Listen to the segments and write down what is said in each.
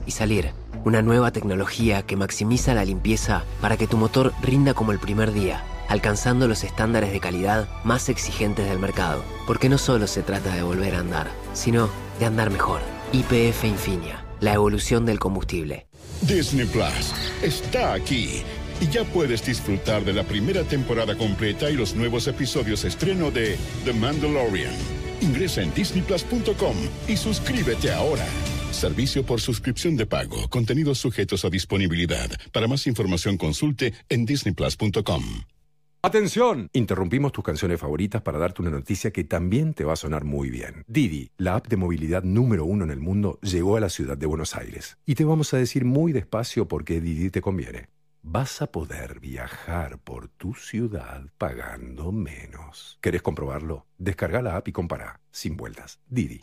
y salir. Una nueva tecnología que maximiza la limpieza para que tu motor rinda como el primer día, alcanzando los estándares de calidad más exigentes del mercado. Porque no solo se trata de volver a andar, sino de andar mejor. YPF Infinia, la evolución del combustible. Disney Plus está aquí y ya puedes disfrutar de la primera temporada completa y los nuevos episodios estreno de The Mandalorian. Ingresa en disneyplus.com y suscríbete ahora. Servicio por suscripción de pago. Contenidos sujetos a disponibilidad. Para más información consulte en disneyplus.com. ¡Atención! Interrumpimos tus canciones favoritas para darte una noticia que también te va a sonar muy bien. Didi, la app de movilidad número 1 en el mundo, llegó a la ciudad de Buenos Aires. Y te vamos a decir muy despacio por qué Didi te conviene. Vas a poder viajar por tu ciudad pagando menos. ¿Querés comprobarlo? Descarga la app y compara. Sin vueltas. Didi.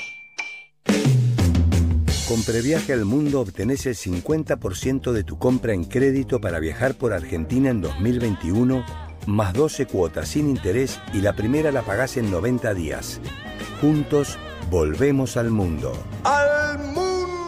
Con Previaje al Mundo obtenés el 50% de tu compra en crédito para viajar por Argentina en 2021, más 12 cuotas sin interés y la primera la pagás en 90 días. Juntos, volvemos al mundo. ¡Al mundo!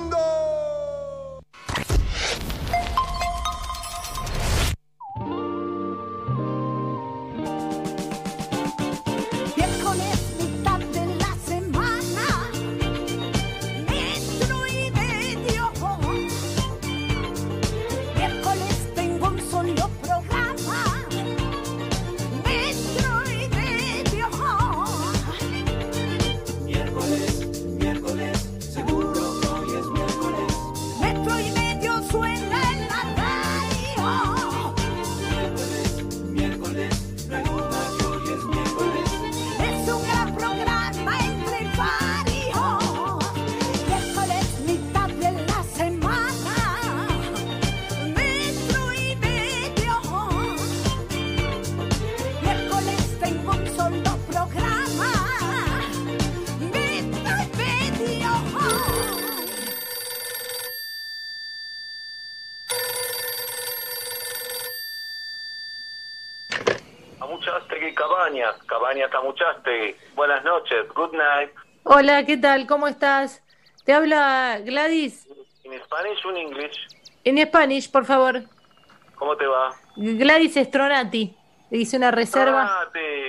Cabañas Camuchaste. Buenas noches. Good night. Hola, ¿qué tal? ¿Cómo estás? Te habla Gladys. ¿En Spanish o en English? En Spanish, por favor. ¿Cómo te va? Gladys Stronati. Le hice una reserva.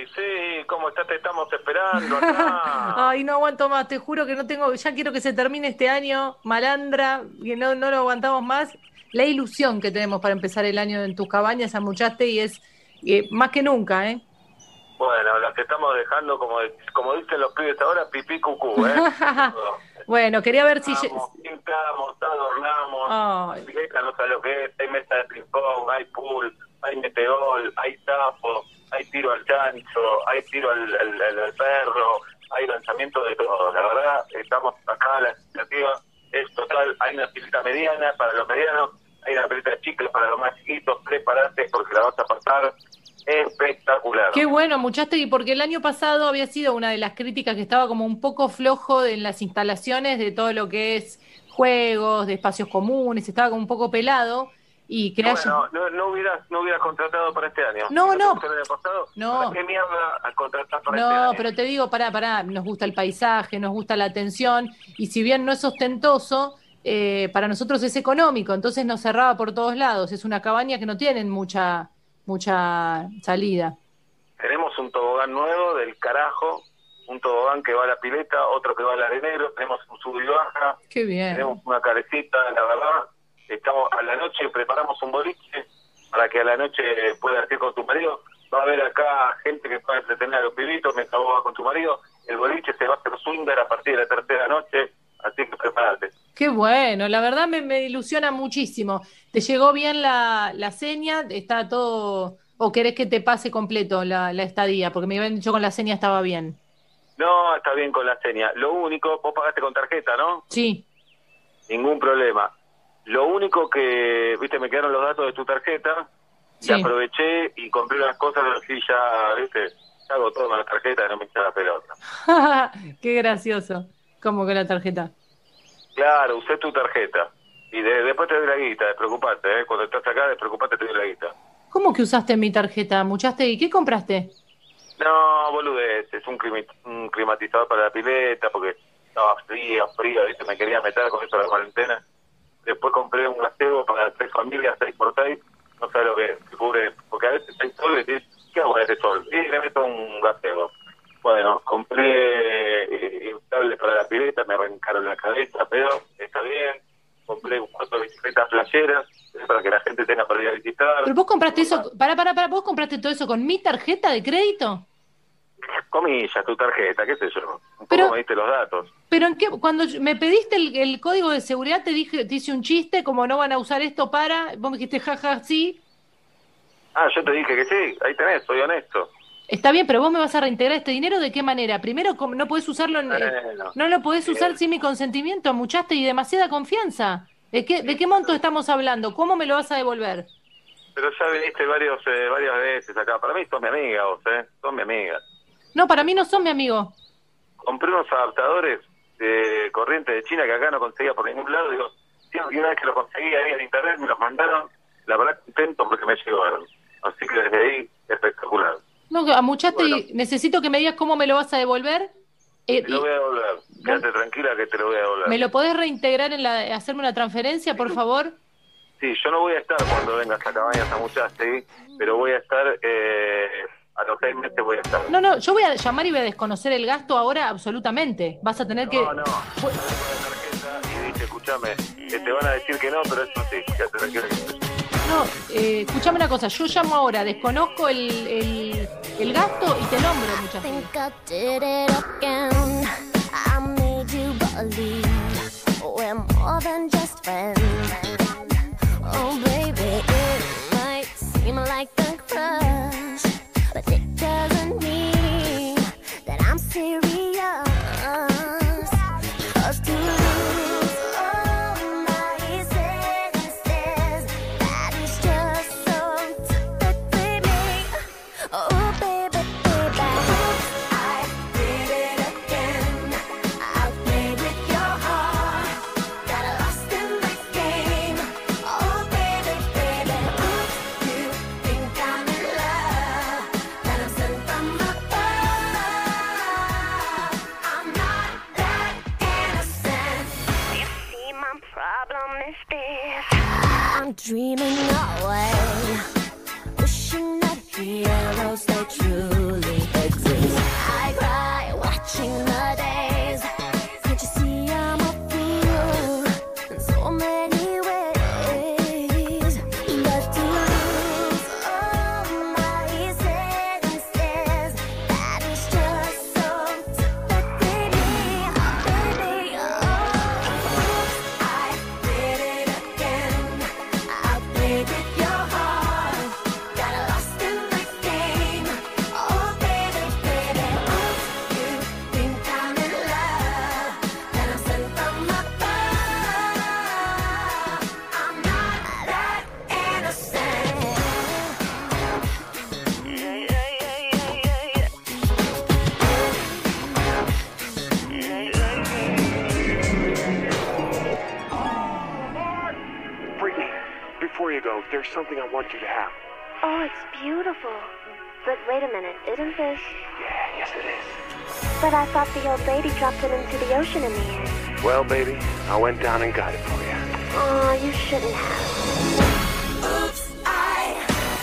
Sí, ¿cómo estás? Te estamos esperando acá. Ay, no aguanto más, te juro que no tengo, ya quiero que se termine este año, malandra, que no lo aguantamos más. La ilusión que tenemos para empezar el año en tus cabañas, Camuchaste, y es más que nunca, ¿eh? Bueno, las que estamos dejando, como dicen los pibes ahora, pipí cucú, ¿eh? Bueno, quería ver si... Pintamos, adornamos, pileta, no sé lo que es, hay mesa de ping-pong, hay pool, hay meteor, hay tapo, hay tiro al chancho, hay tiro al perro, hay lanzamiento de todo. La verdad, estamos acá, la expectativa es total. Hay una pileta mediana para los medianos, hay una pileta chica para los más chiquitos. Prepárate porque la vas a pasar espectacular. Qué bueno, Muchastegui, porque el año pasado había sido una de las críticas que estaba como un poco flojo en las instalaciones de todo lo que es juegos, de espacios comunes, estaba como un poco pelado. Y que bueno, no hubieras contratado para este año. No. El año pasado, ¿para qué mierda contratar para este año? No, pero te digo, pará, nos gusta el paisaje, nos gusta la atención, y si bien no es ostentoso, para nosotros es económico, entonces nos cerraba por todos lados. Es una cabaña que no tienen mucha salida. Tenemos un tobogán nuevo del carajo, un tobogán que va a la pileta, otro que va al arenero, tenemos un sub y baja. Qué bien. Tenemos una carecita, la verdad. Estamos a la noche, preparamos un boliche para que a la noche puedas ir con tu marido. Va a haber acá gente que pueda entretener a los pibitos mientras vos vas con tu marido. El boliche se va a hacer swinger a partir de la tercera noche, así que prepárate. Qué bueno, la verdad me ilusiona muchísimo. ¿Te llegó bien la seña? ¿Está todo...? ¿O querés que te pase completo la estadía? Porque me habían dicho con la seña estaba bien. No, está bien con la seña. Lo único, vos pagaste con tarjeta, ¿no? Sí. Ningún problema. Lo único que, viste, me quedaron los datos de tu tarjeta, sí. Y aproveché y compré unas cosas así ya, viste, hago todo con la tarjeta y no me echa la pelota. Qué gracioso. ¿Cómo que la tarjeta? Claro, usé tu tarjeta. Y después te doy la guita, despreocupate, ¿eh? Cuando estás acá, despreocupate, te doy la guita. ¿Cómo que usaste mi tarjeta, Muchastegui? ¿Qué compraste? No, boludez, es un climatizador para la pileta, porque estaba frío, ¿viste? Me quería meter con esto de la cuarentena. Después compré un gazebo para 3 familias, 6x6. No sé lo que es, que cubre, porque a veces hay sol y dices, ¿qué hago con este sol? Y le meto un gazebo. Bueno, compré inflables para la pileta, me arrancaron la cabeza, pero está bien. Compré 4 bicicletas playeras para que la gente tenga para ir a visitar. Pero vos compraste eso, ¿vos compraste todo eso con mi tarjeta de crédito? Comillas, tu tarjeta, qué sé yo. Un Pero, poco me diste los datos. Pero en qué, cuando me pediste el código de seguridad te hice un chiste, como no van a usar esto para, vos me dijiste jaja, sí. Ah, yo te dije que sí, ahí tenés, soy honesto. Está bien, pero vos me vas a reintegrar este dinero, ¿de qué manera? Primero, no podés usarlo, no lo podés usar sin mi consentimiento, muchaste y demasiada confianza. ¿De qué monto estamos hablando? ¿Cómo me lo vas a devolver? Pero ya viniste varias veces acá. Para mí sos mi amiga vos, sos mi amiga. No, para mí no sos mi amigo. Compré unos adaptadores de corriente de China que acá no conseguía por ningún lado. Digo, y una vez que lo conseguí ahí en internet, me los mandaron. La verdad contento porque me llegaron. Así que desde ahí, espectacular. No, muchaste, bueno, necesito que me digas cómo me lo vas a devolver. Te lo voy a devolver. Quédate tranquila que te lo voy a devolver. ¿Me lo podés reintegrar hacerme una transferencia, por favor? Sí, yo no voy a estar cuando vengas a Cabañas a Muchaste, pero voy a estar, a los 6 meses voy a estar. No, yo voy a llamar y voy a desconocer el gasto ahora absolutamente. Vas a tener que... No, la tarjeta y dice, escúchame, te van a decir que no, pero eso sí, quédate tranquila que no, escúchame una cosa, yo llamo ahora, desconozco el gasto y te nombro muchas dreaming away, wishing that heroes they truly exist. I cry watching the days. Can't you see I'm a fool in so many ways? But to lose all my senses, that is just so typically me, baby. Oh, I did it again. I played with your heart, got lost in the game. Oh baby, baby, you think I'm in love, that I'm sent from above. I'm not that innocent. Brittany, before you go, there's something I want you to have. Oh, it's beautiful. But wait a minute, isn't this... Yeah, yes it is. But I thought the old lady dropped it into the ocean in the end. Well, baby, I went down and got it for you. Oh, you shouldn't have. Oops, I...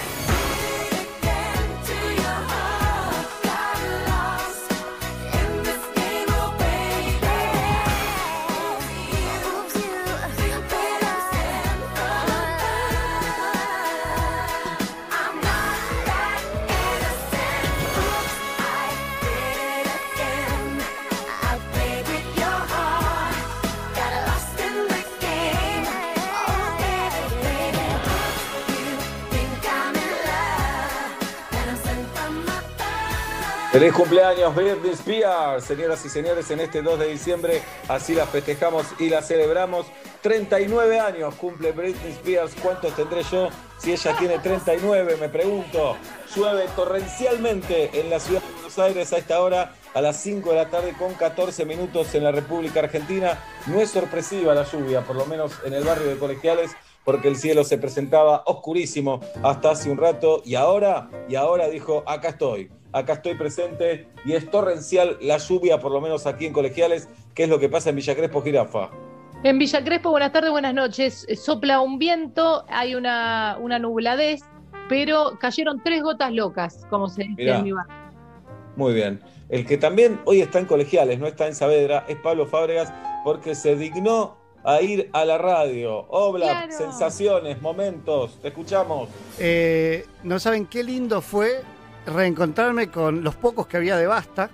Feliz cumpleaños Britney Spears, señoras y señores, en este 2 de diciembre, así la festejamos y la celebramos. 39 años cumple Britney Spears, ¿cuántos tendré yo si ella tiene 39? Me pregunto. Llueve torrencialmente en la ciudad de Buenos Aires a esta hora, a las 5 de la tarde con 14 minutos en la República Argentina. No es sorpresiva la lluvia, por lo menos en el barrio de Colegiales, porque el cielo se presentaba oscurísimo hasta hace un rato y ahora dijo, acá estoy presente y es torrencial la lluvia, por lo menos aquí en Colegiales. ¿Qué es lo que pasa en Villa Crespo, Jirafa? En Villa Crespo, buenas tardes, buenas noches. Sopla un viento, hay una nubladez, pero cayeron 3 gotas locas, como se dice Mirá. en mi barrio. Muy bien. El que también hoy está en Colegiales, no está en Saavedra, es Pablo Fábregas, porque se dignó a ir a la radio. Hola, Claro. sensaciones, momentos, te escuchamos. No saben qué lindo fue reencontrarme con los pocos que había de Basta,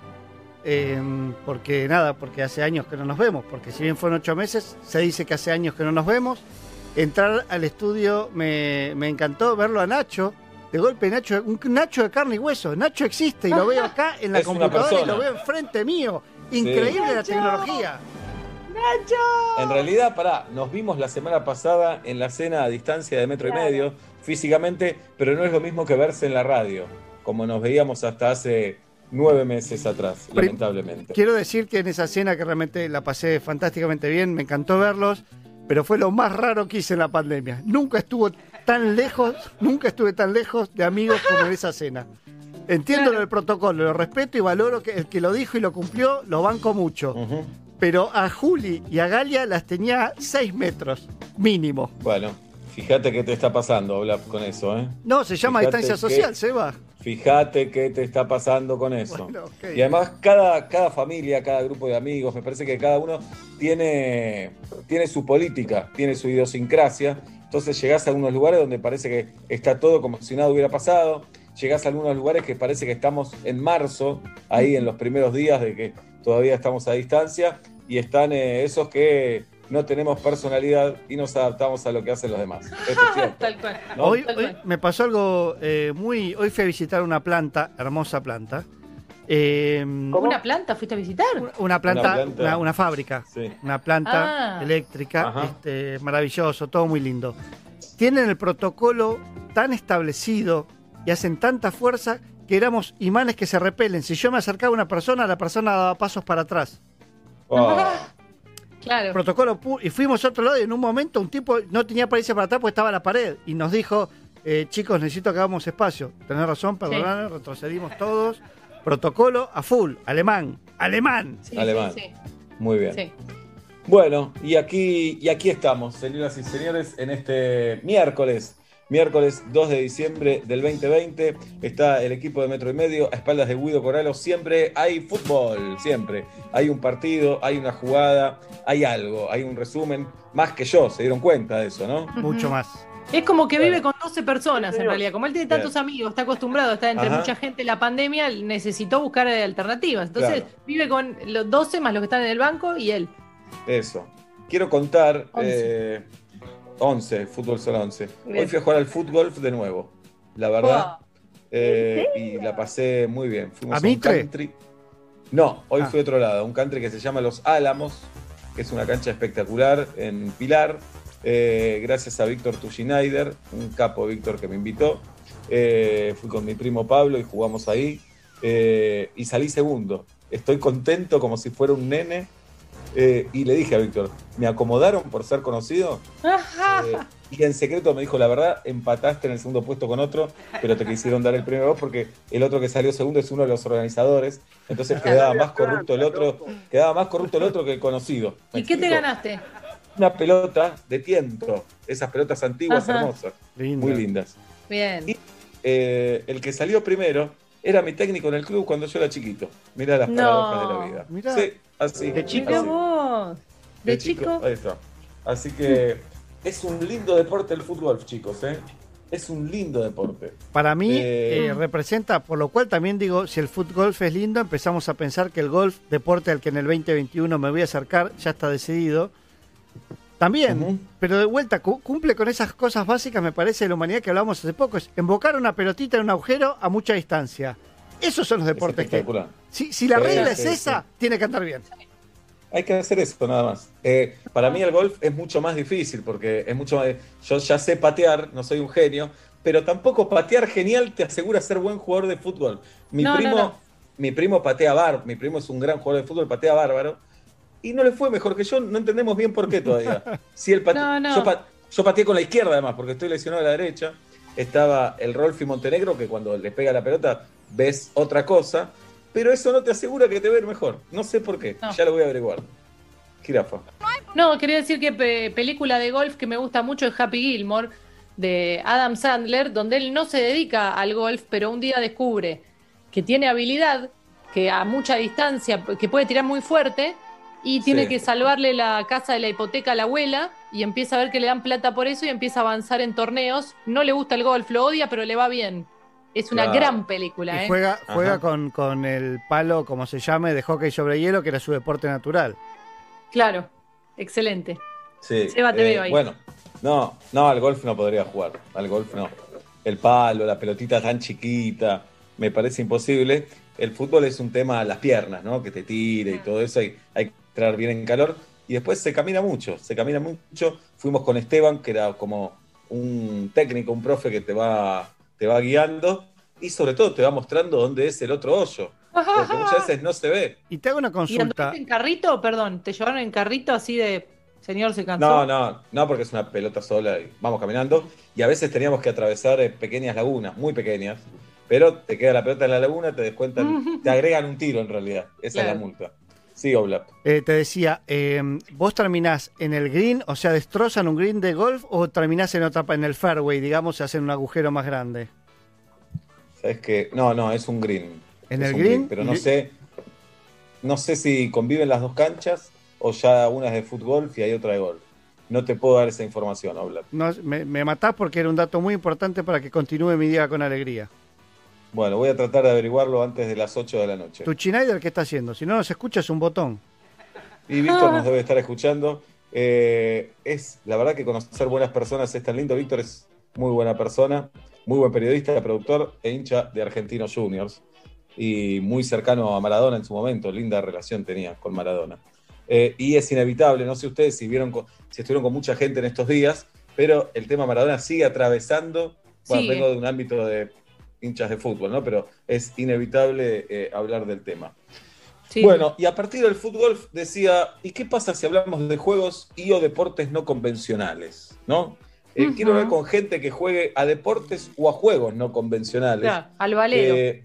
porque hace años que no nos vemos, porque si bien fueron 8 meses, se dice que hace años que no nos vemos. Entrar al estudio me encantó, verlo a Nacho, de golpe Nacho, un Nacho de carne y hueso. Nacho existe y lo veo acá en la Es una computadora y persona. lo veo enfrente mío. Increíble la tecnología. En realidad, nos vimos la semana pasada en la cena a distancia de metro y medio, físicamente, pero no es lo mismo que verse en la radio, como nos veíamos hasta hace 9 meses atrás, lamentablemente. Quiero decir que en esa cena, que realmente la pasé fantásticamente bien, me encantó verlos, pero fue lo más raro que hice en la pandemia. Nunca estuve tan lejos de amigos como en esa cena. Entiendo el protocolo, lo respeto y valoro que el que lo dijo y lo cumplió, lo banco mucho. Pero a Juli y a Galia las tenía 6 metros, mínimo. Bueno, fíjate qué te está pasando, habla con eso, ¿eh? No, se llama Fíjate distancia social, Seba. Fíjate qué te está pasando con eso. Bueno, ok. Y además cada familia, cada grupo de amigos, me parece que cada uno tiene su política, tiene su idiosincrasia. Entonces llegás a algunos lugares donde parece que está todo como si nada hubiera pasado. Llegás a algunos lugares que parece que estamos en marzo, ahí en los primeros días de que todavía estamos a distancia. Y están esos que no tenemos personalidad y nos adaptamos a lo que hacen los demás. Esto es cierto. Tal cual. ¿No? Hoy me pasó algo Hoy fui a visitar una planta, hermosa planta. ¿Una planta fuiste a visitar? Una fábrica. Sí. Una planta eléctrica, Ajá. maravilloso, todo muy lindo. Tienen el protocolo tan establecido y hacen tanta fuerza que éramos imanes que se repelen. Si yo me acercaba a una persona, la persona daba pasos para atrás. Oh. Claro. Protocolo y fuimos a otro lado y en un momento un tipo no tenía para irse para atrás porque estaba la pared y nos dijo, chicos, necesito que hagamos espacio. Tenés razón, perdonad, retrocedimos todos. Protocolo a full, alemán. Sí, Alemán. sí, sí. Muy bien. Sí. Bueno, y aquí estamos, señoras y señores, en este miércoles 2 de diciembre del 2020. Está el equipo de Metro y Medio a espaldas de Guido Coralo. Siempre hay fútbol, siempre. Hay un partido, hay una jugada, hay algo, hay un resumen. Más que yo, se dieron cuenta de eso, ¿no? Mucho más. Es como que vive con 12 personas en realidad. Como él tiene tantos Bien. amigos, está acostumbrado a estar entre Ajá. mucha gente, la pandemia necesitó buscar alternativas. Entonces Claro. vive con los 12 más los que están en el banco y él. Eso. Quiero contar 11. 11, fútbol solo 11. Bien. Hoy fui a jugar al fútbol de nuevo, la verdad. Wow. Y la pasé muy bien. Fuimos ¿A un Mitre? country. No, hoy fui a otro lado, un country que se llama Los Álamos, que es una cancha espectacular en Pilar. Gracias a Víctor Tuschinaider, un capo Víctor que me invitó. Fui con mi primo Pablo y jugamos ahí. Y salí segundo. Estoy contento como si fuera un nene. Y le dije a Víctor, ¿me acomodaron por ser conocido? Y en secreto me dijo, la verdad, empataste en el segundo puesto con otro, pero te quisieron dar el premio a vos porque el otro que salió segundo es uno de los organizadores. Entonces quedaba más corrupto el otro que el conocido. ¿Me ¿Y qué te explico? ganaste? Una pelota de tiento, esas pelotas antiguas, Ajá. hermosas, Lindo. muy lindas. Bien. Y el que salió primero era mi técnico en el club cuando yo era chiquito. Mirá las No. paradojas de la vida. Mirá. Sí, así. De chico. Mirá así. vos. De chico. Ahí está. Así que es un lindo deporte el fútbol, chicos, ¿eh? Es un lindo deporte. Para mí Eh, representa, por lo cual también digo, si el fútbol es lindo, empezamos a pensar que el golf, deporte al que en el 2021 me voy a acercar, ya está decidido. También, Ujú. pero de vuelta, cumple con esas cosas básicas, me parece, de la humanidad que hablábamos hace poco, es embocar una pelotita en un agujero a mucha distancia. Esos son los deportes que... espectacular. Si la Sí, regla sí, es esa, sí. tiene que andar bien. Hay que hacer eso nada más. Para mí el golf es mucho más difícil porque es mucho más... Yo ya sé patear, no soy un genio, pero tampoco patear genial te asegura ser buen jugador de fútbol. Mi primo patea mi primo es un gran jugador de fútbol, patea bárbaro, y no le fue mejor que yo, no entendemos bien por qué todavía. Si él yo pateé con la izquierda además, porque estoy lesionado a la derecha. Estaba el Rolfi Montenegro, que cuando le pega la pelota ves otra cosa, pero eso no te asegura que te va a ir mejor. No sé por qué, No. ya lo voy a averiguar. Jirafa. No, quería decir que película de golf que me gusta mucho es Happy Gilmore, de Adam Sandler, donde él no se dedica al golf, pero un día descubre que tiene habilidad, que a mucha distancia, que puede tirar muy fuerte, y tiene que salvarle la casa de la hipoteca a la abuela, y empieza a ver que le dan plata por eso, y empieza a avanzar en torneos. No le gusta el golf, lo odia, pero le va bien. Es una gran película. Y juega con el palo, como se llame, de hockey sobre hielo, que era su deporte natural. Claro, excelente. Sí. Seba, te veo ahí. Bueno, no, al golf no podría jugar. Al golf no. El palo, la pelotita tan chiquita, me parece imposible. El fútbol es un tema a las piernas, ¿no? Que te tire y todo eso. Hay que entrar bien en calor. Y después se camina mucho. Fuimos con Esteban, que era como un técnico, un profe que te va guiando y sobre todo te va mostrando dónde es el otro hoyo. Porque muchas veces no se ve. Y te hago una consulta. ¿Y andaste en carrito? Perdón, ¿te llevaron en carrito así de señor se cansó? No, porque es una pelota sola y vamos caminando. Y a veces teníamos que atravesar pequeñas lagunas, muy pequeñas. Pero te queda la pelota en la laguna, te descuentan, te agregan un tiro en realidad. Esa es la multa. Sí, Oblap. Te decía, ¿vos terminás en el green, o sea, destrozan un green de golf, o terminás en el fairway, digamos, y hacen un agujero más grande? ¿Sabes qué? No, es un green. ¿En el green? Pero no sé si conviven las dos canchas o ya una es de fútbol y hay otra de golf. No te puedo dar esa información, Oblap. No, me matás porque era un dato muy importante para que continúe mi día con alegría. Bueno, voy a tratar de averiguarlo antes de las 8 de la noche. ¿Tu Schneider qué está haciendo? Si no nos escucha es un botón. Y Víctor nos debe estar escuchando. Es la verdad que conocer buenas personas es tan lindo. Víctor es muy buena persona, muy buen periodista, productor e hincha de Argentinos Juniors. Y muy cercano a Maradona en su momento. Linda relación tenía con Maradona. Y es inevitable, no sé ustedes si estuvieron con mucha gente en estos días, pero el tema Maradona sigue atravesando. Bueno, vengo de un ámbito de hinchas de fútbol, ¿no? Pero es inevitable hablar del tema. Sí. Bueno, y a partir del fútbol decía, ¿y qué pasa si hablamos de juegos y o deportes no convencionales? ¿No? Quiero ver con gente que juegue a deportes o a juegos no convencionales. Claro, al valero.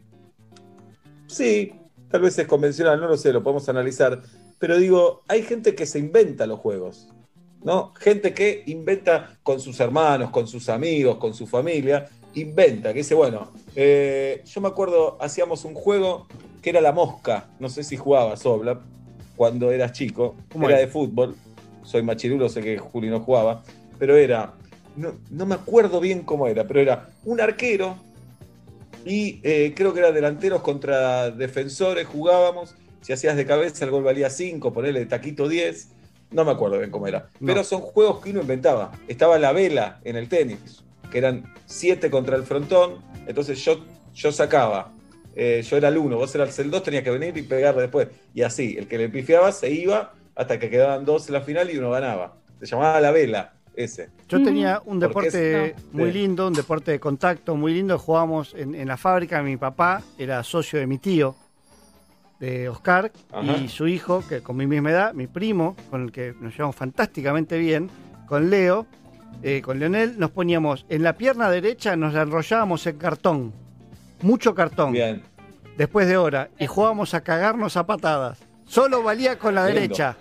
Sí, tal vez es convencional, no lo sé, lo podemos analizar. Pero digo, hay gente que se inventa los juegos, ¿no? Gente que inventa con sus hermanos, con sus amigos, con su familia, inventa, que dice, bueno, yo me acuerdo, hacíamos un juego que era la mosca, no sé si jugabas, Oblap, cuando eras chico, era de fútbol, soy machirulo, sé que Juli no jugaba, pero era, no me acuerdo bien cómo era, pero era un arquero y creo que era delanteros contra defensores, jugábamos, si hacías de cabeza el gol valía 5, ponele de taquito 10, no me acuerdo bien cómo era, pero son juegos que uno inventaba, estaba la vela en el tenis, que eran 7 contra el frontón, entonces yo sacaba, yo era el 1, vos eras el 2, tenías que venir y pegarle después, y así, el que le pifiaba se iba hasta que quedaban 2 en la final y uno ganaba, se llamaba la vela, ese. Yo tenía un deporte muy lindo, un deporte de contacto muy lindo, jugábamos en la fábrica, mi papá era socio de mi tío, de Oscar, y su hijo, que con mi misma edad, mi primo, con el que nos llevamos fantásticamente bien, con Leo, con Leonel, nos poníamos en la pierna derecha, nos la enrollábamos en cartón, mucho cartón, bien. Después de hora, y jugábamos a cagarnos a patadas. Solo valía con la derecha.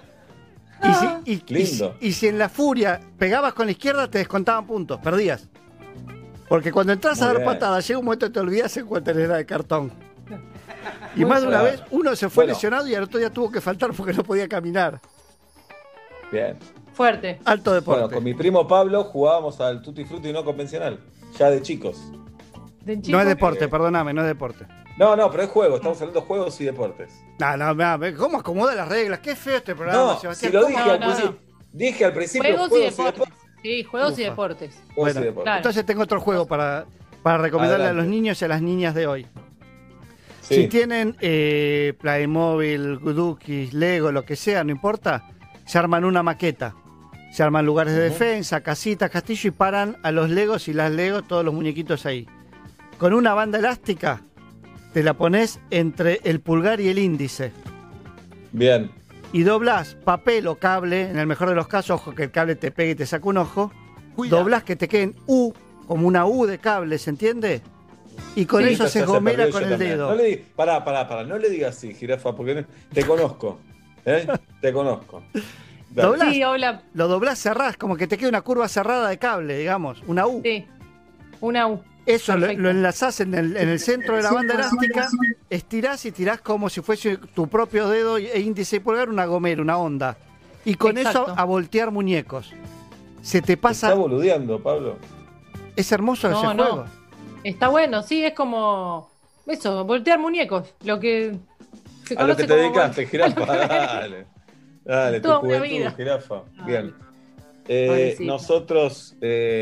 Y si en la furia pegabas con la izquierda, te descontaban puntos, perdías. Porque cuando entras a dar patadas, llega un momento que te olvidas en cuánto era de cartón. Y más de una vez, uno se fue lesionado y al otro día tuvo que faltar porque no podía caminar. Bien. Fuerte. Alto deporte. Bueno, con mi primo Pablo jugábamos al Tutti Frutti no convencional, ya de chicos. No es deporte, perdóname, no es deporte. No, pero es juego, estamos hablando de juegos y deportes. No, ¿cómo acomoda las reglas? Qué feo este programa, Sebastián. Si lo dije al principio. Dije al principio juegos y deportes. Sí, juegos y deportes. Bueno, entonces tengo otro juego para recomendarle a los niños y a las niñas de hoy. Sí. Si tienen Playmobil, Dukis, Lego, lo que sea, no importa, se arman una maqueta. Se arman lugares de defensa, casitas, castillo y paran a los Legos y las Legos, todos los muñequitos ahí. Con una banda elástica te la pones entre el pulgar y el índice. Bien. Y doblás papel o cable, en el mejor de los casos, ojo que el cable te pegue y te saca un ojo. Doblás que te queden U, como una U de cable, ¿se entiende? Y con eso se gomera con el dedo. No pará, no le digas así, jirafa, porque te conozco. Te conozco. Doblás, Sí, hola. lo doblás, cerrás, como que te queda una curva cerrada de cable, digamos, una U. Sí, una U. Eso lo Perfecto. enlazás en el centro de la banda elástica, estirás y tirás como si fuese tu propio dedo e índice y pulgar, una gomera, una onda. Y con Exacto. eso a voltear muñecos. Se te Está pasa... boludeando, Pablo. Es hermoso ese No, no. juego. Está bueno, sí, es como eso, voltear muñecos, lo que se A lo que conoce te como dedicaste, jirafa, dale. Dale, tu Toda una juventud, vida. jirafa. Bien. Pobrecito. Nosotros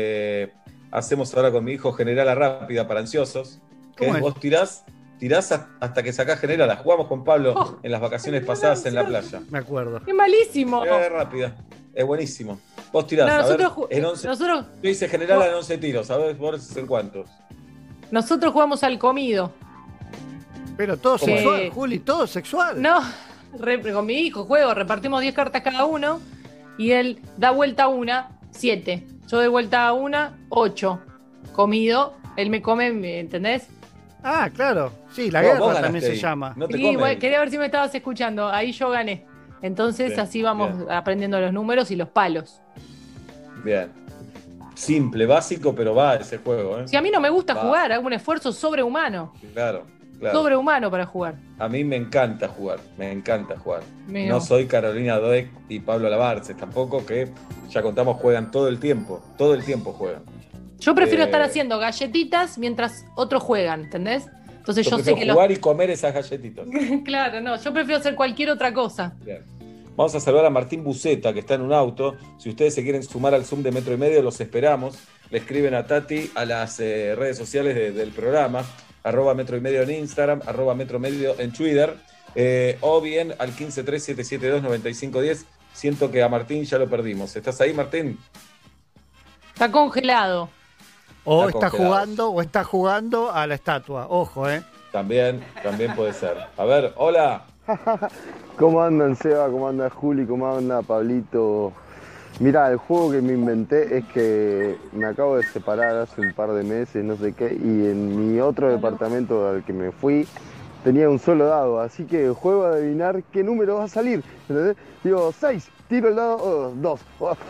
hacemos ahora con mi hijo Generala Rápida para ansiosos. Que ¿Cómo es, es? vos tirás hasta que sacás Generala. Jugamos con Pablo en las vacaciones pasadas en la playa. Me acuerdo. ¡Qué malísimo! Rápida. Es buenísimo. Vos tirás, No, a ver, nosotros, en 11, nosotros, yo hice Generala en 11 tiros, ¿sabés vos en cuántos? nosotros jugamos al comido. Pero todo ¿Cómo es? sexual, Juli, todo sexual. No, con mi hijo juego, repartimos 10 cartas cada uno y él da vuelta a una, 7. Yo doy vuelta a una, 8. Comido, él me come, ¿me entendés? Ah, claro. Sí, la No, vos guerra ganaste también se ahí. llama. No te Sí, comen. bueno, quería ver si me estabas escuchando. Ahí yo gané. Entonces Bien, así vamos bien. aprendiendo los números y los palos. Bien. Simple, básico, pero va ese juego, ¿eh? Si a mí no me gusta Va. jugar, hago un esfuerzo sobrehumano. Claro, claro. Sobrehumano para jugar. A mí me encanta jugar, me encanta jugar. Mío. No soy Carolina Doek y Pablo Lavarces tampoco, que ya contamos juegan todo el tiempo juegan. Yo prefiero Eh, estar haciendo galletitas mientras otros juegan, ¿entendés? Entonces yo sé prefiero que los... jugar y comer esas galletitas. Claro, no, yo prefiero hacer cualquier otra cosa. Bien. Vamos a saludar a Martín Buceta, que está en un auto. Si ustedes se quieren sumar al Zoom de Metro y Medio, los esperamos. Le escriben a Tati a las redes sociales del programa, @Metro y Medio en Instagram, @Metro Medio en Twitter, o bien al 1537729510. Siento que a Martín ya lo perdimos. ¿Estás ahí, Martín? Está congelado. O Está está congelado. jugando o está jugando a la estatua. Ojo, También puede ser. A ver, hola. ¿Cómo andan, Seba? ¿Cómo anda Juli? ¿Cómo anda Pablito? Mirá, el juego que me inventé es que me acabo de separar hace un par de meses, no sé qué, y en mi otro departamento al que me fui tenía un solo dado, así que juego a adivinar qué número va a salir, ¿entendés? Digo, 6, tiro el dado 2,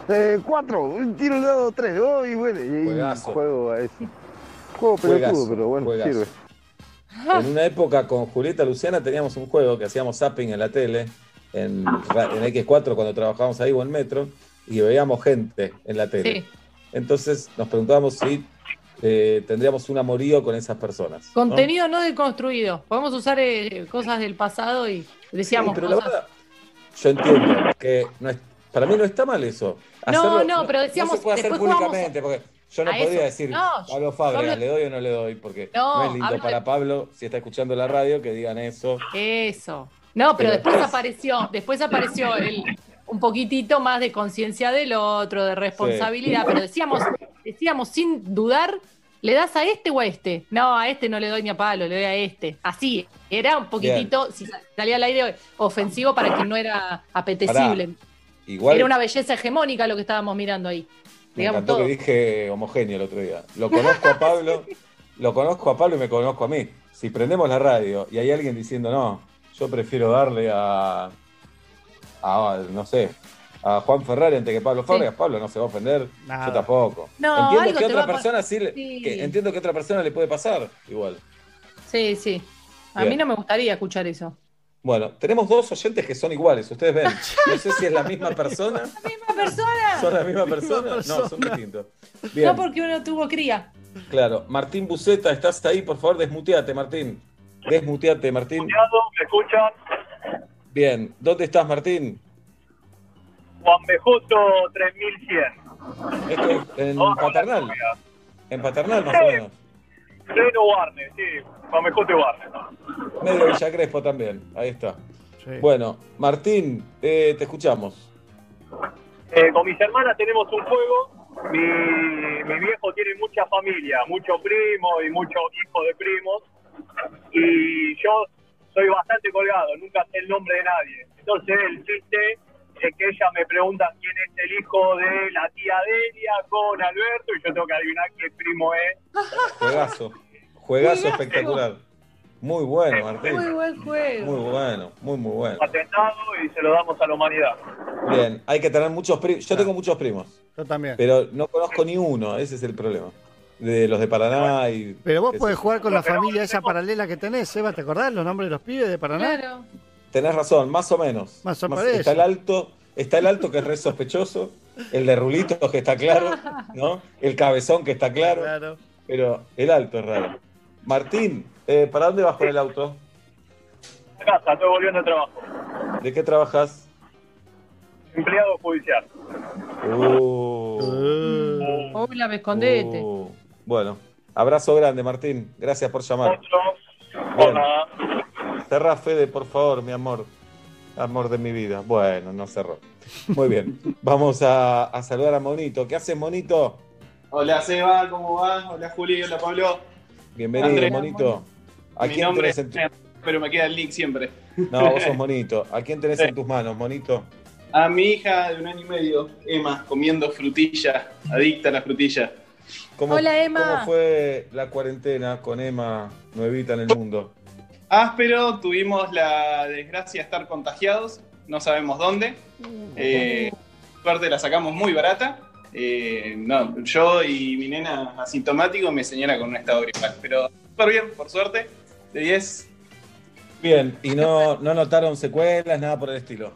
4, tiro el dado 3, y bueno, y Juegazo. juego a eso. Juego Juegazo, pelotudo, pero bueno, juegazo. sirve. En una época con Julieta Luciana teníamos un juego que hacíamos zapping en la tele, en X4 cuando trabajábamos ahí o en Metro, y veíamos gente en la tele. Sí. Entonces nos preguntábamos si tendríamos un amorío con esas personas. ¿no? Contenido no deconstruido. Podemos usar cosas del pasado y decíamos Sí, pero la cosas. verdad, yo entiendo que para mí no está mal eso. No, pero decíamos, No se puede hacer después jugamos públicamente, porque yo no a podría eso. decir, No, Pablo Fábregas, yo hablo- ¿le doy o no le doy? Porque No, no es lindo hablo para de- Pablo, si está escuchando la radio, que digan eso. Eso. No, pero Pero después apareció un poquitito más de conciencia del otro, de responsabilidad, pero decíamos sin dudar, ¿le das a este o a este? No, a este no le doy ni a palo, le doy a este. Así, era un poquitito, si salía al aire, ofensivo para quien no era apetecible. Pará, igual Era una belleza hegemónica lo que estábamos mirando ahí. me Digamos encantó todo. que dije homogéneo el otro día. Lo conozco a Pablo, y me conozco a mí. Si prendemos la radio y hay alguien diciendo, no, yo prefiero darle a no sé, a Juan Ferrari antes que Pablo Fábregas, Pablo no se va a ofender, Nada. yo tampoco. No, Entiendo algo que te otra va a persona Sí. entiendo que a otra persona le puede pasar igual. Sí, sí. A Bien. mí no me gustaría escuchar eso. Bueno, tenemos dos oyentes que son iguales, ustedes ven. No sé si es la misma persona. ¿La misma persona? ¿Son la misma persona? No, son distintos. Bien, No porque uno tuvo cría. claro. Martín Buceta, ¿estás ahí? Por favor, desmuteate, Martín. Desmuteate, Martín. ¿Me escuchan? Bien, ¿dónde estás, Martín? Juan Bejuto 3100. Esto es en Paternal. En Paternal, más o menos. Pleno Warner, sí. Juan Bejuto y Warner. Medio Villa Crespo también. Ahí está. Sí. Bueno, Martín, te escuchamos. Con mis hermanas tenemos un juego. Mi viejo tiene mucha familia, muchos primos y muchos hijos de primos. Y yo soy bastante colgado, nunca sé el nombre de nadie. Entonces el chiste es que ella me pregunta quién es el hijo de la tía Delia con Alberto y yo tengo que adivinar qué primo es. Juegazo. Juegazo espectacular. Muy bueno, Martín. Muy buen juego. Muy bueno, muy bueno. Patentado y se lo damos a la humanidad. Bien, hay que tener muchos primos. Yo tengo muchos primos. Yo también. Pero no conozco ni uno, ese es el problema. De los de Paraná y... Pero vos podés jugar con la familia esa paralela que tenés, Seba, ¿te acordás los nombres de los pibes de Paraná? Claro. Tenés razón, más o menos. Más o menos. Está el alto que es re sospechoso, el de Rulitos que está claro, ¿no? El cabezón que está claro. Pero el alto es raro. Martín, ¿para dónde vas con el auto? De casa, estoy volviendo de trabajo. ¿De qué trabajas? Empleado judicial. Hola, escondete. Bueno, abrazo grande, Martín. Gracias por llamar. Hola. Cerrá, Fede, por favor, mi amor. Amor de mi vida. Bueno, no cerró. Muy bien. Vamos a saludar a Monito. ¿Qué haces, Monito? Hola, Seba, ¿cómo va? Hola, Juli. Hola, Pablo. Bienvenido, Andrés. Monito. ¿A Mi quién nombre tenés es... Pero me queda el link siempre. No, vos sos Monito. ¿A quién tenés en tus manos, Monito? A mi hija de 1 año y medio, Emma, comiendo frutilla, adicta a la frutilla. Hola, Emma. ¿Cómo fue la cuarentena con Emma, nuevita en el mundo? Áspero, tuvimos la desgracia de estar contagiados, no sabemos dónde. Suerte la sacamos muy barata. No, yo y mi nena asintomático, mi señora con un estado gripal. Pero súper bien, por suerte, de 10. Bien, ¿y no notaron secuelas, nada por el estilo?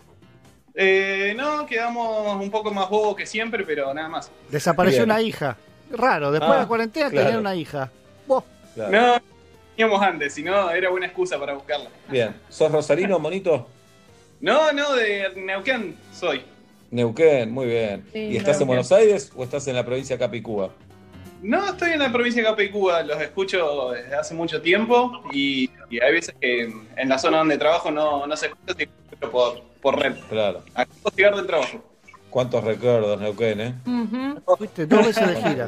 No, quedamos un poco más bobos que siempre, pero nada más. Desapareció Bien. una hija. Raro, después de la cuarentena claro. tener una hija. Vos. Claro. No, teníamos antes, si no, era buena excusa para buscarla. Bien, ¿sos rosarino, Monito? No, de Neuquén soy. Neuquén, muy bien. Sí, ¿Y estás en Neuquén. Buenos Aires o estás en la provincia de Capicúa? No, estoy en la provincia de Capicúa, los escucho desde hace mucho tiempo y hay veces que en la zona donde trabajo no se escucha, se escucha por red. Claro. Acabo de llegar del trabajo. ¿Cuántos recuerdos, Neuquén, eh? Fuiste 2 veces de gira.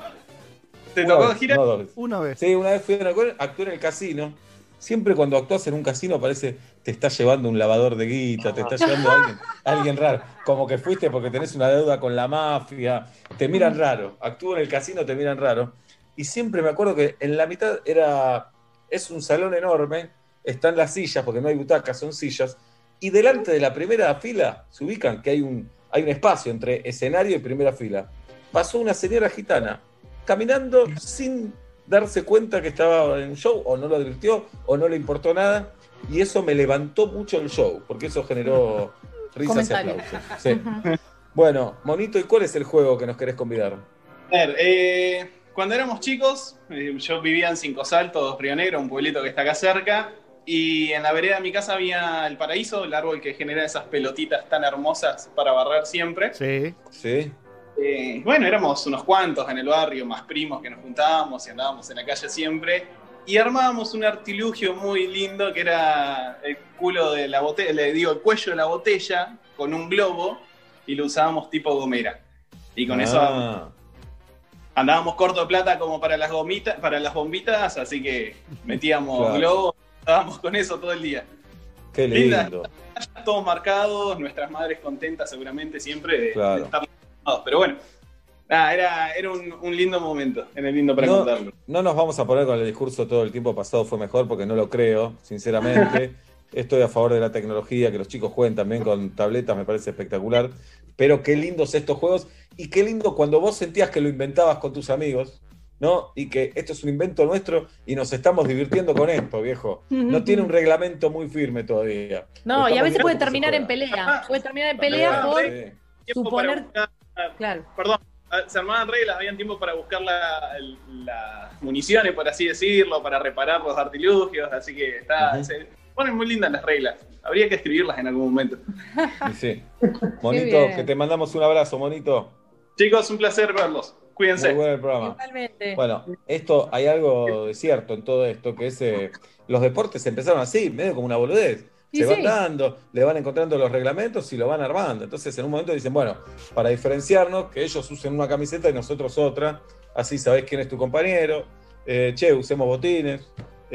¿Te tocó de gira? No, 2 veces. Una vez. Sí, una vez fui a Neuquén, actué en el casino. Siempre cuando actúas en un casino parece te está llevando un lavador de guita, te está llevando alguien raro. Como que fuiste porque tenés una deuda con la mafia. Te miran raro. Actúo en el casino, te miran raro. Y siempre me acuerdo que en la mitad es un salón enorme, están las sillas, porque no hay butacas, son sillas. Y delante de la primera fila se ubican que hay un espacio entre escenario y primera fila. Pasó una señora gitana caminando sin darse cuenta que estaba en un show, o no lo advirtió, o no le importó nada, y eso me levantó mucho el show, porque eso generó risas y aplausos. Sí. Bueno, Monito, ¿y cuál es el juego que nos querés convidar? A ver, cuando éramos chicos, yo vivía en Cinco Saltos, Río Negro, un pueblito que está acá cerca, y en la vereda de mi casa había el paraíso, el árbol que genera esas pelotitas tan hermosas para barrer siempre. Sí. Sí. Bueno, éramos unos cuantos en el barrio, más primos que nos juntábamos y andábamos en la calle siempre. Y armábamos un artilugio muy lindo que era el culo de la botella, el cuello de la botella con un globo y lo usábamos tipo gomera. Y con eso andábamos corto de plata como para las bombitas, así que metíamos globos, andábamos con eso todo el día. Qué lindo. Todos marcados, nuestras madres contentas seguramente siempre de estar marcados. Pero bueno, era un lindo momento, era lindo para contarlo. No nos vamos a poner con el discurso todo el tiempo pasado fue mejor, porque no lo creo, sinceramente. Estoy a favor de la tecnología, que los chicos jueguen también con tabletas, me parece espectacular. Pero qué lindos estos juegos, y qué lindo cuando vos sentías que lo inventabas con tus amigos, ¿no? Y que esto es un invento nuestro y nos estamos divirtiendo con esto, viejo. No tiene un reglamento muy firme todavía. No, y a veces puede Estamos terminar en pelea. Puede terminar en pelea por suponer... Claro. Perdón, se armaban reglas, habían tiempo para buscar las municiones, por así decirlo, para reparar los artilugios, así que se ponen muy lindas las reglas. Habría que escribirlas en algún momento. Sí. Monito, que te mandamos un abrazo, Monito. Chicos, un placer verlos. Cuídense. Muy bueno el programa. Totalmente. Bueno, hay algo de cierto en todo esto, que es los deportes empezaron así, medio como una boludez. Se van dando, le van encontrando los reglamentos y lo van armando. Entonces, en un momento dicen, bueno, para diferenciarnos, que ellos usen una camiseta y nosotros otra. Así sabés quién es tu compañero. Usemos botines.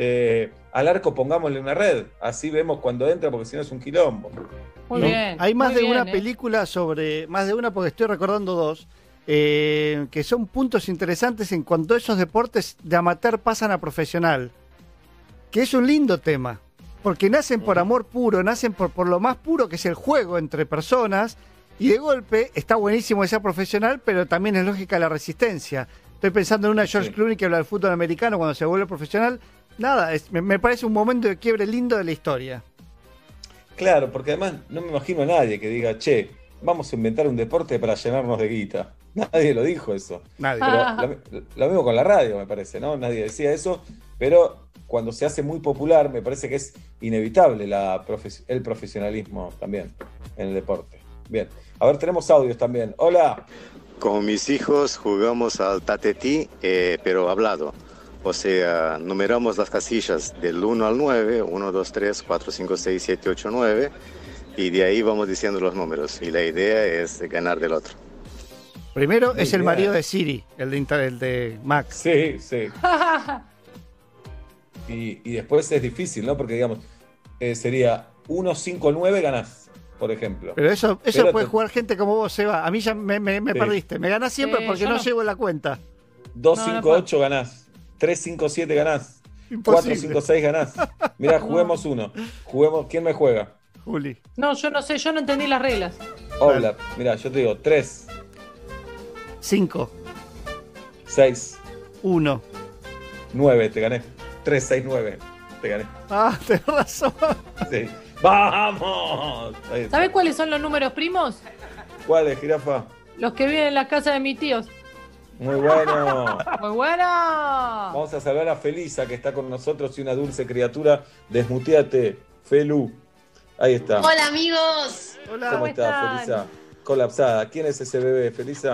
Al arco pongámosle una red. Así vemos cuando entra, porque si no es un quilombo. Muy bien. Hay más muy de una bien, película más de una, porque estoy recordando dos, que son puntos interesantes en cuanto esos deportes de amateur pasan a profesional. que es un lindo tema, porque nacen por amor puro, nacen por lo más puro que es el juego entre personas, y de golpe está buenísimo que sea profesional, pero también es lógica la resistencia. Estoy pensando en una George Clooney que habla del fútbol americano cuando se vuelve profesional. Nada, me parece un momento de quiebre lindo de la historia. Claro, porque además no me imagino a nadie que diga, che, vamos a inventar un deporte para llenarnos de guita. Nadie lo dijo eso. Nadie. Pero lo mismo con la radio, me parece, ¿no? Nadie decía eso, pero cuando se hace muy popular, me parece que es inevitable el profesionalismo también en el deporte. Bien, a ver, tenemos audios también. Hola. Con mis hijos jugamos al tatetí, pero hablado. O sea, numeramos las casillas del 1 al 9, 1, 2, 3, 4, 5, 6, 7, 8, 9, y de ahí vamos diciendo los números. Y la idea es ganar del otro. Primero es el marido de Siri, el de Mac. Sí, sí. Y después es difícil, ¿no? Porque, digamos, sería 1, 5, 9 ganás, por ejemplo. Pero eso puede jugar gente como vos, Seba. A mí ya me perdiste. Me ganás siempre porque no llevo la cuenta. 2, 5, 8 ganás. 3, 5, 7 ganás. Imposible. 4, 5, 6 ganás. Mirá, juguemos uno. ¿Quién me juega? Juli. No, yo no sé, yo no entendí las reglas. Hola, mirá, yo te digo 3, 5, 6, 1, 9, te gané. 3, 6, 9, te gané. Ah, tenés razón. Sí. ¡Vamos! ¿Sabés cuáles son los números primos? ¿Cuáles, jirafa? Los que viven en la casa de mis tíos. Muy bueno. Muy bueno. Vamos a saludar a Felisa, que está con nosotros, y una dulce criatura. Desmuteate, Felu. Ahí está. Hola, amigos. Hola. ¿Cómo estás, Felisa? Colapsada. ¿Quién es ese bebé, Felisa?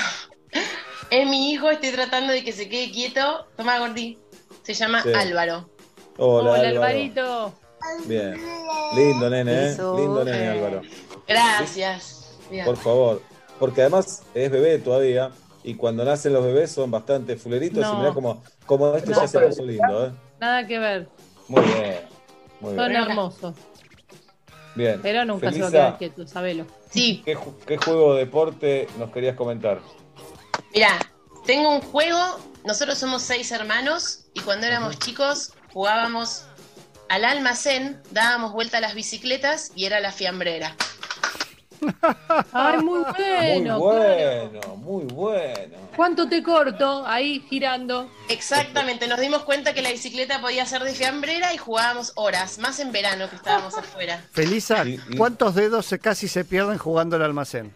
Es mi hijo, estoy tratando de que se quede quieto. Toma, Gordi. Se llama Álvaro. Hola, Alvarito. Bien. Lindo nene, ¿eh? Lindo nene, Álvaro. Gracias. Bien. Por favor. Porque además es bebé todavía. Y cuando nacen los bebés son bastante fuleritos. No. Y mirá como este ya se puso lindo, ¿eh? Nada que ver. Muy bien. Muy Son bien. hermosos. Bien. Pero nunca se va a Felisa, quedar quieto, sabelo. Sí. ¿Qué juego de deporte nos querías comentar? Mirá, tengo un juego. Nosotros somos 6 hermanos y cuando éramos chicos jugábamos al almacén, dábamos vuelta a las bicicletas y era la fiambrera. Ay, muy bueno. Muy bueno, muy bueno. ¿Cuánto te corto ahí girando? Exactamente, nos dimos cuenta que la bicicleta podía ser de fiambrera y jugábamos horas, más en verano que estábamos afuera. Felisa, ¿cuántos dedos casi se pierden jugando al almacén?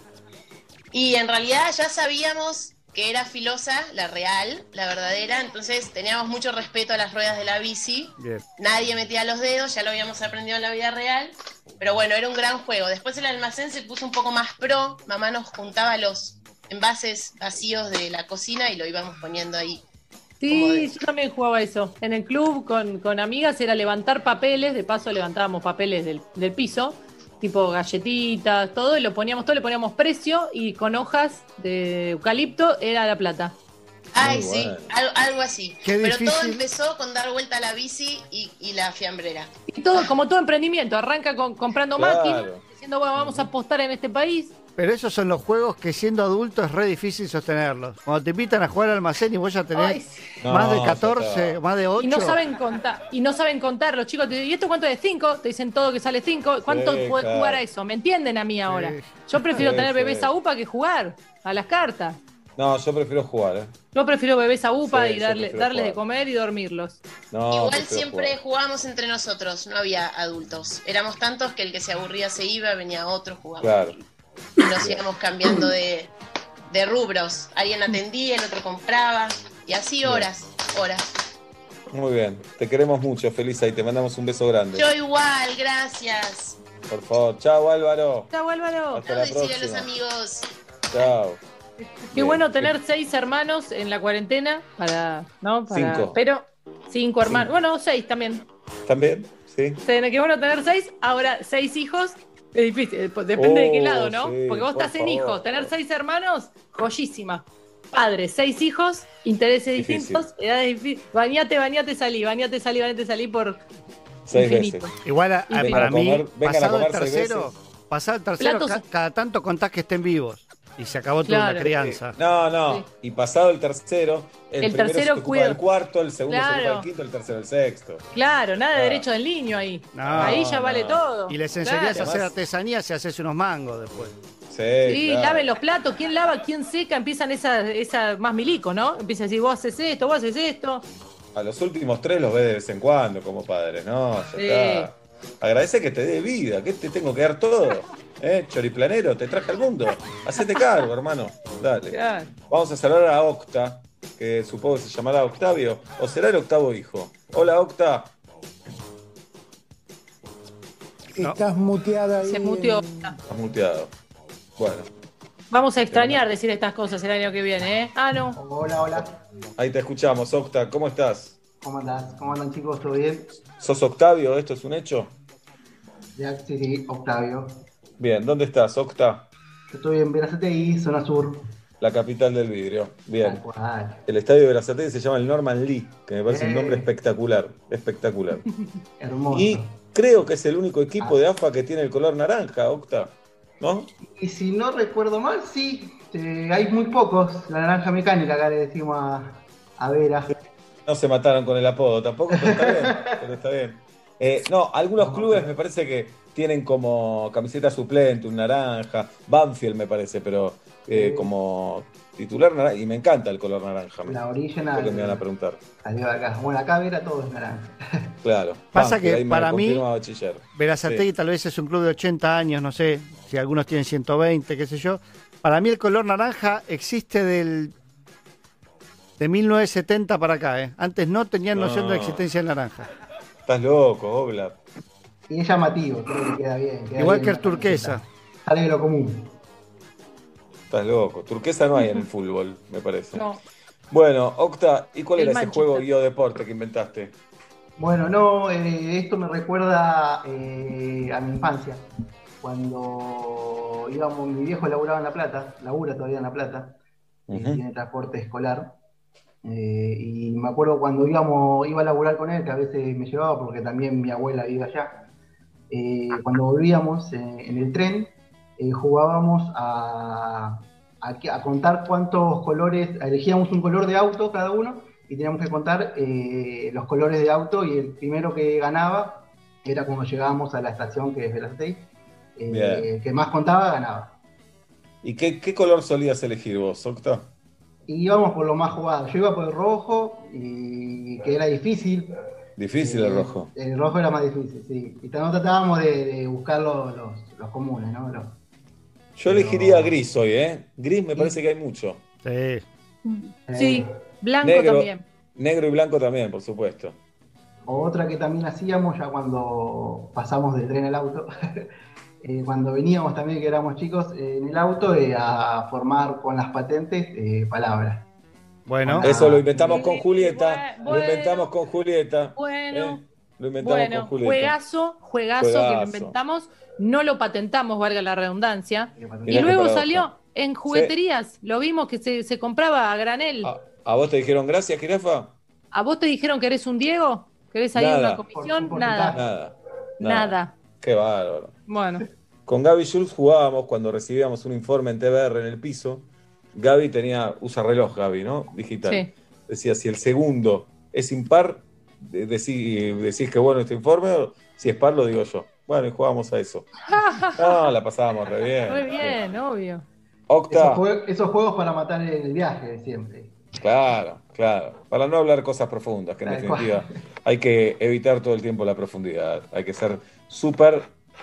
Y en realidad ya sabíamos que era filosa, la real, la verdadera, entonces teníamos mucho respeto a las ruedas de la bici. Bien. Nadie metía los dedos, ya lo habíamos aprendido en la vida real, pero bueno, era un gran juego. Después el almacén se puso un poco más pro, mamá nos juntaba los envases vacíos de la cocina y lo íbamos poniendo ahí. Sí, yo también jugaba eso. En el club con amigas era levantar papeles, de paso levantábamos papeles del piso, tipo galletitas, todo, y lo poníamos precio y con hojas de eucalipto era la plata. Ay, sí, algo así. Qué pero difícil. todo empezó con dar vuelta a la bici y la fiambrera. Y todo, como todo emprendimiento, arranca comprando Claro. máquinas, diciendo, bueno, vamos a apostar en este país. Pero esos son los juegos que siendo adulto es re difícil sostenerlos. Cuando te invitan a jugar al almacén y vos ya tenés Ay, sí. más de No, 14, total. más de 8. Y no saben contar. Los chicos te dicen, ¿y esto cuánto es? 5. Te dicen todo que sale 5. ¿Cuánto Sí, puedes claro. jugar a eso? ¿Me entienden a mí ahora? Yo prefiero Sí, tener bebés sí. a UPA que jugar a las cartas. No, yo prefiero jugar, ¿eh? Yo prefiero bebés a UPA Sí, y yo darles prefiero de jugar. comer y dormirlos. No, Igual prefiero siempre jugar. jugábamos entre nosotros, no había adultos. Éramos tantos que el que se aburría se iba, venía otro, jugaba. Claro. Y nos íbamos cambiando de rubros. Alguien atendía, el otro compraba. Y así horas. Muy bien. Te queremos mucho, Felisa, y te mandamos un beso grande. Yo igual, gracias. Por favor. Chao, Álvaro. Chau, Álvaro. Hasta la Chao, decía a los próxima. amigos. Chao. Qué bueno tener 6 hermanos en la cuarentena ¿no? 5. Pero 5 hermanos. Bueno, 6 también. ¿También? Sí. Qué bueno tener 6. Ahora, 6 hijos. Es difícil, depende de qué lado, ¿no? sí, Porque vos por estás en favor. hijos. Tener 6 hermanos, joyísima. Padres, 6 hijos, intereses Difícil. distintos, edades difíciles. Bañate, salí por 6 infinito. veces. Igual Vengan para a mí, comer, vengan a pasado el comer 6 tercero, veces. pasado el tercero Platos- cada tanto contás que estén vivos. Y se acabó toda la crianza. No. Sí. Y pasado el tercero, el primero tercero se ocupa del cuarto, el segundo se ocupa Claro. del quinto, el tercero del sexto. Claro, nada de Ah. derecho del niño ahí. No, ahí ya vale todo. Y les enseñás Claro. a hacer artesanía si haces unos mangos después. Sí, laven los platos, quién lava, quién seca, empiezan esa más milico, ¿no? Empieza a decir, vos haces esto, vos haces esto. A los últimos 3 los ves de vez en cuando como padres, ¿no? Ya Sí. está. Agradece que te dé vida, que te tengo que dar todo. Choriplanero, te traje al mundo. Hacete cargo, hermano. Dale. Claro. Vamos a saludar a Octa, que supongo que se llamará Octavio, o será el octavo hijo. Hola, Octa. Estás muteada ahí. Se muteó. Estás muteado. Bueno, Vamos a extrañar decir estas cosas el año que viene, ¿eh? Ah, no. Hola. ahí te escuchamos, Octa. ¿Cómo estás? ¿Cómo andás? ¿Cómo andan, chicos? ¿Todo bien? ¿Sos Octavio? ¿Esto es un hecho? Sí, Octavio. Bien, ¿dónde estás, Octa? Yo estoy en Verazategui, zona sur. La capital del vidrio. Bien. Tal cual. El estadio de Verazategui se llama el Norman Lee, que me parece un nombre espectacular. Espectacular. Hermoso. Y creo que es el único equipo de AFA que tiene el color naranja, Octa. ¿No? Y si no recuerdo mal, sí. Hay muy pocos. La naranja mecánica acá le decimos a Vera. No se mataron con el apodo tampoco, pero está bien. Pero está bien. No, algunos clubes me parece que tienen como camiseta suplente, un naranja. Banfield me parece, pero como titular naranja. Y me encanta el color naranja. La original. Porque me van a preguntar. Salió de acá. Bueno, acá Vera todo es naranja. Claro. Pasa Banfield, que ahí me para mí, confirma Bachiller. Verazategui Sí. tal vez es un club de 80 años, no sé, si algunos tienen 120, qué sé yo. Para mí el color naranja existe de 1970 para acá, ¿eh? Antes no tenían noción de la existencia del naranja. Estás loco, Obla. Y es llamativo, creo que queda bien. Igual que el turquesa. Sale de lo común. Estás loco. Turquesa no hay en el fútbol, me parece. No. Bueno, Octa, ¿y cuál El era ese Manchester. juego guío deporte que inventaste? Bueno, no, esto me recuerda a mi infancia. Cuando mi viejo laburaba en La Plata, labura todavía en La Plata, tiene transporte escolar. Y me acuerdo cuando iba a laburar con él, que a veces me llevaba porque también mi abuela vive allá. Cuando volvíamos en el tren, jugábamos a contar cuántos colores, elegíamos un color de auto cada uno y teníamos que contar los colores de auto, y el primero que ganaba era cuando llegábamos a la estación, que es Verazategui, el que más contaba ganaba. ¿Y qué color solías elegir vos, Octa? Y íbamos por lo más jugado. Yo iba por el rojo, y que era difícil. Difícil el rojo. El rojo era más difícil, sí. Y tratábamos de buscar los comunes, ¿no? Yo elegiría gris hoy, ¿eh? Gris me parece que hay mucho. Sí. Sí, blanco Negro, también. Negro y blanco también, por supuesto. Otra que también hacíamos ya cuando pasamos del tren al auto, cuando veníamos también, que éramos chicos, en el auto, a formar con las patentes palabras. Bueno. Eso lo inventamos con Julieta. bueno. Lo inventamos con Julieta. Bueno, Lo inventamos con Julieta. juegazo que lo inventamos, no lo patentamos, valga la redundancia, y Mirá luego qué salió paradoja. en jugueterías, lo vimos que se compraba a granel. ¿A vos te dijeron gracias, jirafa? ¿A vos te dijeron que eres un Diego? ¿Querés ahí Nada. una comisión? Nada. Qué bárbaro. Bueno, Con Gaby Jules jugábamos cuando recibíamos un informe en TBR en el piso. Gaby usa reloj, Gaby, ¿no? Digital. Sí. Decía, si el segundo es impar, decís que bueno este informe, o si es par, lo digo yo. Bueno, y jugábamos a eso. No, la pasábamos re bien. muy bien, obvio. Octa. Esos juegos para matar el viaje siempre. Claro. Para no hablar cosas profundas, que en Tal definitiva hay que evitar todo el tiempo la profundidad. Hay que ser súper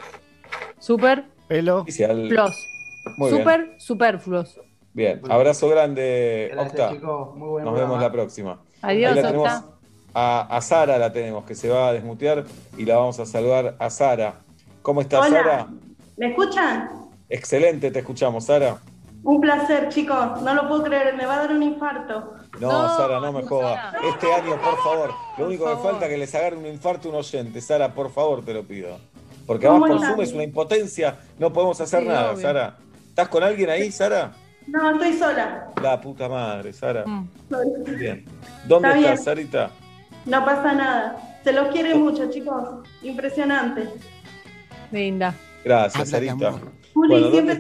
pelo Flos. Muy bien. Súper superfluos. Bien, abrazo grande, Gracias, Octa. chicos. Muy buen Nos programa. vemos la próxima. Adiós, Ahí la tenemos Octa. a Sara, la tenemos, que se va a desmutear y la vamos a saludar a Sara. ¿Cómo estás, Hola. Sara? ¿Me escuchan? Excelente, te escuchamos, Sara. Un placer, chicos. No lo puedo creer, me va a dar un infarto. No, Sara, no me jodas. Este año, por favor, lo único que falta es que les agarre un infarto a un oyente. Sara, por favor, te lo pido. Porque ¿Cómo además por están? Zoom es una impotencia, no podemos hacer Sí, nada, obvio. Sara. ¿Estás con alguien ahí, Sara? No, estoy sola. La puta madre, Sara. Soy- Bien. ¿Dónde Está estás, bien. Sarita? No pasa nada. Se los quiere mucho, chicos. Impresionante. Linda. Gracias, Sarita. Juli, Bueno, siempre ¿dónde- te quiero llevar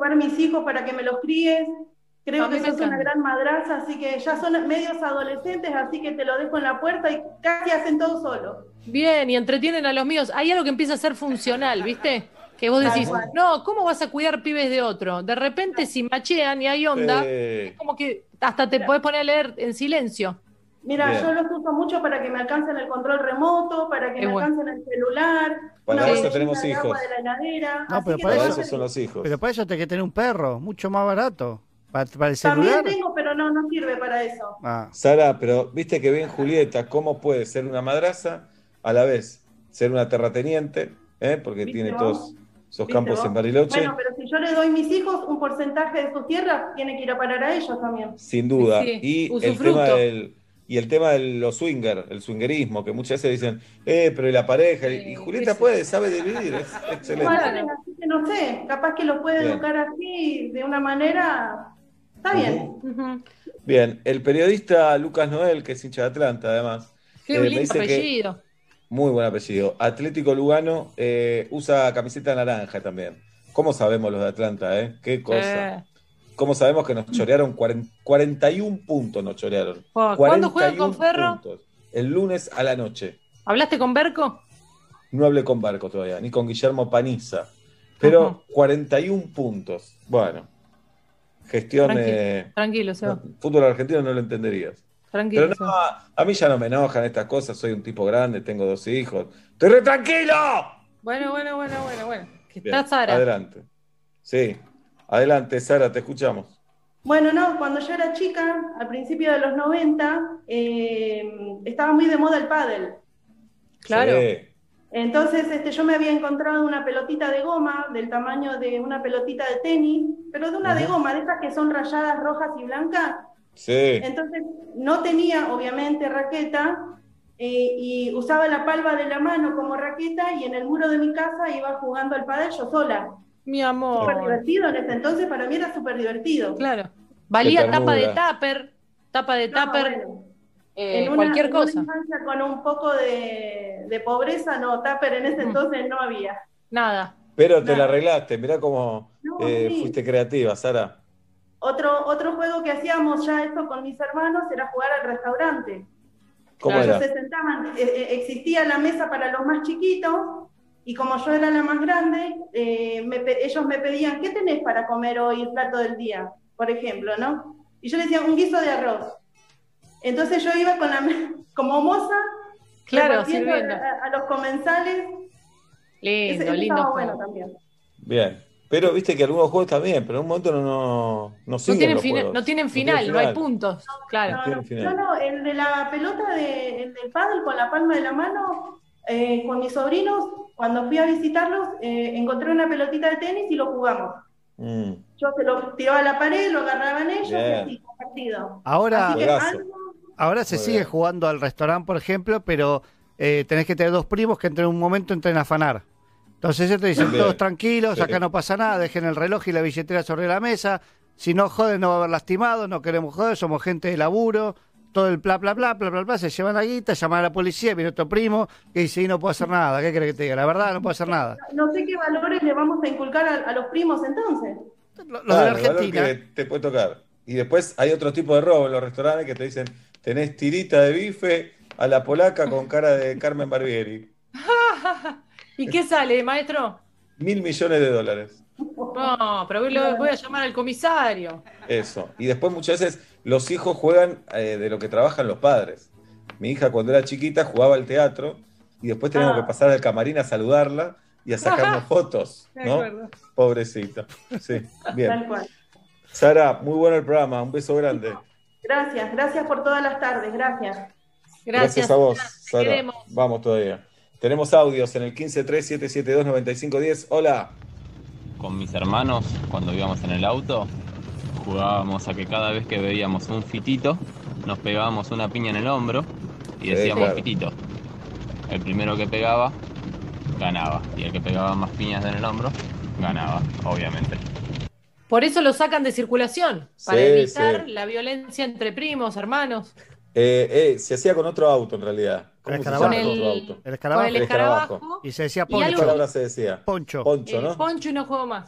llevar mis hijos para que me los críes. Creo A mí que me sos una encanta. gran madraza, así que ya son medios adolescentes, así que te lo dejo en la puerta y casi hacen todo solo. Bien, y entretienen a los míos. Hay algo que empieza a ser funcional, ¿viste? Que vos decís, no, ¿cómo vas a cuidar pibes de otro? De repente, si machean y hay onda, es como que hasta te podés poner a leer en silencio. Mira, Bien. yo los uso mucho para que me alcancen el control remoto, para que Qué me bueno. alcancen el celular, Para una eso botellita tenemos de hijos. agua de la heladera. No, así pero que para Para eso- eso son los hijos. Pero para eso tenés que tener un perro, mucho más barato. Para el también celular. tengo, pero no sirve para eso. Ah. Sara, pero viste que bien Julieta, ¿cómo puede ser una madraza a la vez ser una terrateniente? Porque ¿Viste tiene vos? todos esos ¿Viste campos vos? en Bariloche. Bueno, pero si yo le doy a mis hijos un porcentaje de sus tierras, tiene que ir a parar a ellos también. Sin duda. Sí, Y usufructo. el tema de los swinger, el swingerismo, que muchas veces dicen, pero y la pareja, y Julieta puede, sabe dividir, es excelente. Bueno, así que no sé, capaz que los puede Bien. educar así, de una manera... Está bien. Ujú. Bien, el periodista Lucas Noel, que es hincha de Atlanta además, Qué me lindo dice que, apellido. muy buen apellido, Atlético Lugano usa camiseta naranja también. ¿Cómo sabemos los de Atlanta, Qué cosa. ¿Cómo sabemos que nos chorearon 41 puntos nos chorearon? ¿Cuándo juegan con 41 Ferro? puntos. El lunes a la noche. ¿Hablaste con Berco? No hablé con Barco todavía, ni con Guillermo Paniza. Pero 41 puntos. Bueno, gestión... Tranquilo, Seba. fútbol argentino no lo entenderías. Tranquilo. Pero no, a mí ya no me enojan estas cosas. Soy un tipo grande, tengo 2 hijos. ¡Estoy re tranquilo! Bueno. Que Bien, está Sara. adelante. Sí, adelante, Sara, te escuchamos. Bueno, no, cuando yo era chica, al principio de los 90, estaba muy de moda el pádel. Claro. Sí. Entonces yo me había encontrado una pelotita de goma del tamaño de una pelotita de tenis, pero de una de Ujú. goma, de esas que son rayadas rojas y blancas. Sí. Entonces no tenía obviamente raqueta y usaba la palma de la mano como raqueta y en el muro de mi casa iba jugando al pádel yo sola. Mi amor. Súper divertido en ese entonces, para mí era súper divertido. Claro. Valía Qué tapa de ternura. tupper, bueno. cualquier en cosa. una infancia con un poco de pobreza, no, tupper en ese entonces no había. Nada. Pero te la arreglaste, mirá cómo No, sí. fuiste creativa, Sara. Otro juego que hacíamos ya esto con mis hermanos era jugar al restaurante. ¿Cómo Ellos era? se sentaban, existía la mesa para los más chiquitos, y como yo era la más grande, ellos me pedían, ¿qué tenés para comer hoy, el plato del día? Por ejemplo, ¿no? Y yo les decía, un guiso de arroz. Entonces yo iba como moza, Claro, repartiendo sirviendo. a los comensales. Lindo, Ese lindo. estaba juego. bueno también. Bien. Pero viste que algunos juegos también, pero en un momento no No siguen tienen, los juegos. no tienen No final, no hay puntos. Claro. No tienen final. No, el de la pelota el del pádel con la palma de la mano, con mis sobrinos, cuando fui a visitarlos, encontré una pelotita de tenis y lo jugamos. Mm. Yo se lo tiraba a la pared, lo agarraban ellos y Bien. así, compartido. Ahora, Así que Juegazo. ahora se Muy sigue bien. jugando al restaurante, por ejemplo, pero tenés que tener 2 primos que en un momento entren a afanar. Entonces ellos te dicen, Bien. todos tranquilos, Sí. acá no pasa nada, dejen el reloj y la billetera sobre la mesa. Si no joden, no va a haber lastimado, no queremos joder, somos gente de laburo. Todo el bla, bla, bla, bla, bla, bla, se llevan la guita, llaman a la policía, viene otro primo que dice, y no puedo hacer nada. ¿Qué querés que te diga? La verdad, no puedo hacer nada. No sé qué valores le vamos a inculcar a los primos entonces. Los de la Claro, el valor Argentina. que te puede tocar. Y después hay otro tipo de robo en los restaurantes que te dicen, tenés tirita de bife a la polaca con cara de Carmen Barbieri. ¿Y qué sale, maestro? $1.000 millones. No, pero voy a llamar al comisario. Eso. Y después muchas veces los hijos juegan de lo que trabajan los padres. Mi hija cuando era chiquita jugaba al teatro y después teníamos que pasar al camarín a saludarla y a sacarnos fotos, De ¿no? acuerdo. Pobrecita. Sí, Tal bien. cual. Sara, muy bueno el programa. Un beso grande. Gracias por todas las tardes, gracias. Gracias a vos, te Sara. queremos. Vamos todavía. Tenemos audios en el 1537729510. Hola. Con mis hermanos, cuando íbamos en el auto, jugábamos a que cada vez que veíamos un fitito, nos pegábamos una piña en el hombro y decíamos claro. fitito. El primero que pegaba, ganaba. Y el que pegaba más piñas en el hombro, ganaba, obviamente. Por eso lo sacan de circulación, para Sí, evitar sí. la violencia entre primos, hermanos. Se hacía con otro auto en realidad. ¿Cómo El se escarabajo. llama Con otro el- auto? El escarabajo. Con el escarabajo. Y se decía Y poncho. ¿Qué palabra se decía? Poncho. Poncho, ¿no? Poncho y no juego más.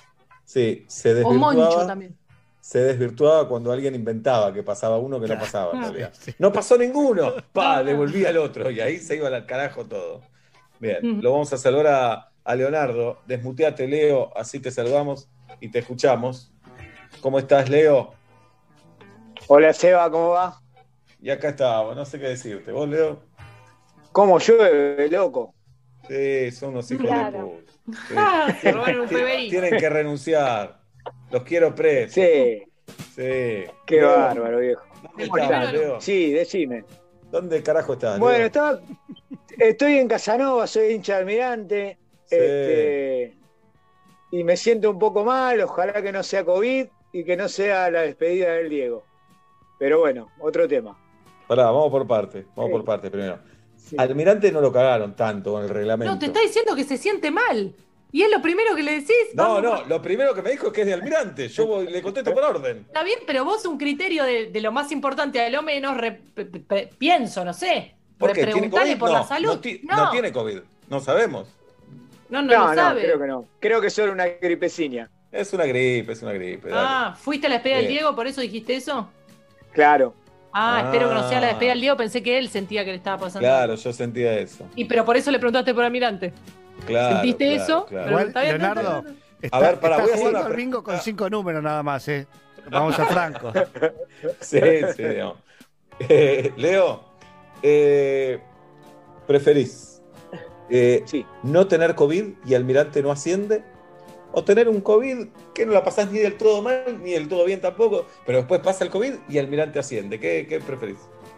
Sí, se O Moncho desvirtuaba. también. Se desvirtuaba cuando alguien inventaba que pasaba uno que no pasaba en realidad. No pasó ninguno. Devolvía al otro y ahí se iba al carajo todo. Bien, lo vamos a saludar a Leonardo. Desmuteate, Leo, así te saludamos y te escuchamos. ¿Cómo estás, Leo? Hola, Seba, ¿cómo va? Y acá estamos, no sé qué decirte. ¿Vos, Leo? ¿Cómo llueve, loco? Sí, son unos hijos Claro. de puta. Sí. Se robaron un PBI. Tienen que renunciar. Los quiero presos. Sí. Sí. Qué Leo, bárbaro, viejo. ¿Dónde estás, Leo? Sí, decime. ¿Dónde carajo estás, Bueno, Leo? estoy en Casanova, soy hincha de Almirante. Sí. Y me siento un poco mal, ojalá que no sea COVID y que no sea la despedida del Diego. Pero bueno, otro tema. Pará, vamos por partes primero. Almirante no lo cagaron tanto con el reglamento. No, te está diciendo que se siente mal. Y es lo primero que le decís. No, lo primero que me dijo es que es de Almirante. Yo le contesto por orden. Está bien, pero vos un criterio de lo más importante a lo menos, pienso, no sé. ¿Por qué? ¿Tiene Preguntale COVID? por No, la salud. no tiene COVID. No sabemos. No lo sabe. Creo que no. Creo que es solo una gripecina. Es una gripe. Dale. ¿Fuiste a la despedida del Diego? ¿Por eso dijiste eso? Claro. Espero que no sea la despedida del Diego. Pensé que él sentía que le estaba pasando. Claro, yo sentía eso. Pero por eso le preguntaste por Almirante. Claro. ¿Sentiste eso? Claro. Pero está bien, Leonardo, A ver, está voy a hacer jugando una al bingo con 5 números nada más, ¿eh? Vamos a Franco. Sí, no. Leo, ¿preferís no tener COVID y Almirante no asciende? ¿O tener un COVID que no la pasás ni del todo mal, ni del todo bien tampoco, pero después pasa el COVID y Almirante asciende? ¿Qué preferís?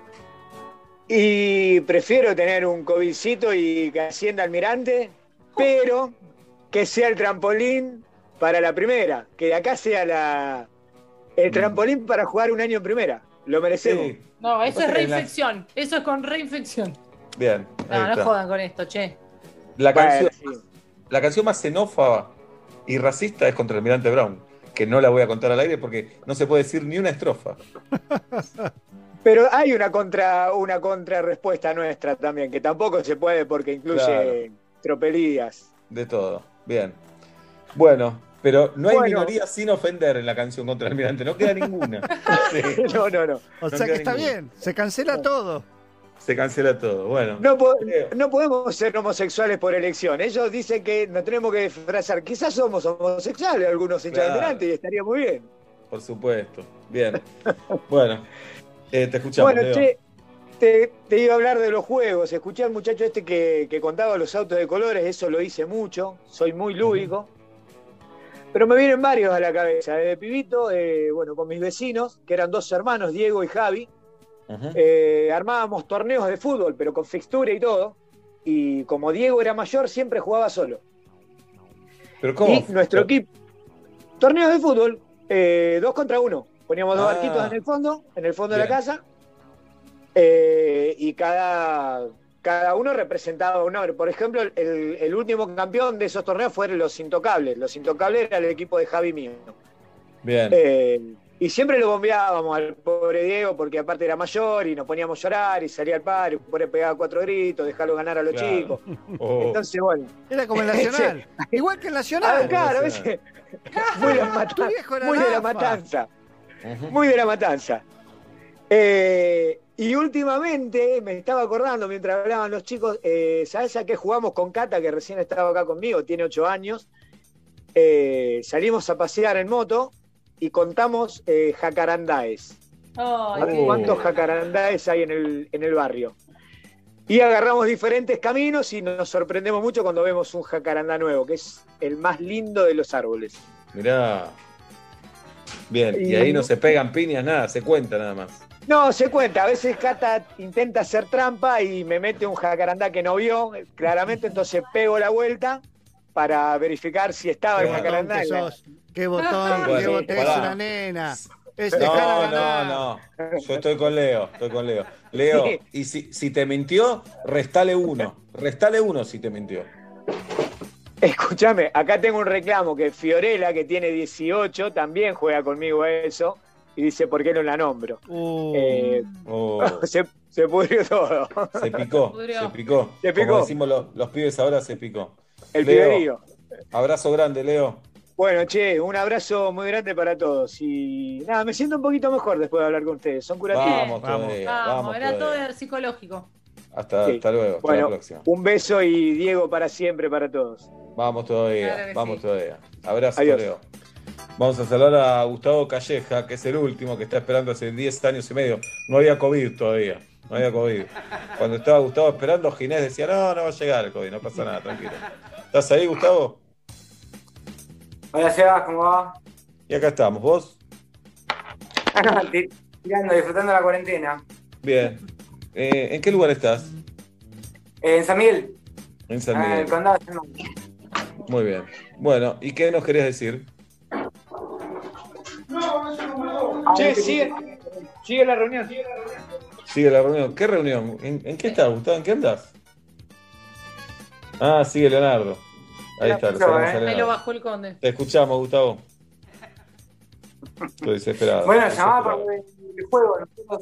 Y prefiero tener un covidcito y que ascienda Almirante, pero que sea el trampolín para la primera, que acá sea el trampolín para jugar un año en primera. Lo merecemos. Sí. No, eso Pasa es que reinfección. Eso es con reinfección. Bien. ahí No está. jodan con esto, che. La canción más xenófoba y racista es contra Almirante Brown, que no la voy a contar al aire porque no se puede decir ni una estrofa. Pero hay una contrarrespuesta nuestra también, que tampoco se puede porque incluye tropelías. De todo. Bien. Bueno, pero no hay Bueno. minoría sin ofender en la canción contra Almirante. No queda ninguna. Sí. No. O sea queda que está ninguna. bien, se cancela todo. Se cancela todo. Bueno. No podemos ser homosexuales por elección. Ellos dicen que nos tenemos que disfrazar. Quizás somos homosexuales algunos hinchas de Claro. Almirante y estaría muy bien. Por supuesto. Bien. Bueno. Te escuchamos, Bueno, Leo. te iba a hablar de los juegos. Escuché al muchacho que contaba los autos de colores, eso lo hice mucho, soy muy lúdico. Pero me vienen varios a la cabeza. Desde pibito, con mis vecinos, que eran 2 hermanos, Diego y Javi, armábamos torneos de fútbol, pero con fixtura y todo. Y como Diego era mayor, siempre jugaba solo. ¿Pero cómo? Y nuestro equipo, torneos de fútbol, 2 contra 1. Poníamos 2 Ah. arquitos en el fondo de la Bien. casa, y cada uno representaba un nombre. Por ejemplo, el último campeón de esos torneos fueron los Intocables. Los Intocables era el equipo de Javi mío. Bien. Y siempre lo bombeábamos al pobre Diego, porque aparte era mayor y nos poníamos a llorar y salía al padre, por ahí pegaba 4 gritos, dejarlo ganar a los Claro. chicos. Oh. Entonces, bueno. Era como el Nacional. Igual que el Nacional. Ah, claro, a veces. Muy de la Tu viejo era muy de la Rafa. matanza. Muy de la matanza. Y últimamente me estaba acordando mientras hablaban los chicos, ¿sabes a qué jugamos con Cata, que recién estaba acá conmigo? Tiene 8 años. Salimos a pasear en moto y contamos jacarandáes. ¿Cuántos jacarandáes hay en el barrio? Y agarramos diferentes caminos y nos sorprendemos mucho cuando vemos un jacarandá nuevo, que es el más lindo de los árboles. Mirá. Bien, y ahí no se pegan piñas, nada, se cuenta nada más. No, se cuenta. A veces Cata intenta hacer trampa y me mete un jacarandá que no vio, claramente, entonces pego la vuelta para verificar si estaba el jacarandá. Que sos. Qué botón, Bueno, qué botón, es pará. una nena. No. Yo estoy con Leo. Leo, Sí. y si te mintió, restale 1. Restale 1 si te mintió. Escúchame, acá tengo un reclamo que Fiorella, que tiene 18, también juega conmigo a eso, y dice, ¿por qué no la nombro? Se pudrió todo. Se picó. Se picó. Como decimos los pibes ahora, se picó. El Leo, piberío. abrazo grande, Leo. Bueno, che, un abrazo muy grande para todos. Y nada, me siento un poquito mejor después de hablar con ustedes. Son curativos. Vamos, era todo psicológico. Hasta luego. Bueno, hasta la próxima. un beso y Diego para siempre para todos. Vamos todavía, Claro que vamos sí. todavía. Abrazo, Adiós. Leo. Vamos a saludar a Gustavo Calleja, que es el último que está esperando hace 10 años y medio. No había COVID todavía. No había COVID. Cuando estaba Gustavo esperando, Ginés decía, no va a llegar el COVID, no pasa nada, tranquilo. ¿Estás ahí, Gustavo? Hola, Sebas, ¿cómo va? Y acá estamos, ¿vos? Tirando, disfrutando la cuarentena. Bien. ¿En qué lugar estás? En San Miguel. En San En Miguel. el condado de San Miguel. Muy bien. Bueno, ¿y qué nos querés decir? Che, sigue la reunión. Sigue la reunión. ¿Qué reunión? ¿En qué estás, Gustavo? ¿En qué andás? Ah, sigue Leonardo. Ahí está, lo sacamos a Ahí lo Leonardo. bajó el conde. Te escuchamos, Gustavo. Estoy desesperado. Bueno, desesperado. llamaba por el juego.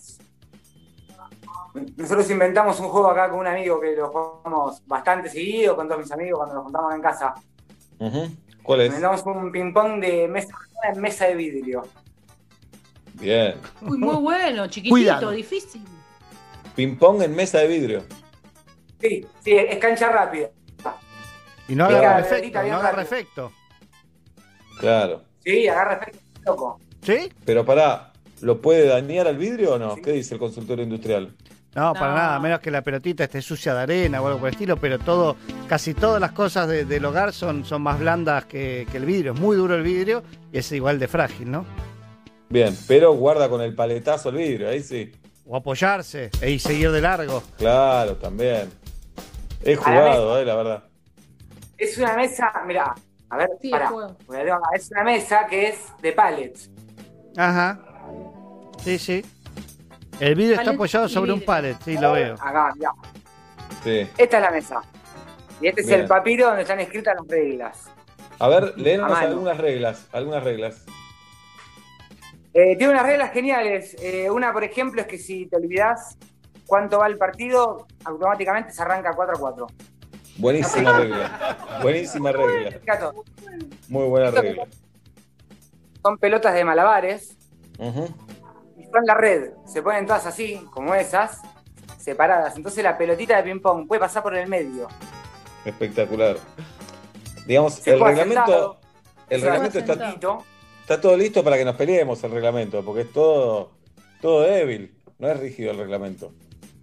Nosotros inventamos un juego acá con un amigo que lo jugamos bastante seguido con todos mis amigos cuando nos juntamos en casa. Ujú. ¿Cuál es? Inventamos un ping-pong de mesa en mesa de vidrio. Bien. Uy, muy bueno, chiquitito, Cuidado. difícil. Ping-pong en mesa de vidrio. Sí, es cancha rápida. Y no Pica agarra la efecto, pelotita bien no agarra rápido. efecto. Claro. Sí, agarra efecto, loco. ¿Sí? Pero pará, ¿lo puede dañar al vidrio o no? ¿Qué dice el consultorio industrial? No, para nada, menos que la pelotita esté sucia de arena o algo por el estilo, pero casi todas las cosas del hogar son más blandas que el vidrio. Es muy duro el vidrio y es igual de frágil, ¿no? Bien, pero guarda con el paletazo el vidrio, ahí sí. O apoyarse y seguir de largo. Claro, también. He A la jugado, la verdad. Es una mesa, mirá, a ver, Sí, pará. es juego. Porque la tengo acá. Es una mesa que es de pallets. Ajá. Sí, sí. El vidrio está Pallet apoyado y sobre un vidrio. pallet, sí, lo veo. Acá, mirá. Sí. Esta es la mesa. Y este Bien. es el papiro donde están escritas las reglas. A ver, léenos A mano. algunas reglas. Tiene unas reglas geniales. Una, por ejemplo, es que si te olvidás cuánto va el partido, automáticamente se arranca 4-4. Buenísima regla. Buenísima regla. Gato, Muy buena regla. son pelotas de malabares Ujú. y son la red. Se ponen todas así, como esas, separadas. Entonces la pelotita de ping-pong puede pasar por el medio. Espectacular. Digamos, Se el juega reglamento, sentado, el se reglamento juega está, sentadito. está todo listo para que nos peleemos el reglamento, porque es todo débil. No es rígido el reglamento.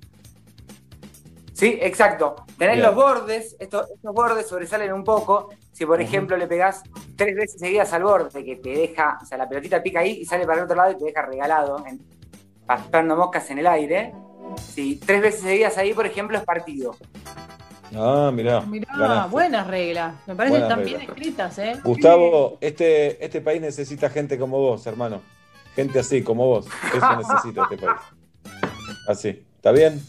Sí, exacto. Tenés Bien. los bordes, estos bordes sobresalen un poco. Si, por ejemplo, le pegás 3 veces seguidas al borde, que te deja, o sea, la pelotita pica ahí y sale para el otro lado y te deja regalado, paspando moscas en el aire. Si 3 veces seguidas ahí, por ejemplo, es partido. Ah, mirá. Mirá, ganaste. buenas reglas. Me parecen Buenas tan bien reglas. escritas, ¿eh? Gustavo, este país necesita gente como vos, hermano. Gente así, como vos. Eso necesita este país. Así. ¿Está bien?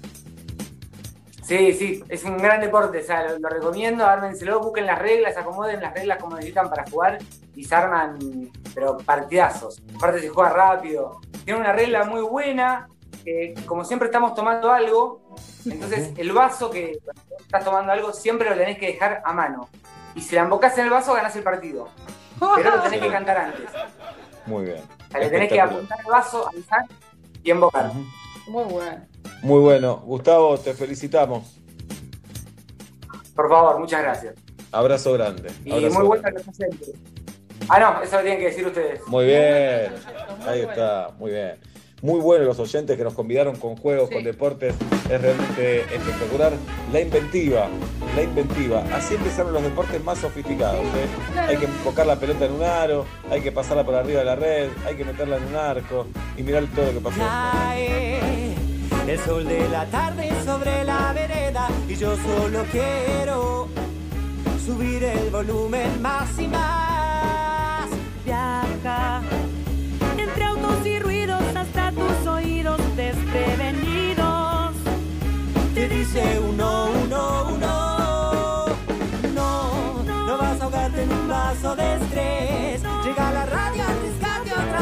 Sí, es un gran deporte, o sea, lo recomiendo, ármenselo, busquen las reglas, acomoden las reglas como necesitan para jugar y se arman, pero partidazos. Aparte se juega rápido. Tiene una regla muy buena, que como siempre estamos tomando algo, entonces el vaso que estás tomando algo siempre lo tenés que dejar a mano. Y si la embocás en el vaso, ganás el partido. Pero lo tenés que cantar antes. Muy bien. O sea, le tenés que Espectacular. apuntar el vaso, avisar y embocar. Muy bueno. Muy bueno. Gustavo, te felicitamos. Por favor, muchas gracias. Abrazo grande. Y Abrazo muy buena grande. los oyentes. Ah, no, eso lo tienen que decir ustedes. Muy bien. Ahí está. Muy bien. Muy buenos los oyentes que nos convidaron con juegos, con deportes. Es realmente espectacular. La inventiva. Así empezaron los deportes más sofisticados. Hay que enfocar la pelota en un aro, hay que pasarla por arriba de la red, hay que meterla en un arco y mirar todo lo que pasó. Cae el sol de la tarde sobre la vereda y yo solo quiero subir el volumen más y más. Viaja entre autos y ruidos hasta tus oídos desprevenidos. Te dice uno, no vas a ahogarte en un vaso de estrés. Llega la radio, arriesgate otra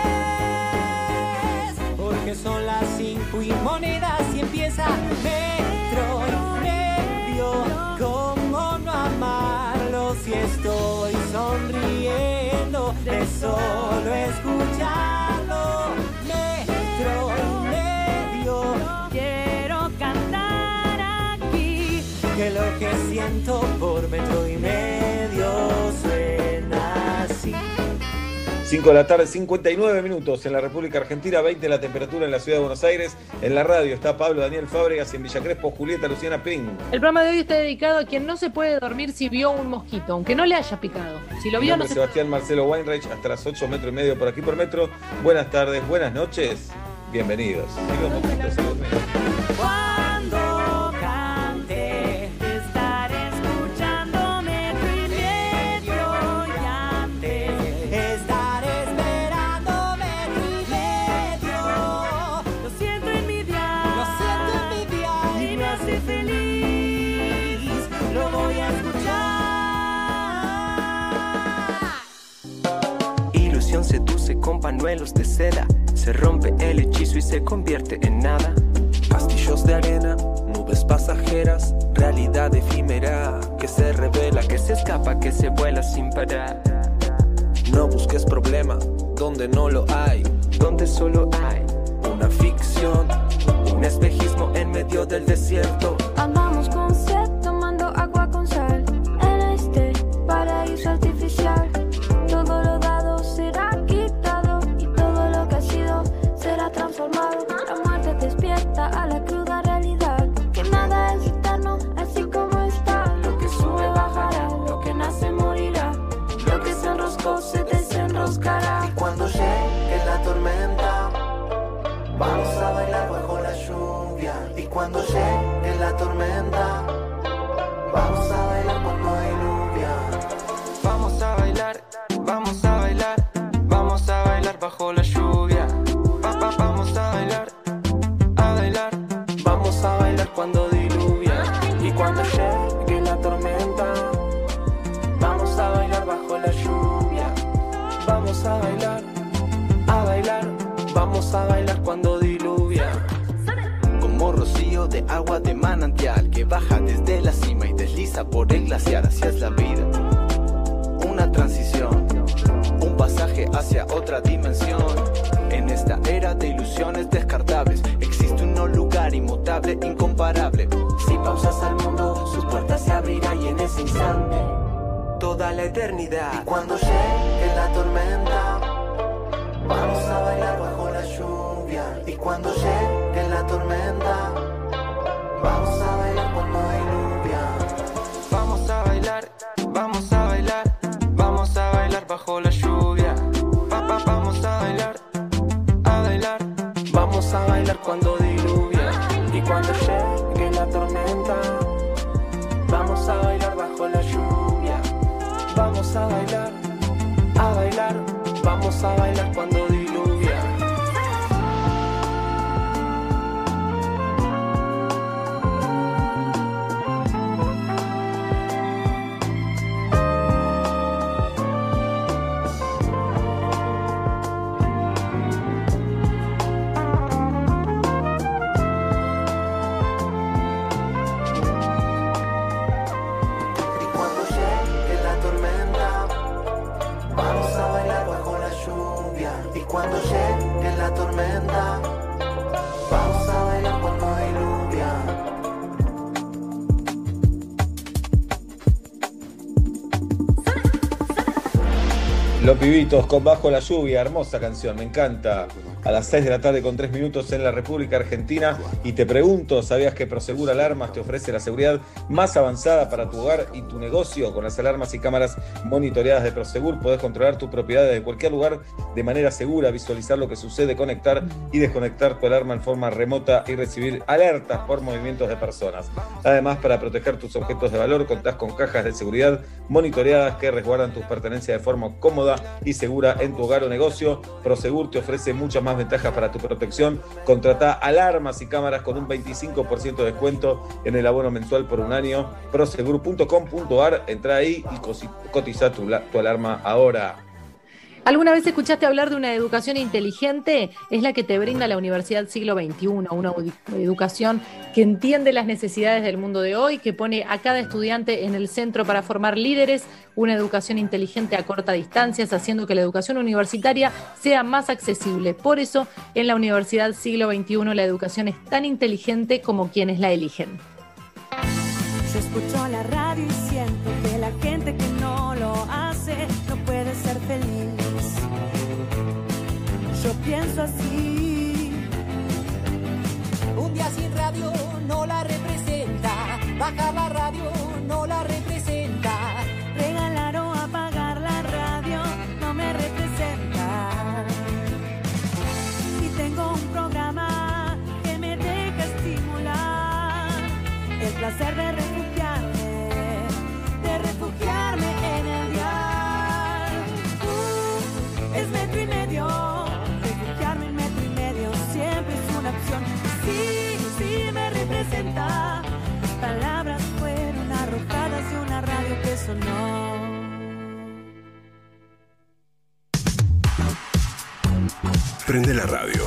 vez, porque son las 5 y monedas y empieza metro y medio. ¿Cómo no amarlo si estoy sonriendo? solo escucharlo. Metro y medio. Quiero cantar aquí. Que lo que siento por metro y medio suena así. 5 de la tarde, 59 minutos en la República Argentina, 20 la temperatura en la ciudad de Buenos Aires. En la radio está Pablo Daniel Fábregas y en Villa Crespo Julieta Luciana Ping. El programa de hoy está dedicado a quien no se puede dormir si vio un mosquito, aunque no le haya picado. Si lo vio, no se... Sebastián Marcelo Weinreich, hasta las 8, metro y medio por aquí por metro. Buenas tardes, buenas noches, bienvenidos. Sigo un poquito, se durmió. Cuando cante, estaré escuchando metro y medio y antes. Estaré esperando metro y medio. Lo siento en mi dial. Lo siento en mi dial. Y me hace feliz. Lo voy a escuchar. Ilusión seduce con pañuelos de seda. Se rompe el hechizo y se convierte en nada. Castillos de arena, nubes pasajeras, realidad efímera que se revela, que se escapa, que se vuela sin parar. No busques problema donde no lo hay, donde solo hay una ficción, un espejismo en medio del desierto. Andamos con sed, tomando agua con sal, en este paraíso artificial. Todo lo dado será quitado y todo lo que ha sido será transformado. La muerte despierta a la cruda realidad, que nada es eterno, así como está. Lo que sube bajará, lo que nace morirá, lo que se enroscó se desenroscará. Y cuando llegue la tormenta, vamos a bailar bajo la lluvia. Y cuando llegue la tormenta, vamos a bailar cuando diluvia. Vamos a bailar, vamos a bailar, vamos a bailar bajo la lluvia. Vamos a bailar, vamos a bailar cuando diluvia. Y cuando llegue la tormenta, vamos a bailar bajo la lluvia. Vamos a bailar, vamos a bailar cuando diluvia. Como rocío de agua de manantial que baja desde la cima y desliza por el glaciar. Así es la vida, una transición, un pasaje hacia otra dimensión. En esta era de ilusiones descartables existe un no lugar inmutable, incomparable. Si pausas al mundo, sus puertas se abrirán y en ese instante toda la eternidad. Y cuando llegue la tormenta, vamos a bailar bajo la lluvia. Y cuando llegue la tormenta, vamos a bailar cuando diluvia. Vamos a bailar, vamos a bailar, vamos a bailar bajo la lluvia. Vamos a bailar, vamos a bailar cuando diluvia. Y cuando llegue la tormenta, vamos a bailar bajo la lluvia. Vamos a bailar, vamos a bailar cuando diluvia. Cuando llegue la tormenta, vamos a bailar cuando diluvia. Los Pibitos con Bajo la Lluvia, hermosa canción, me encanta. A las 6 de la tarde con 3 minutos en la República Argentina. Y te pregunto, ¿sabías que Prosegur Alarmas te ofrece la seguridad más avanzada para tu hogar y tu negocio? Con las alarmas y cámaras monitoreadas de Prosegur podés controlar tu propiedad desde cualquier lugar de manera segura, visualizar lo que sucede, conectar y desconectar tu alarma en forma remota y recibir alertas por movimientos de personas. Además, para proteger tus objetos de valor, contás con cajas de seguridad monitoreadas que resguardan tus pertenencias de forma cómoda y segura en tu hogar o negocio. Prosegur te ofrece muchas más ventajas para tu protección. Contratá alarmas y cámaras con un 25% de descuento en el abono mensual por un año. Prosegur.com.ar, entra ahí y cotiza tu alarma ahora. ¿Alguna vez escuchaste hablar de una educación inteligente? Es la que te brinda la Universidad Siglo XXI, una educación que entiende las necesidades del mundo de hoy, que pone a cada estudiante en el centro para formar líderes, una educación inteligente a corta distancia, haciendo que la educación universitaria sea más accesible. Por eso, en la Universidad Siglo XXI, la educación es tan inteligente como quienes la eligen. Yo escucho la radio y siento que la gente que no lo hace no puede ser feliz. Yo pienso así. Un día sin radio no la representa. Bajar la radio no la representa. Regalar o apagar la radio no me representa. Y tengo un programa que me deja estimular el placer de refugiarme en el dial. Es metro y medio. Refugiarme en metro y medio siempre es una opción. Sí, me representa. Las palabras fueron arrojadas de una radio que sonó. Prende la radio.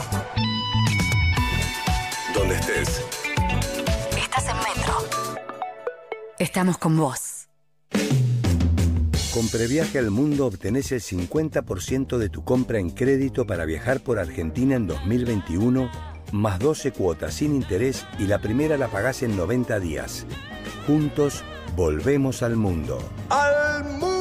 Donde estés. Estás en Metro. Estamos con vos. Con Previaje al Mundo obtenés el 50% de tu compra en crédito para viajar por Argentina en 2021, más 12 cuotas sin interés y la primera la pagás en 90 días. Juntos, volvemos al mundo. ¡Al mundo!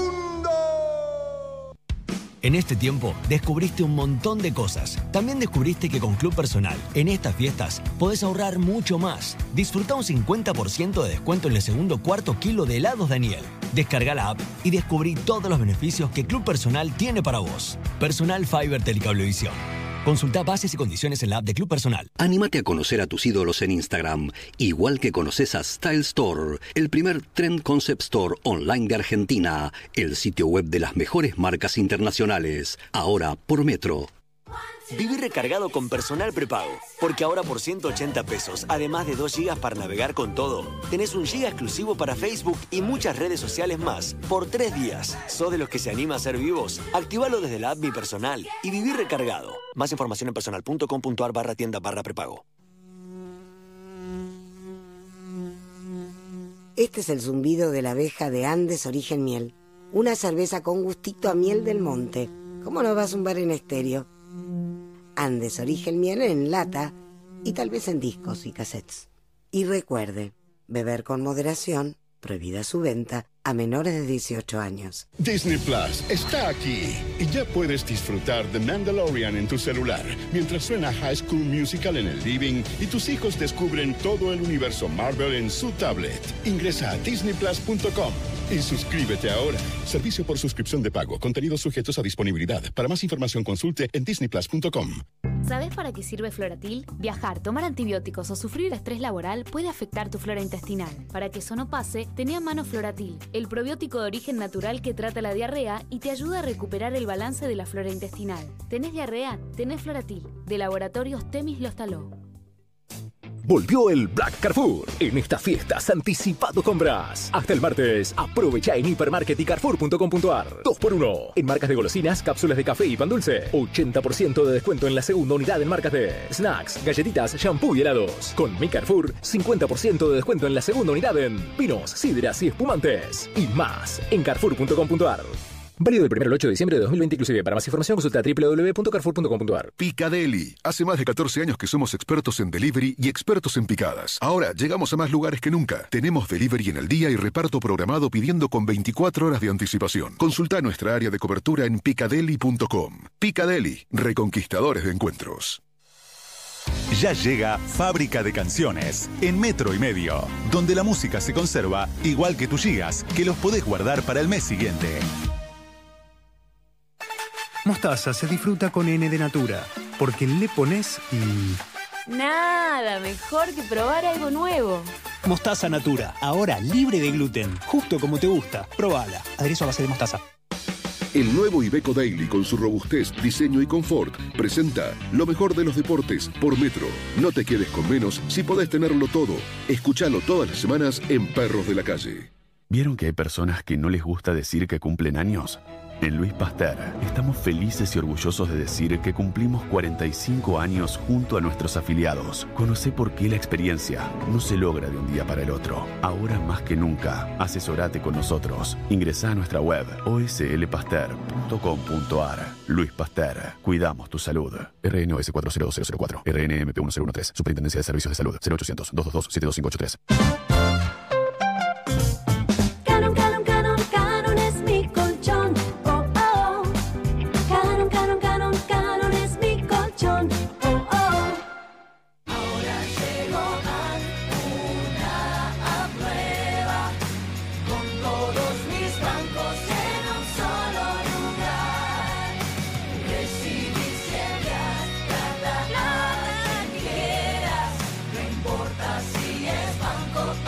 En este tiempo, descubriste un montón de cosas. También descubriste que con Club Personal, en estas fiestas, podés ahorrar mucho más. Disfruta un 50% de descuento en el segundo cuarto kilo de helados Daniel. Descarga la app y descubrí todos los beneficios que Club Personal tiene para vos. Personal Fiber Telecablevisión. Consulta bases y condiciones en la app de Club Personal. Anímate a conocer a tus ídolos en Instagram, igual que conoces a Style Store, el primer Trend Concept Store online de Argentina, el sitio web de las mejores marcas internacionales, ahora por Metro. Viví recargado con Personal Prepago, porque ahora por 180 pesos, además de 2 gigas para navegar con todo, tenés 1 giga exclusivo para Facebook y muchas redes sociales más, por 3 días. ¿Sos de los que se anima a ser vivos? Actívalo desde la app Mi Personal y viví recargado. Más información en personal.com.ar/tienda/prepago. Este es el zumbido de la abeja de Andes Origen Miel, una cerveza con gustito a miel del monte. ¿Cómo no va a zumbar en estéreo? Andes Origen Miel en lata y tal vez en discos y cassettes. Y recuerde, beber con moderación, prohibida su venta a menores de 18 años. Disney Plus está aquí y ya puedes disfrutar de Mandalorian en tu celular mientras suena High School Musical en el living y tus hijos descubren todo el universo Marvel en su tablet. Ingresa a disneyplus.com y suscríbete ahora. Servicio por suscripción de pago. Contenidos sujetos a disponibilidad. Para más información consulte en disneyplus.com. ¿Sabes para qué sirve Floratil? Viajar, tomar antibióticos o sufrir estrés laboral puede afectar tu flora intestinal. Para que eso no pase, tené a mano Floratil, el probiótico de origen natural que trata la diarrea y te ayuda a recuperar el balance de la flora intestinal. ¿Tenés diarrea? Tenés Floratil, de Laboratorios Temis Lostaló. Volvió el Black Carrefour. En estas fiestas anticipado compras. Hasta el martes, aprovecha en Hipermarket y Carrefour.com.ar. 2x1 en marcas de golosinas, cápsulas de café y pan dulce. 80% de descuento en la segunda unidad en marcas de snacks, galletitas, shampoo y helados. Con Mi Carrefour, 50% de descuento en la segunda unidad en vinos, sidras y espumantes. Y más en Carrefour.com.ar. Válido del 1 al 8 de diciembre de 2020 inclusive. Para más información consulta www.carrefour.com.ar. Picadeli. Hace más de 14 años que somos expertos en delivery y expertos en picadas. Ahora llegamos a más lugares que nunca. Tenemos delivery en el día y reparto programado pidiendo con 24 horas de anticipación. Consulta nuestra área de cobertura en picadeli.com. Picadeli. Reconquistadores de encuentros. Ya llega Fábrica de Canciones en Metro y Medio, donde la música se conserva igual que tus gigas, que los podés guardar para el mes siguiente. Mostaza se disfruta con N de Natura, porque le pones y... Nada mejor que probar algo nuevo. Mostaza Natura, ahora libre de gluten, justo como te gusta. Probala. Aderezo a base de mostaza. El nuevo Iveco Daily, con su robustez, diseño y confort, presenta lo mejor de los deportes por Metro. No te quedes con menos si podés tenerlo todo. Escuchalo todas las semanas en Perros de la Calle. ¿Vieron que hay personas que no les gusta decir que cumplen años? En Luis Pasteur estamos felices y orgullosos de decir que cumplimos 45 años junto a nuestros afiliados. Conoce por qué la experiencia no se logra de un día para el otro. Ahora más que nunca, asesorate con nosotros. Ingresá a nuestra web oslpasteur.com.ar. Luis Pasteur, cuidamos tu salud. RNOS 402004, RNMP 1013, Superintendencia de Servicios de Salud, 0800 222 7583. Canon, Canon, Canon, Canon es mi colchón. Oh, oh. Canon, Canon, Canon, Canon es mi colchón. Oh, oh. Ahora llegó a una prueba con todos mis bancos en un solo lugar. Recibís y envías plata a quien quieras. No importa si es banco o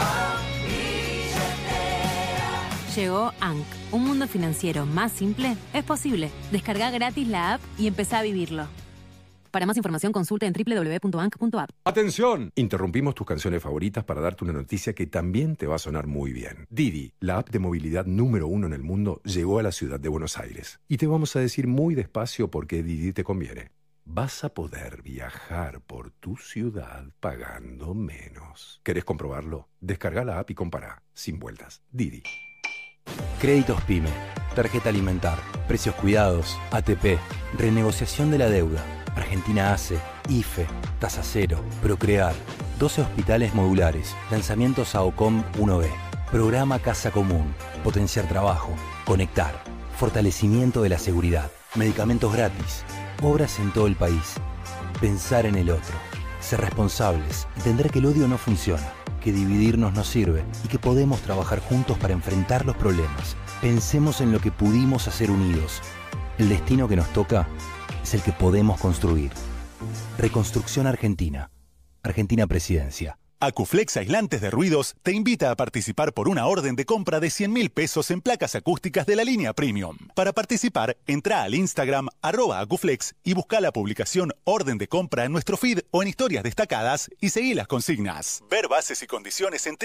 billetera. Llegó ANC, un mundo financiero más simple, es posible. Descarga gratis la app y empezá a vivirlo. Para más información consulta en www.anc.app. ¡Atención! Interrumpimos tus canciones favoritas para darte una noticia que también te va a sonar muy bien. Didi, la app de movilidad número 1 en el mundo, llegó a la ciudad de Buenos Aires. Y te vamos a decir muy despacio por qué Didi te conviene. Vas a poder viajar por tu ciudad pagando menos. ¿Querés comprobarlo? Descarga la app y compara. Sin vueltas. Didi. Créditos PYME, tarjeta alimentar, precios cuidados, ATP, renegociación de la deuda, Argentina ACE, IFE, Tasa Cero, Procrear, 12 hospitales modulares, lanzamientos a OCOM 1B, programa Casa Común, potenciar trabajo, conectar, fortalecimiento de la seguridad, medicamentos gratis, obras en todo el país, pensar en el otro, ser responsables, entender que el odio no funciona, que dividirnos no sirve y que podemos trabajar juntos para enfrentar los problemas. Pensemos en lo que pudimos hacer unidos. El destino que nos toca es el que podemos construir. Reconstrucción Argentina. Argentina Presidencia. Acuflex Aislantes de Ruidos te invita a participar por una orden de compra de 100.000 pesos en placas acústicas de la línea Premium. Para participar, entra al Instagram @Acuflex y busca la publicación Orden de Compra en nuestro feed o en historias destacadas y seguí las consignas. Ver bases y condiciones en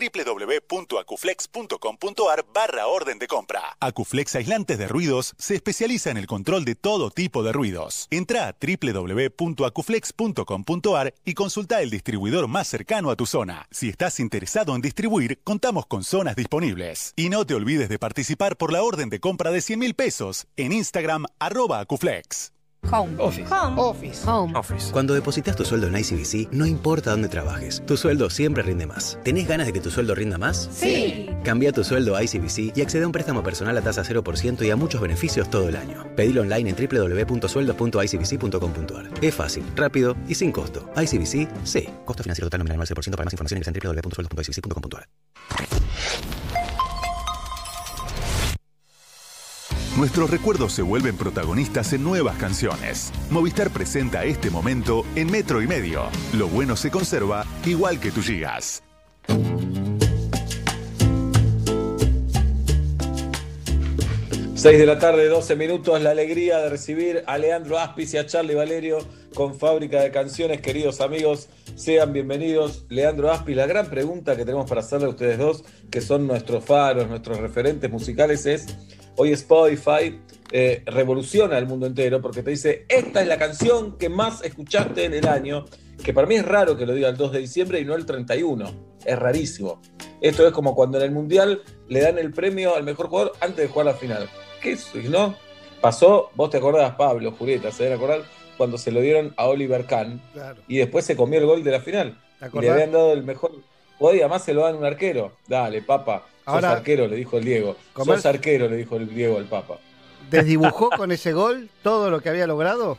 www.acuflex.com.ar/orden de compra. Acuflex Aislantes de Ruidos se especializa en el control de todo tipo de ruidos. Entra a www.acuflex.com.ar y consulta el distribuidor más cercano a tu zona. Si estás interesado en distribuir, contamos con zonas disponibles. Y no te olvides de participar por la orden de compra de 100.000 pesos en Instagram @Acuflex. Home. Office. Home. Office. Home. Office. Cuando depositas tu sueldo en ICBC, no importa dónde trabajes, tu sueldo siempre rinde más. ¿Tenés ganas de que tu sueldo rinda más? Sí. Cambia tu sueldo a ICBC y accede a un préstamo personal a tasa 0% y a muchos beneficios todo el año. Pedilo online en www.sueldo.icbc.com.ar. Es fácil, rápido y sin costo. ICBC, sí. Costo financiero total nominal 0%. Para más información ingresa en www.sueldo.icbc.com.ar. Nuestros recuerdos se vuelven protagonistas en nuevas canciones. Movistar presenta este momento en metro y medio. Lo bueno se conserva igual que tus gigas. Seis de la tarde, 12 minutos. La alegría de recibir a Leandro Aspis y a Charly Valerio con Fábrica de Canciones. Queridos amigos, sean bienvenidos. Leandro Aspis, la gran pregunta que tenemos para hacerle a ustedes dos, que son nuestros faros, nuestros referentes musicales, es: hoy Spotify revoluciona el mundo entero porque te dice, esta es la canción que más escuchaste en el año, que para mí es raro que lo diga el 2 de diciembre y no el 31. Es rarísimo. Esto es como cuando en el Mundial le dan el premio al mejor jugador antes de jugar la final. ¿Qué es eso? ¿No? Pasó, vos te acordás, Pablo, Julieta, se deben acordar cuando se lo dieron a Oliver Kahn, claro, y después se comió el gol de la final. Y le habían dado el mejor jugador y además se lo dan a un arquero. Dale, Papa. Ahora, sos arquero, le dijo el Diego. Sos arquero, le dijo el Diego al Papa. ¿Desdibujó con ese gol todo lo que había logrado?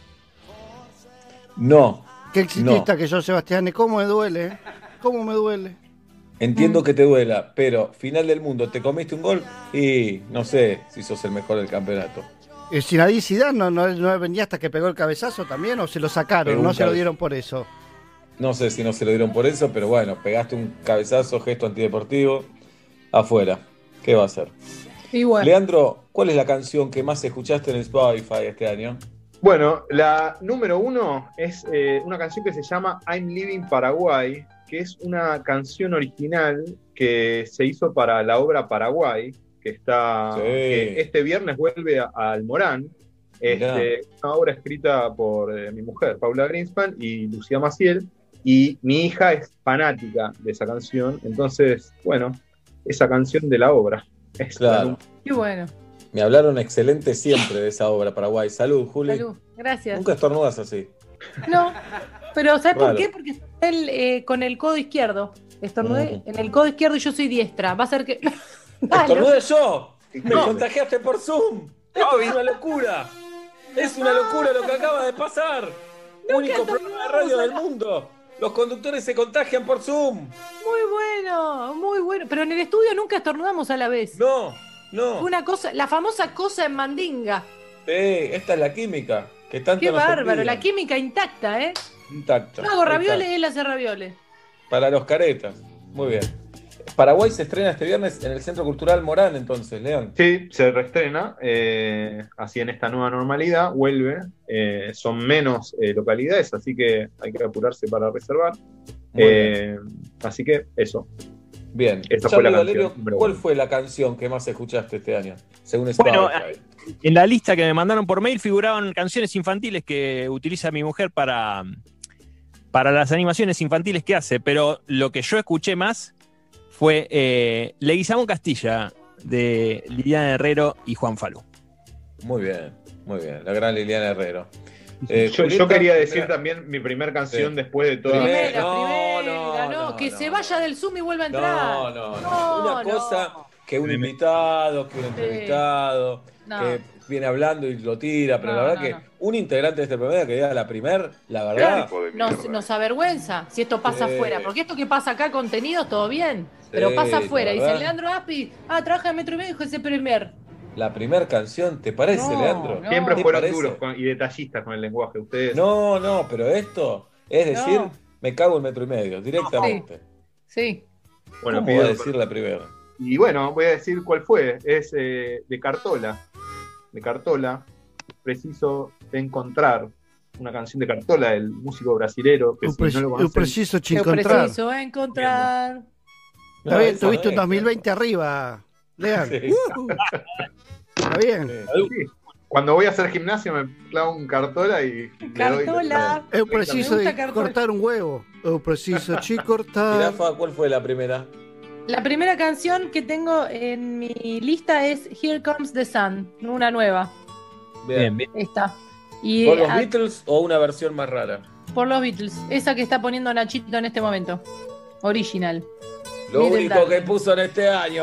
No. Qué exitista que yo, Sebastián. ¿Cómo me duele? ¿Eh? ¿Cómo me duele? Entiendo que te duela, pero final del mundo, ¿te comiste un gol? Y no sé si sos el mejor del campeonato. Zinedine Zidane no venía hasta que pegó el cabezazo también, o se lo sacaron, no se lo dieron por eso. No sé si no se lo dieron por eso, pero bueno, pegaste un cabezazo, gesto antideportivo, afuera. ¿Qué va a hacer? Igual. Leandro, ¿cuál es la canción que más escuchaste en Spotify este año? Bueno, la número 1 es una canción que se llama I'm Leaving Paraguay, que es una canción original que se hizo para la obra Paraguay, que está que este viernes vuelve al Morán. Una obra escrita por mi mujer, Paula Greenspan, y Lucía Maciel, y mi hija es fanática de esa canción, entonces, bueno, esa canción de la obra. Claro. Qué bueno. Me hablaron excelente siempre de esa obra, Paraguay. Salud, Juli. Salud, gracias. Nunca estornudas así. No, pero ¿sabes Raro. por qué? Porque él con el codo izquierdo. Estornudé en el codo izquierdo y yo soy diestra. Va a ser que... ¡Estornudé yo! ¡Me contagiaste por Zoom! ¡Esto es una locura! ¡Es una locura lo que acaba de pasar! ¡Único programa de radio del mundo! Los conductores se contagian por Zoom. Muy bueno, muy bueno. Pero en el estudio nunca estornudamos a la vez. No, no. Una cosa, la famosa cosa en mandinga. Sí, esta es la química. Que tanto Qué nos bárbaro, envidian. la química intacta, ¿eh? Intacta. Yo hago ravioles Intacta. y él hace ravioles. Para los caretas. Muy bien. Paraguay se estrena este viernes en el Centro Cultural Morán, entonces, León. Sí, se reestrena, así en esta nueva normalidad, vuelve, son menos localidades, así que hay que apurarse para reservar. Así que eso. Bien. Esa fue la Valerio, canción número ¿cuál uno. fue la canción que más escuchaste este año? Según Spotify. Bueno, en la lista que me mandaron por mail figuraban canciones infantiles que utiliza mi mujer para las animaciones infantiles que hace, pero lo que yo escuché más fue Leguizamón Castilla, de Liliana Herrero y Juan Falú. Muy bien, la gran Liliana Herrero. Yo quería decir también mi primer canción después de toda... Primera, que se vaya del Zoom y vuelva a entrar. Una cosa que un invitado, que un entrevistado, que viene hablando y lo tira, pero la verdad que un integrante de este programa que diga la primer, la verdad... Nos avergüenza si esto pasa afuera, porque esto que pasa acá, contenido, todo bien, pero pasa afuera. Dice Leandro Aspi, trabaja en Metro y Medio, dijo ese primer. La primer canción, ¿te parece, Leandro? Siempre ¿Te fueron parece? duros y detallistas con el lenguaje, ustedes. No, pero esto es decir, me cago en Metro y Medio, directamente. Sí. Bueno, ¿Cómo va a decir la primera? Y bueno, voy a decir cuál fue. Es de Cartola. De Cartola. Preciso encontrar una canción de Cartola, el músico brasilero. Que si no lo conocen, preciso encontrar. Preciso encontrar. Está bien, tuviste un 2020 arriba, Lean. Sí. Está bien. Sí. Cuando voy a hacer gimnasio me clavo un Cartola y Cartola. Es preciso cortar un huevo. Es preciso cortar. Jirafa, ¿cuál fue la primera? La primera canción que tengo en mi lista es Here Comes the Sun, una nueva. Bien. Esta. Y, ¿Por los Beatles o una versión más rara? Por los Beatles, esa que está poniendo Nachito en este momento. Original. Lo único que puso en este año.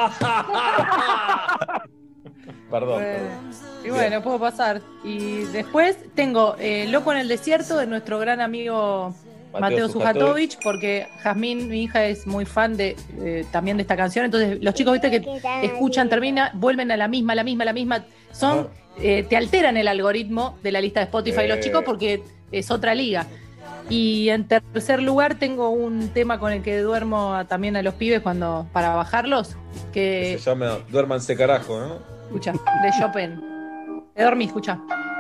Perdón. Y bueno, puedo pasar. Y después tengo Loco en el Desierto de nuestro gran amigo Mateo Sujatovich, porque Jazmín, mi hija, es muy fan de también de esta canción. Entonces, los chicos, viste, que escuchan, termina, vuelven a la misma. Son, te alteran el algoritmo de la lista de Spotify los chicos porque es otra liga. Y en tercer lugar tengo un tema con el que duermo también a los pibes para bajarlos. Que se llama Duérmanse carajo, ¿no? Escucha, de Chopin. Te dormí, escucha.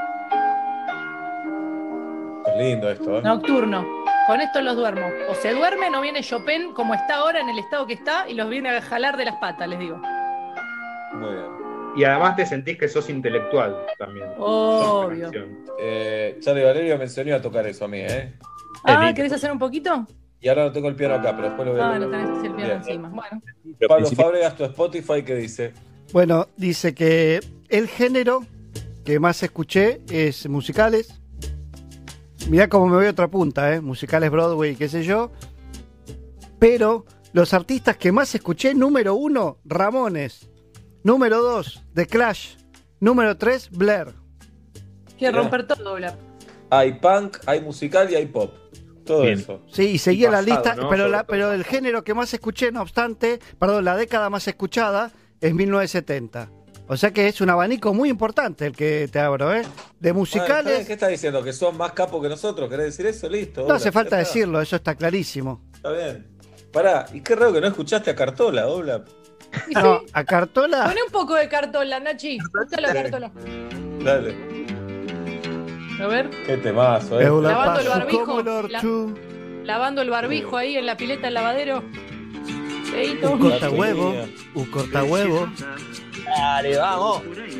Es lindo esto, ¿eh? Nocturno. Con esto los duermo. O se duermen o viene Chopin como está ahora, en el estado que está, y los viene a jalar de las patas, les digo. Muy bien. Y además te sentís que sos intelectual también. Obvio. Charlie Valerio me enseñó a tocar eso a mí, ¿eh? ¿Querés hacer un poquito? Y ahora no tengo el piano acá, pero después lo voy a no tenés el piano encima. Bueno. Pablo Fábregas, tu Spotify, ¿qué dice? Bueno, dice que el género que más escuché es musicales. Mirá cómo me voy a otra punta, musicales Broadway, qué sé yo. Pero los artistas que más escuché, número 1, Ramones. Número 2, The Clash. Número 3, Blair. Quiere romper todo, Blair. Hay punk, hay musical y hay pop. Todo Bien. eso. Sí, y seguía la pasado, lista, ¿no? pero el género que más escuché, no obstante, la década más escuchada es 1970. O sea que es un abanico muy importante el que te abro, de musicales. ¿Qué estás diciendo? ¿Que son más capos que nosotros? ¿Querés decir eso? Listo. No hace falta decirlo, eso está clarísimo. Está bien. Pará, y qué raro que no escuchaste a Cartola, Obla. No, a Cartola. Poné un poco de Cartola, Nachi. Escúchalo, Cartola. Dale. A ver. Qué temazo, Lavando el barbijo. Lavando el barbijo ahí en la pileta del lavadero. Un corta huevo. Un cortahuevo. Dale, vamos.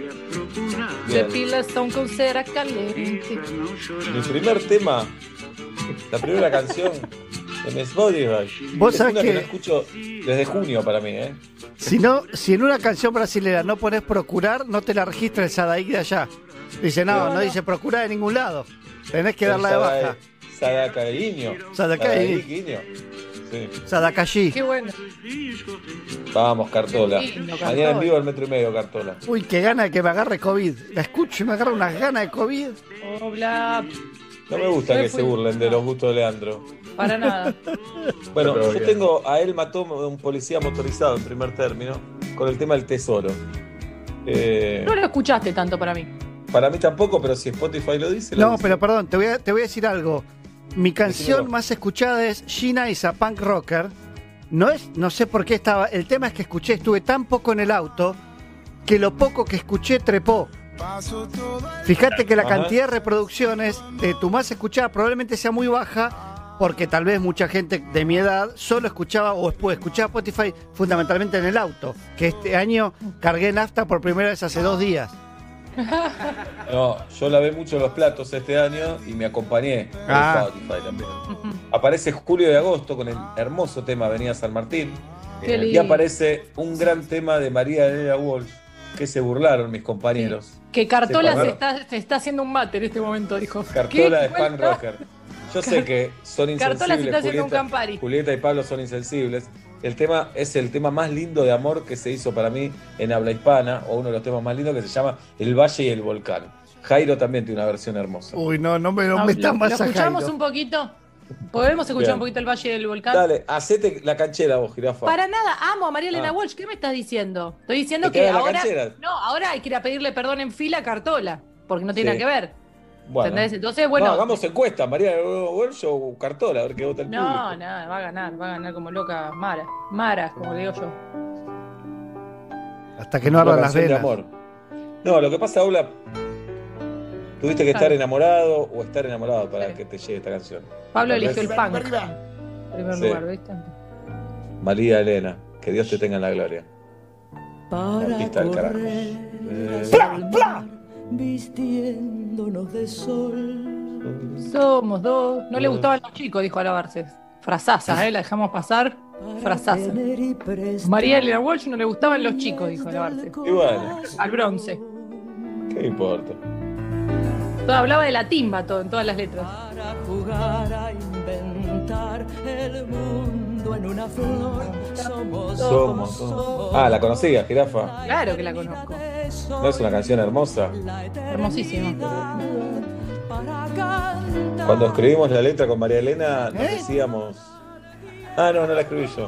Depilazón con cera caliente. Mi primer tema, la primera canción de Spotify. Vos es sabés una que que no escucho desde junio para mí, ¿eh? Si en una canción brasilera no pones procurar, no te la registra el Sadaik de allá. Dice, no dice procurar de ningún lado. Tenés que darla de baja. Sadakaguinho. Sadakaguinho. Sí. Sadakashi. Qué bueno. Vamos, Cartola. Qué lindo, Mañana Cartola. en vivo al 1,5 m, Cartola. Uy, qué gana de que me agarre COVID. La escucho y me agarra unas ganas de COVID. Hola. No me gusta que se burlen de los gustos de Leandro. Para nada. Bueno, Pero yo bien. tengo a él mató a un policía motorizado en primer término con el tema del tesoro. No lo escuchaste tanto para mí. Para mí tampoco, pero si Spotify lo dice. No, pero perdón, te voy a decir algo. Mi canción más escuchada es Gina is a Punk Rocker. No sé por qué estaba. El tema es que estuve tan poco en el auto que lo poco que escuché trepó. Fíjate que la cantidad de reproducciones de tu más escuchada probablemente sea muy baja, porque tal vez mucha gente de mi edad solo escuchaba Spotify fundamentalmente en el auto, que este año cargué nafta por primera vez hace 2 días. No, yo lavé mucho los platos este año y me acompañé con Spotify también. Aparece julio y agosto con el hermoso tema Avenida San Martín. Qué Y lindo. aparece un gran tema de María Elena Walsh, que se burlaron mis compañeros. Que Cartola Se se está haciendo un mate en este momento, dijo. Cartola ¿Qué? es pan rocker. Yo sé que son Cartola se está insensibles. haciendo un Campari. Julieta y Pablo son insensibles. El tema es el tema más lindo de amor que se hizo para mí en habla hispana, o uno de los temas más lindos, que se llama El Valle y el Volcán. Jairo también tiene una versión hermosa. Uy, no me ¿Lo metas más a escuchamos Jairo. un poquito? ¿Podemos escuchar Bien. un poquito el Valle del Volcán? Dale, hacete la canchera vos, jirafa. Para nada, amo a María Elena Ah. Walsh. ¿Qué me estás diciendo? Estoy diciendo Te que queda la ahora. canchera. No, ahora hay que ir a pedirle perdón en fila a Cartola, porque no tiene Sí. nada que ver. Bueno. ¿Entendés? Entonces, bueno. No, hagamos encuesta, María Walsh o Cartola, a ver qué vota el público. No, nada, va a ganar como loca Mara. Mara, como le digo yo. Hasta que no ardan Una las canción de venas. amor. No, lo que pasa, Aula, tuviste que estar Claro. enamorado o estar enamorado para que te llegue esta canción. Pablo Tal eligió el vez- punk. En primer Sí. lugar, ¿viste? María Elena, que Dios te tenga en la gloria. Artista del carajo. Vistiéndonos de sol. Somos dos. No le gustaban los chicos, dijo Alabarces. Frasazas, la dejamos pasar. Frasazas. María Elena Walsh no le gustaban los chicos, dijo Alabarces. Y bueno, Al bronce. ¿qué importa? Todo hablaba de la timba todo, en todas las letras. Para jugar a inventar el mundo en una flor. Somos Somos. Ah, la conocías, jirafa. Claro que la conozco. ¿No es una canción hermosa? Hermosísima. Cuando escribimos la letra con María Elena, nos decíamos. Ah, no la escribí yo.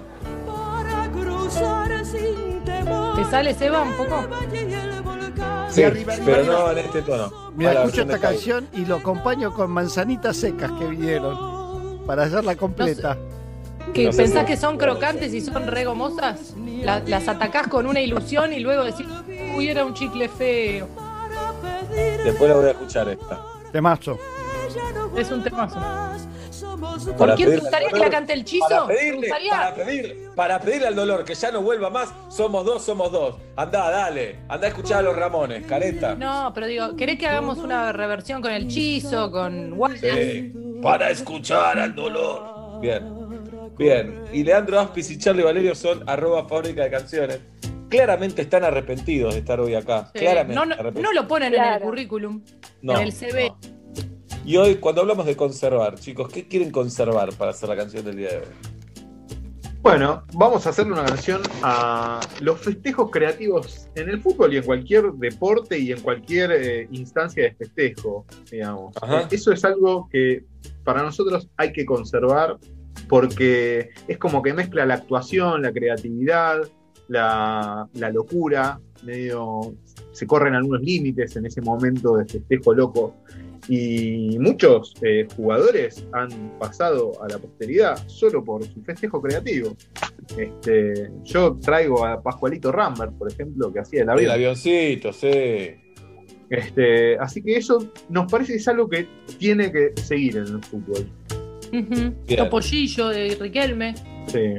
¿Te sale, Seba, un poco? Sí, pero no en este tono. Mira, Ah, la escucho versión de esta Jairo. canción y lo acompaño con manzanitas secas que vinieron para hacerla completa. ¿Que No sé pensás si- que son crocantes y son re gomosas? Las atacás con una ilusión y luego decís, uy, era un chicle feo. Después la voy a escuchar esta. Temazo. Es un temazo. ¿Por Para quién te pedirle gustaría al que la dolor, cante el Chizo? Para ¿Te pedirle, gustaría? para pedirle al dolor que ya no vuelva más, somos dos. Andá, dale. Andá a escuchar a los Ramones, careta. No, pero digo, ¿querés que hagamos una reversión con el Chizo, con Wallace? Sí, para escuchar al dolor. Bien. Y Leandro Aspis y Charlie Valerio son @fábrica de canciones. Claramente están arrepentidos de estar hoy acá. Sí. Claramente No arrepentidos. lo ponen en el currículum, No, en el CV. Y hoy, cuando hablamos de conservar, chicos, ¿qué quieren conservar para hacer la canción del día de hoy? Bueno, vamos a hacerle una canción a los festejos creativos en el fútbol y en cualquier deporte y en cualquier instancia de festejo, digamos. Ajá. Eso es algo que para nosotros hay que conservar porque es como que mezcla la actuación, la creatividad, la locura, medio se corren algunos límites en ese momento de festejo loco. Y muchos jugadores han pasado a la posteridad solo por su festejo creativo. Yo traigo a Pascualito Rambert, por ejemplo, que hacía el avión. El avioncito, sí. Así que eso nos parece que es algo que tiene que seguir en el fútbol. Topollillo de Riquelme. Sí.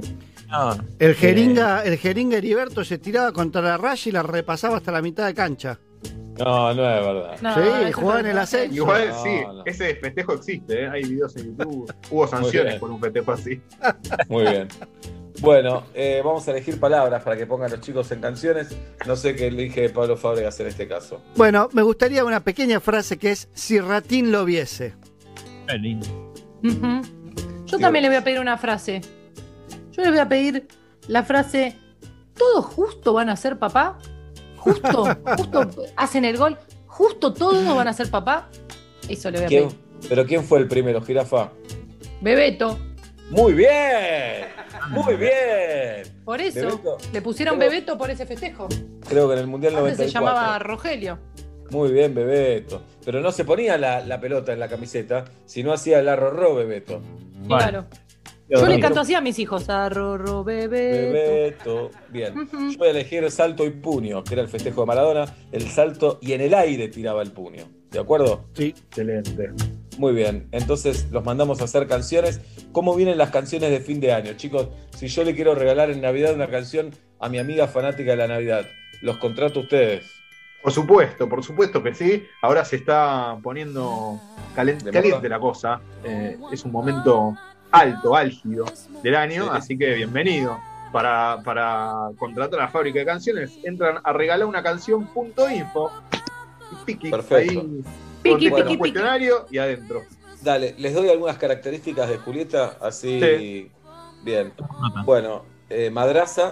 No. El jeringa Heriberto se tiraba contra la raya y la repasaba hasta la mitad de cancha. No, no es verdad. No, Sí, jugaba en el ascenso. Igual No, sí, no. ese festejo existe, ¿eh? Hay videos en YouTube. Hubo sanciones bien. por un festejo así. Muy bien. Bueno, vamos a elegir palabras para que pongan los chicos en canciones. No sé qué elige Pablo Fábregas en este caso. Bueno, me gustaría una pequeña frase que es: si Ratín lo viese. Qué lindo. Ujú. Yo también le voy a pedir una frase. Yo le voy a pedir la frase: ¿todos justo van a ser papá? ¿Justo hacen el gol? ¿Justo todos van a ser papá? Eso le voy a pedir. ¿Pero quién fue el primero, Jirafa? Bebeto. ¡Muy bien! ¡Muy bien! Por eso. Bebeto. Le pusieron Creo- Bebeto por ese festejo. Creo que en el Mundial Antes 94. se llamaba Rogelio. Muy bien, Bebeto. Pero no se ponía la pelota en la camiseta, sino hacía el arrorró, Bebeto. Claro. Yo le canto así a mis hijos. Arrorro, Bebeto. Bebeto. Bien. Ujú. Yo voy a elegir salto y puño, que era el festejo de Maradona. El salto y en el aire tiraba el puño. ¿De acuerdo? Sí. Excelente. Muy bien. Entonces los mandamos a hacer canciones. ¿Cómo vienen las canciones de fin de año? Chicos, si yo le quiero regalar en Navidad una canción a mi amiga fanática de la Navidad, ¿los contrato a ustedes? Por supuesto que sí. Ahora se está poniendo caliente la cosa. Es un momento alto, álgido del año, Sí. así que bienvenido. Para contratar a la fábrica de canciones, entran a regalarUnacanción.info y piqui, Perfecto. ahí contestan un cuestionario y adentro. Dale, les doy algunas características de Julieta, así. Sí. Bien. Bueno, madraza,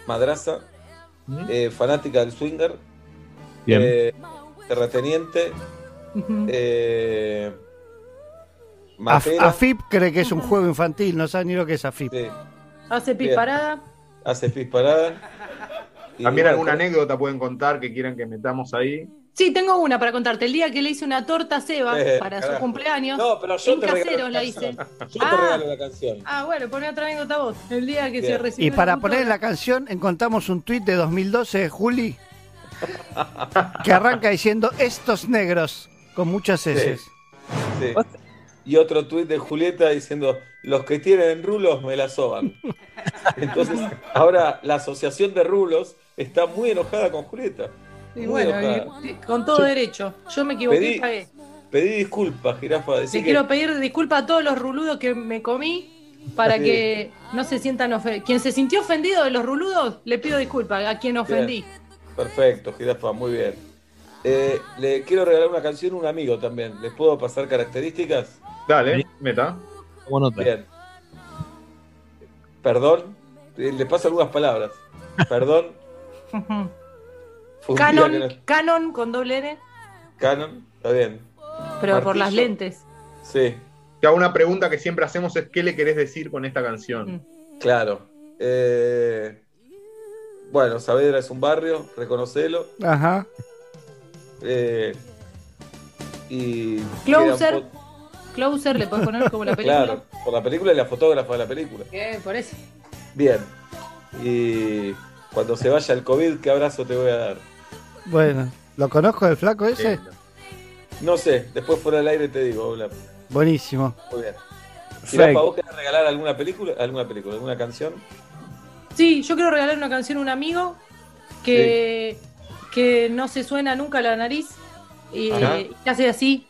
fanática del swinger, Bien. terrateniente, matera, AFIP cree que es un juego infantil, no sabe ni lo que es AFIP. sí, Hace Bien. pisparada. hace pis parada. Y También bueno, alguna anécdota pueden contar que quieran que metamos ahí. Sí, tengo una para contarte. El día que le hice una torta a Seba para su carajo. cumpleaños. No, pero yo en te regalo Caseros la la hice. canción. Yo te regalo la canción. Ah, bueno, poné otra anécdota vos. El día que Bien. se recibió. Y para la poner la canción, encontramos un tuit de 2012, Juli, que arranca diciendo estos negros, con muchas S. Sí. Y otro tuit de Julieta diciendo, los que tienen rulos me la soban. Entonces, ahora la asociación de rulos está muy enojada con Julieta. Y Muy bueno, enojada. con todo derecho. Yo me equivoqué y pagué. Pedí disculpas, Jirafa. Decí Le que- quiero pedir disculpas a todos los ruludos que me comí para Sí. que no se sientan ofendidos. Quien se sintió ofendido de los ruludos, le pido disculpas a quien ofendí. Perfecto, Jirafa, muy bien. Le quiero regalar una canción a un amigo también. ¿Les puedo pasar características? Dale, meta. Bien. Perdón. Le paso algunas palabras. Perdón. Fue un día que Canon, no- Canon con doble N, Canon, está bien. pero por las Martillo. lentes. Sí, Que una pregunta que siempre hacemos es ¿qué le querés decir con esta canción? claro. Bueno, Saavedra es un barrio, reconocelo. Ajá. Y Closer. quedan Closer le puedes poner como la película. Claro, por la película y la fotógrafa de la película. Bien, por eso. Bien. Y cuando se vaya el COVID, ¿qué abrazo te voy a dar? Bueno, ¿lo conozco el flaco ese? No sé, después fuera del aire te digo. Hola. Buenísimo. Muy bien. Perfecto. Jirafa, ¿vos querés regalar alguna película? ¿Alguna canción? Sí, yo quiero regalar una canción a un amigo que no se suena nunca la nariz y Ajá. que hace así.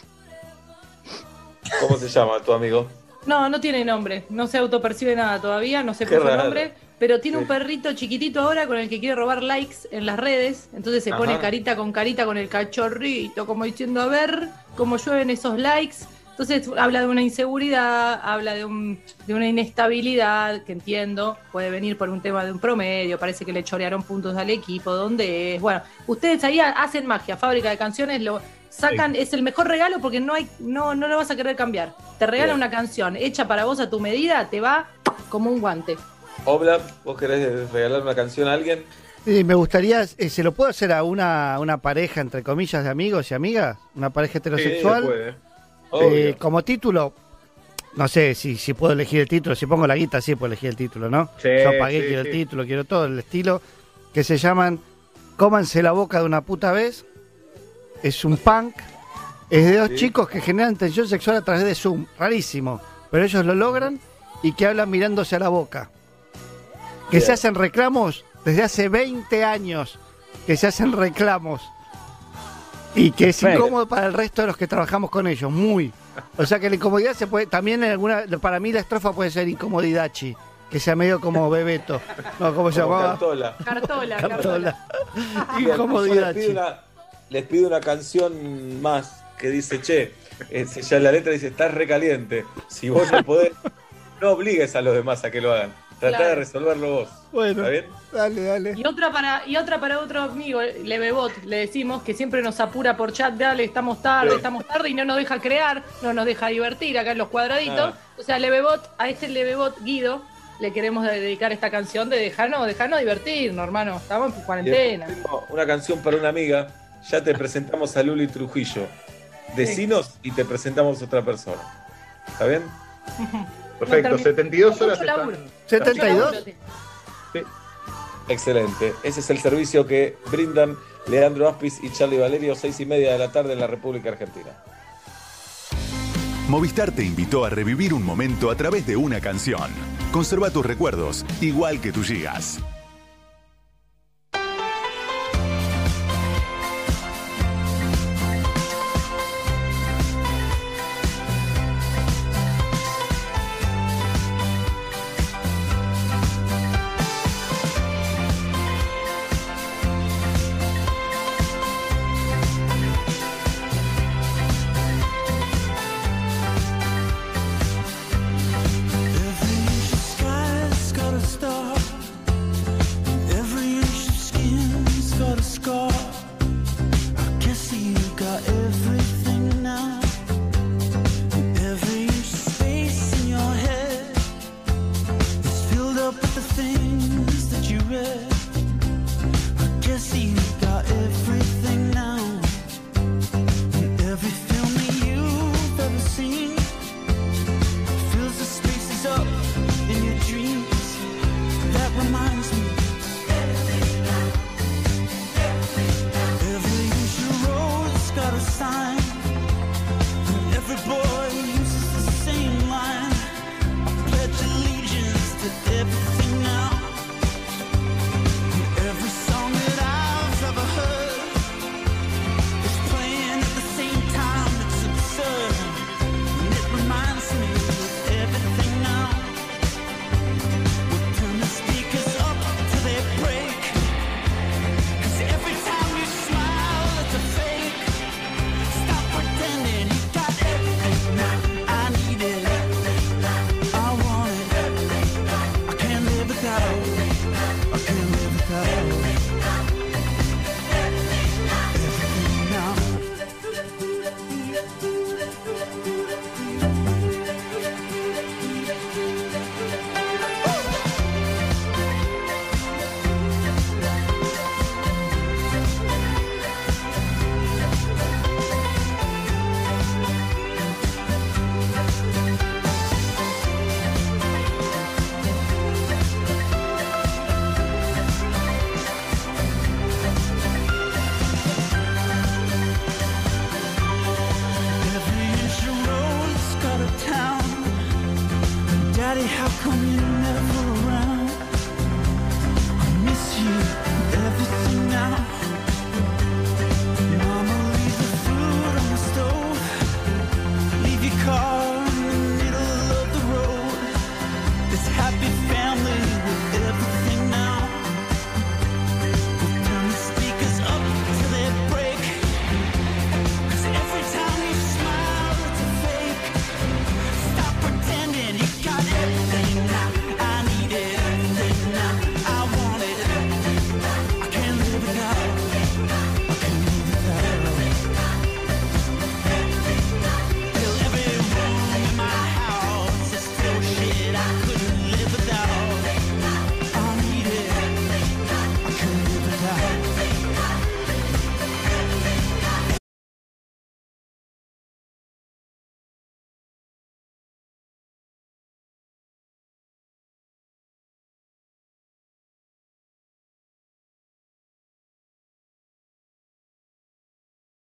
¿Cómo se llama tu amigo? No tiene nombre, no se autopercibe nada todavía, no se Qué puso raro. nombre, pero tiene un Sí. perrito chiquitito ahora con el que quiere robar likes en las redes, entonces se Ajá. pone carita con el cachorrito, como diciendo a ver cómo llueven esos likes. Entonces habla de una inseguridad, habla de una inestabilidad, que entiendo, puede venir por un tema de un promedio, parece que le chorearon puntos al equipo, ¿dónde es? Bueno, ustedes ahí hacen magia, fábrica de canciones, lo sacan, es el mejor regalo porque no lo vas a querer cambiar. Te regalan Bien. una canción hecha para vos a tu medida, te va como un guante. Obla, ¿vos querés regalar una canción a alguien? Sí, me gustaría, ¿se lo puedo hacer a una pareja, entre comillas, de amigos y amigas? Una pareja heterosexual. Sí, se puede. Obvio. Como título, no sé si puedo elegir el título, si pongo la guita sí puedo elegir el título, ¿no? Sí, Yo pagué, sí, quiero sí. el título, quiero todo, el estilo, que se llaman Cómanse la boca de una puta vez. Es un punk, es de dos Sí. chicos que generan tensión sexual a través de Zoom, rarísimo, pero ellos lo logran y que hablan mirándose a la boca. que se hacen reclamos desde hace 20 años, que se hacen reclamos. Y que es incómodo para el resto de los que trabajamos con ellos, muy. O sea que la incomodidad se puede, también en alguna, para mí la estrofa puede ser incomodidachi, que sea medio como Bebeto. No, ¿cómo se llamaba? Cartola. Incomodidachi. Les pido una canción más que dice, ya la letra dice, estás recaliente. Si vos no podés, no obligues a los demás a que lo hagan. Tratá de resolverlo vos. Bueno, ¿está bien? Dale. Y otra para otro amigo, Levebot, le decimos que siempre nos apura por chat, dale, estamos tarde, y no nos deja crear, no nos deja divertir acá en los cuadraditos. O sea, Levebot, a este Levebot Guido, le queremos dedicar esta canción de dejarnos divertirnos, hermano. Estamos en cuarentena. Tengo una canción para una amiga, ya te presentamos a Luli Trujillo. Decinos y te presentamos a otra persona. ¿Está bien? Perfecto, 72 horas. 72. Sí. Excelente. Ese es el servicio que brindan Leandro Aspis y Charlie Valerio, 6:30 de la tarde en la República Argentina. Movistar te invitó a revivir un momento a través de una canción. Conserva tus recuerdos, igual que tus gigas.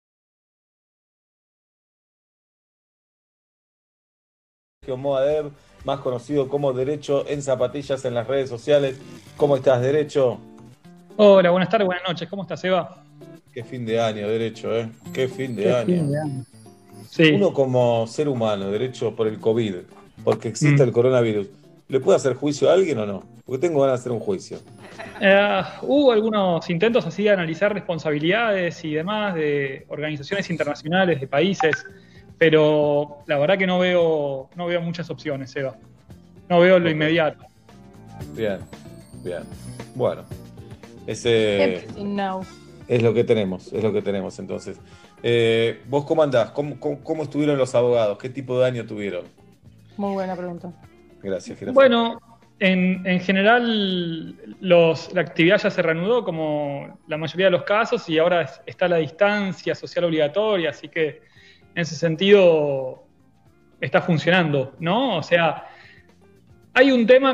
Moader más conocido como Derecho en Zapatillas en las redes sociales. ¿Cómo estás, Derecho? Hola, buenas tardes, buenas noches. ¿Cómo estás, Eva? Qué fin de año, Derecho, ¿eh? Qué fin de año. Fin de año. Sí. Uno como ser humano, Derecho, por el COVID, porque existe el coronavirus, ¿le puede hacer juicio a alguien o no? Porque tengo ganas de hacer un juicio. Hubo algunos intentos así de analizar responsabilidades y demás de organizaciones internacionales, de países, pero la verdad que no veo muchas opciones, Eva. No veo lo inmediato. Bien. Bueno, ese es lo que tenemos, entonces. ¿Vos cómo andás? ¿Cómo estuvieron los abogados? ¿Qué tipo de año tuvieron? Muy buena pregunta. Gracias. Bueno, en general la actividad ya se reanudó como la mayoría de los casos y ahora está la distancia social obligatoria, así que en ese sentido está funcionando, ¿no? O sea, hay un tema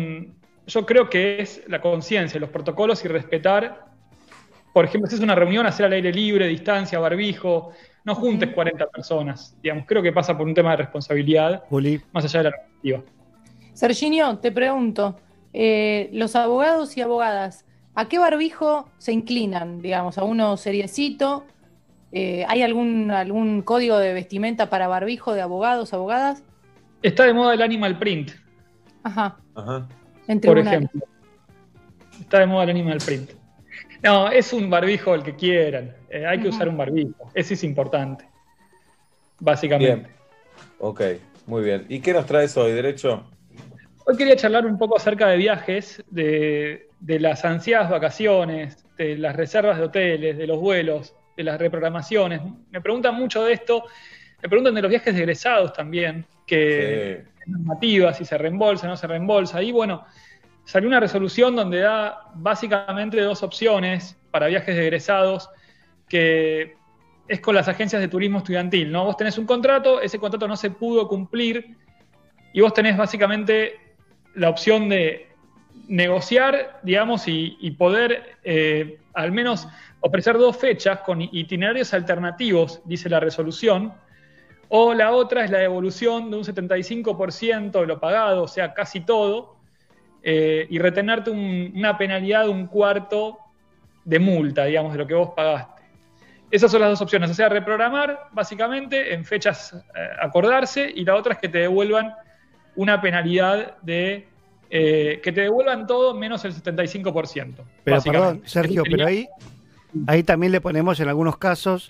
yo creo que es la conciencia, los protocolos y respetar. Por ejemplo, si es una reunión, hacer al aire libre, distancia, barbijo, no juntes 40 personas. Digamos, creo que pasa por un tema de responsabilidad, más allá de la normativa. Serginio, te pregunto, los abogados y abogadas, ¿a qué barbijo se inclinan? Digamos, ¿a uno seriecito? ¿Hay algún código de vestimenta para barbijo de abogados, abogadas? Está de moda el animal print. Ajá. Por ejemplo. Está de moda el animal print. No, es un barbijo el que quieran. Hay que usar un barbijo. Ese es importante. Básicamente. Bien. Ok, muy bien. ¿Y qué nos traes hoy, Derecho? Hoy quería charlar un poco acerca de viajes, de las ansiadas vacaciones, de las reservas de hoteles, de los vuelos, de las reprogramaciones. Me preguntan mucho de esto. Me preguntan de los viajes de egresados también, que normativas, si se reembolsa, no se reembolsa. Y bueno, salió una resolución donde da básicamente dos opciones para viajes de egresados, que es con las agencias de turismo estudiantil, ¿no? Vos tenés un contrato, ese contrato no se pudo cumplir, y vos tenés básicamente la opción de negociar, digamos, y poder al menos ofrecer 2 fechas con itinerarios alternativos, dice la resolución, o la otra es la devolución de un 75% de lo pagado, o sea, casi todo, y retenerte una penalidad de 1/4 de multa, digamos, de lo que vos pagaste. Esas son las dos opciones, o sea, reprogramar, básicamente, en fechas acordarse, y la otra es que te devuelvan una penalidad que te devuelvan todo menos el 75%. Pero perdón, Sergio, pero ahí también le ponemos en algunos casos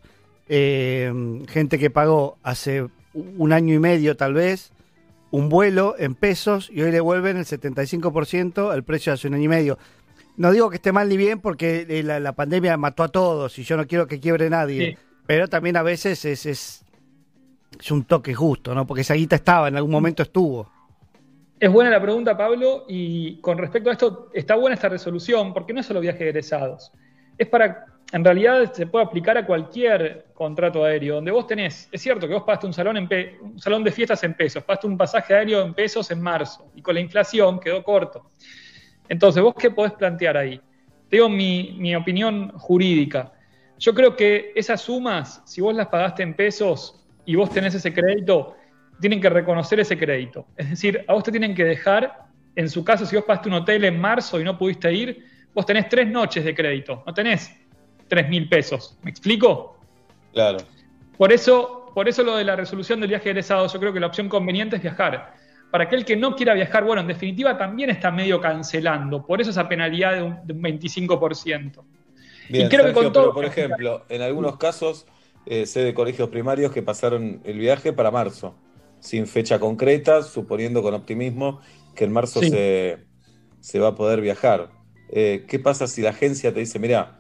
gente que pagó hace 1 año y medio tal vez un vuelo en pesos y hoy le devuelven el 75% al precio de hace 1 año y medio. No digo que esté mal ni bien porque la pandemia mató a todos y yo no quiero que quiebre nadie, sí. Pero también a veces es un toque justo, ¿no? Porque esa guita en algún momento estuvo. Es buena la pregunta, Pablo, y con respecto a esto, está buena esta resolución, porque no es solo viajes de egresados. En realidad se puede aplicar a cualquier contrato aéreo, donde vos tenés, es cierto que vos pagaste un salón de fiestas en pesos, pagaste un pasaje aéreo en pesos en marzo, y con la inflación quedó corto. Entonces, ¿vos qué podés plantear ahí? Te digo mi opinión jurídica. Yo creo que esas sumas, si vos las pagaste en pesos y vos tenés ese crédito, tienen que reconocer ese crédito. Es decir, a vos te tienen que dejar, en su caso, si vos pagaste un hotel en marzo y no pudiste ir, vos tenés 3 noches de crédito, no tenés 3.000 pesos. ¿Me explico? Claro. Por eso lo de la resolución del viaje egresado, yo creo que la opción conveniente es viajar. Para aquel que no quiera viajar, bueno, en definitiva también está medio cancelando, por eso esa penalidad de un 25%. Bien, y creo Sergio, que con todo, pero por ejemplo, en algunos casos sé de colegios primarios que pasaron el viaje para marzo, sin fecha concreta, suponiendo con optimismo que en marzo sí. se va a poder viajar. ¿Qué pasa si la agencia te dice, mirá,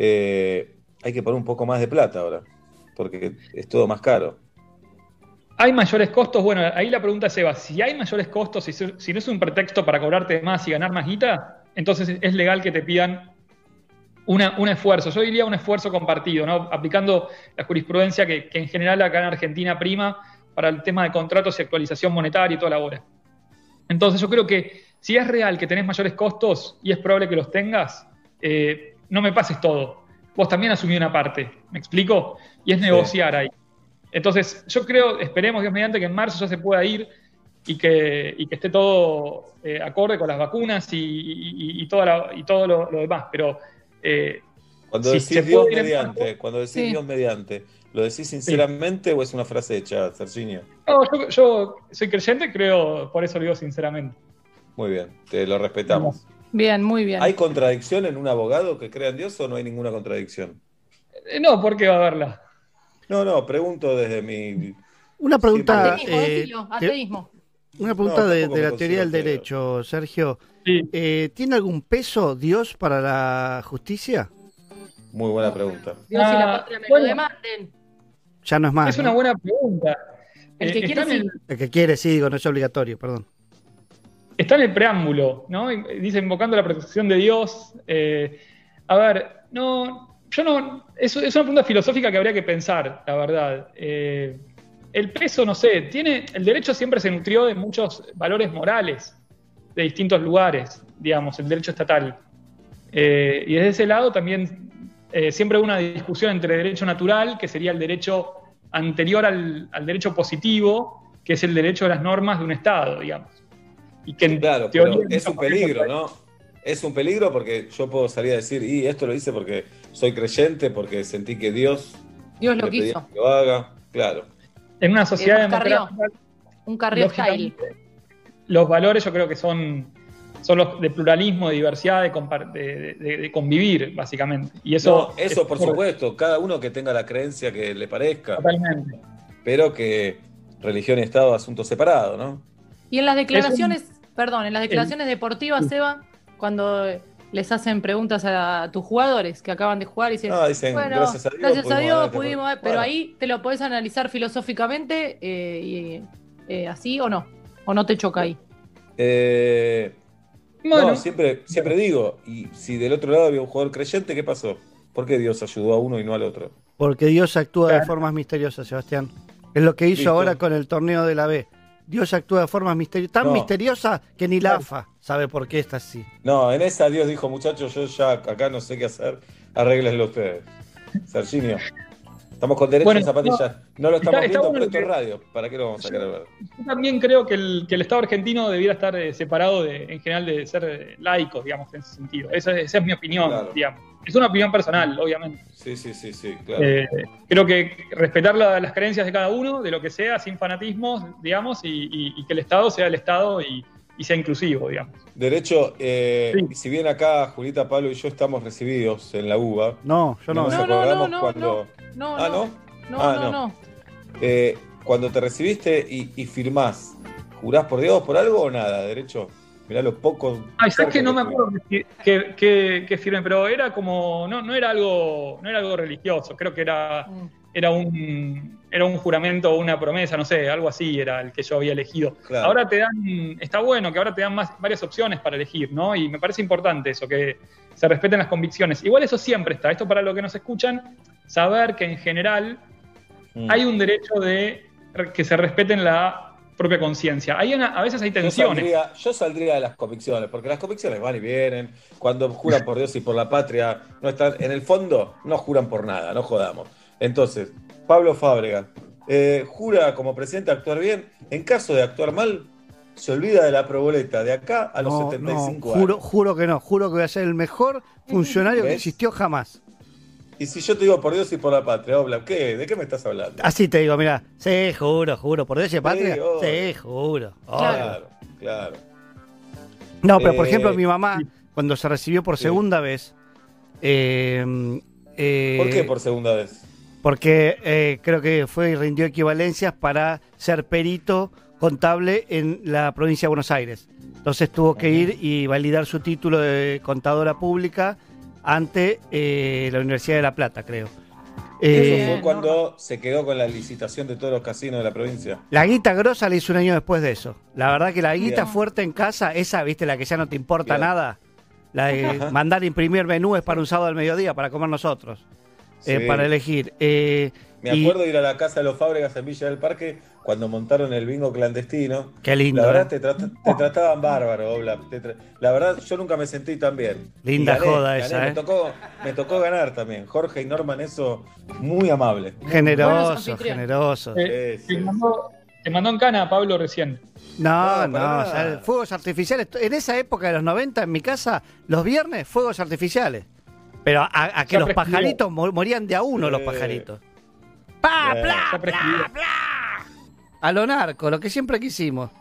hay que poner un poco más de plata ahora, porque es todo más caro? ¿Hay mayores costos? Bueno, ahí la pregunta es, Eva, si hay mayores costos, si no es un pretexto para cobrarte más y ganar más guita, entonces es legal que te pidan un esfuerzo. Yo diría un esfuerzo compartido, ¿no? Aplicando la jurisprudencia que en general acá en Argentina prima para el tema de contratos y actualización monetaria y toda la hora. Entonces yo creo que si es real que tenés mayores costos y es probable que los tengas, no me pases todo. Vos también asumí una parte, ¿me explico? Y es negociar ahí. Entonces, yo creo, esperemos Dios mediante que en marzo ya se pueda ir y que esté todo acorde con las vacunas y todo lo demás. Pero cuando si decís se Dios puede ir en mediante, campo- cuando decís Sí. Dios mediante, ¿lo decís sinceramente o es una frase hecha, Serginio? No, yo soy creyente, creo, por eso lo digo sinceramente. Muy bien, te lo respetamos. Bien, muy bien. ¿Hay contradicción en un abogado que crea en Dios o no hay ninguna contradicción? No, ¿por qué va a haberla? No, pregunto desde mi... Una pregunta. Ateísmo, decilo, ateísmo. Una pregunta No, de tampoco me la teoría del considero ateo. derecho, Sergio. ¿Tiene algún peso Dios para la justicia? Muy buena pregunta. Dios y la patria me lo demanden. Ya no es más. Es una ¿no? buena pregunta. El que quiere está, en sí. el, El que quiere, sí, digo, no es obligatorio, perdón. está en el preámbulo, ¿no? Y dice invocando la protección de Dios. Yo no. Es una pregunta filosófica que habría que pensar, la verdad. El peso, no sé, el derecho siempre se nutrió de muchos valores morales de distintos lugares, digamos, el derecho estatal. Y desde ese lado también siempre hubo una discusión entre derecho natural, que sería el derecho anterior al derecho positivo, que es el derecho de las normas de un Estado, digamos. Y que Claro, teoría pero es un peligro, ¿no? Es un peligro porque yo puedo salir a decir, y esto lo hice porque soy creyente, porque sentí que Dios Dios lo me pedía quiso. que lo haga. Claro. En una sociedad Nos carrió. democrática, Un carrió style. los valores yo creo que son los de pluralismo, de diversidad, de convivir, básicamente. Y eso, Eso por supuesto, cada uno que tenga la creencia que le parezca. Totalmente. Pero que religión y Estado, asunto separado, ¿no? Y en las declaraciones, en las declaraciones deportivas, Seba, cuando les hacen preguntas a tus jugadores que acaban de jugar y dicen, Dicen, bueno, gracias a Dios gracias a Dios ganar este pudimos, partido. pero Bueno. ahí te lo podés analizar filosóficamente así o no te choca ahí. Bueno. No, siempre digo, y si del otro lado había un jugador creyente, ¿qué pasó? ¿Por qué Dios ayudó a uno y no al otro? Porque Dios actúa de formas misteriosas, Sebastián. Es lo que hizo Listo. ahora con el torneo de la B. Dios actúa de formas misteriosas, tan No. misteriosa que ni la AFA sabe por qué está así. No, en esa Dios dijo, muchachos, yo ya acá no sé qué hacer, arréglenlo ustedes. Serginio, estamos con derecho Bueno, a zapatillas. No lo estamos está viendo, bueno pero esto que- es radio. ¿Para qué lo vamos a querer ver? Yo también creo que el Estado argentino debiera estar separado en general de ser laico, digamos, en ese sentido. Esa es mi opinión, Claro. digamos. Es una opinión personal, obviamente. Sí, claro. Creo que respetar las creencias de cada uno, de lo que sea, sin fanatismos, digamos, y que el Estado sea el Estado y sea inclusivo, digamos. Derecho, si bien acá Julieta, Pablo y yo estamos recibidos en la UBA. No, yo no. Nos acordamos cuando. No, Ah, ¿no? no. Cuando te recibiste y firmás, ¿jurás por Dios, por algo o nada? Derecho. Mirá lo poco. Ay, ¿sabes cerca que no me estuve. acuerdo que firme? Pero era como. No era algo religioso. Creo que era un juramento o una promesa, no sé, algo así era el que yo había elegido. Claro. Ahora está bueno que ahora te dan varias opciones para elegir, ¿no? Y me parece importante eso, que se respeten las convicciones. Igual eso siempre está. Esto para los que nos escuchan, saber que en general hay un derecho de que se respeten la propia conciencia. A veces hay tensiones. Yo saldría de las convicciones, porque las convicciones van y vienen. Cuando juran por Dios y por la patria, no están, en el fondo no juran por nada, no jodamos. Entonces, Pablo Fábregas jura como presidente actuar bien. En caso de actuar mal, se olvida de la proboleta de acá a los 75 años. Juro que no, juro que voy a ser el mejor funcionario que ¿Ves? existió jamás. Y si yo te digo por Dios y por la patria, Obla, ¿qué? ¿De qué me estás hablando? Así te digo, mira, sí, juro, por Dios y patria, obvio. sí, juro. Claro. No, pero por ejemplo, mi mamá, cuando se recibió por segunda vez. ¿Por qué por segunda vez? Porque creo que fue y rindió equivalencias para ser perito contable en la provincia de Buenos Aires. Entonces tuvo que ir y validar su título de contadora pública ante la Universidad de La Plata, creo. Eso fue cuando se quedó con la licitación de todos los casinos de la provincia. La guita grosa la hizo un año después de eso. La verdad que la guita Bien. fuerte en casa, esa, viste, la que ya no te importa Bien. nada, la de Ajá. mandar imprimir menúes para un sábado al mediodía para comer nosotros, Sí. para elegir. Me acuerdo de ir a la casa de los Fábregas en Villa del Parque cuando montaron el bingo clandestino. Qué lindo, La verdad, ¿eh? te trataban bárbaro, Obla. La verdad, yo nunca me sentí tan bien. Linda Y gané, joda esa, ¿eh? Me tocó ganar también. Jorge y Norman, eso, muy amable. Generoso, generoso. Te mandó en cana a Pablo recién. No, o sea, fuegos artificiales. En esa época de los 90, en mi casa, los viernes, fuegos artificiales. Pero a que los pajaritos morían de a uno los pajaritos. ¡Pa, bla, bla, bla! A lo narco, lo que siempre quisimos.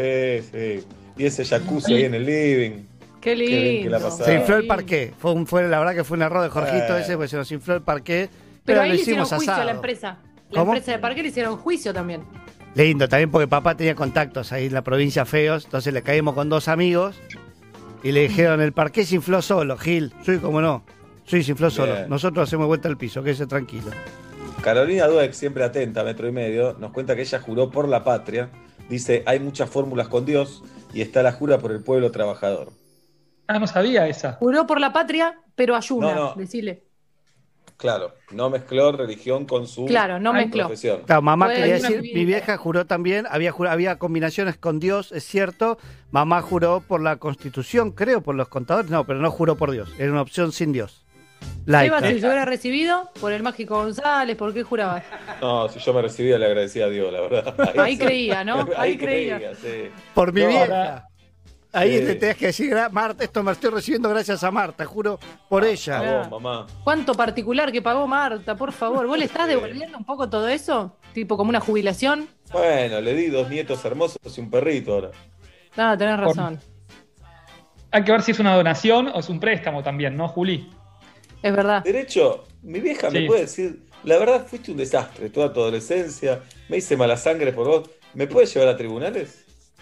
Sí. Y ese jacuzzi ahí en el living. Qué lindo. Se infló el parqué. La verdad que fue un error de Jorgito ese, porque se nos infló el parqué. Pero ahí lo le hicieron hicimos juicio asado. a la empresa. La ¿Cómo? empresa de parque le hicieron juicio también. Lindo, también porque papá tenía contactos ahí en la provincia feos, entonces le caímos con 2 amigos y le dijeron, el parqué se infló solo, Gil. Sí, cómo no. Sí, se infló solo. Bien. Nosotros hacemos vuelta al piso, quédese tranquilo. Carolina Dweck, siempre atenta, Metro y Medio, nos cuenta que ella juró por la patria. Dice, hay muchas fórmulas con Dios y está la jura por el pueblo trabajador. Ah, no sabía esa. Juró por la patria, pero ayuna, No. decile. Claro, no mezcló religión con su profesión. Claro, mamá Bueno, quería hay una decir, vida. mi vieja juró también, había combinaciones con Dios, es cierto. Mamá juró por la Constitución, creo, por los contadores, no, pero no juró por Dios. Era una opción sin Dios. Laica. Seba, si yo hubiera recibido por el Mágico González, ¿por qué jurabas? No, si yo me recibía le agradecía a Dios, la verdad. Ahí creía, ¿no? Ahí creía. Sí. Por mi No, vieja. Ahí Sí. te tenés que decir, Marta, esto me estoy recibiendo gracias a Marta, juro por ella. A vos, mamá. ¿Cuánto particular que pagó Marta, por favor? ¿Vos le estás devolviendo un poco todo eso? ¿Tipo como una jubilación? Bueno, le di 2 nietos hermosos y un perrito ahora. No, tenés razón. Hay que ver si es una donación o es un préstamo también, ¿no, Juli? Es verdad. Derecho, mi vieja me Sí. puede decir, la verdad fuiste un desastre toda tu adolescencia, me hice mala sangre por vos, ¿me puedes llevar a tribunales?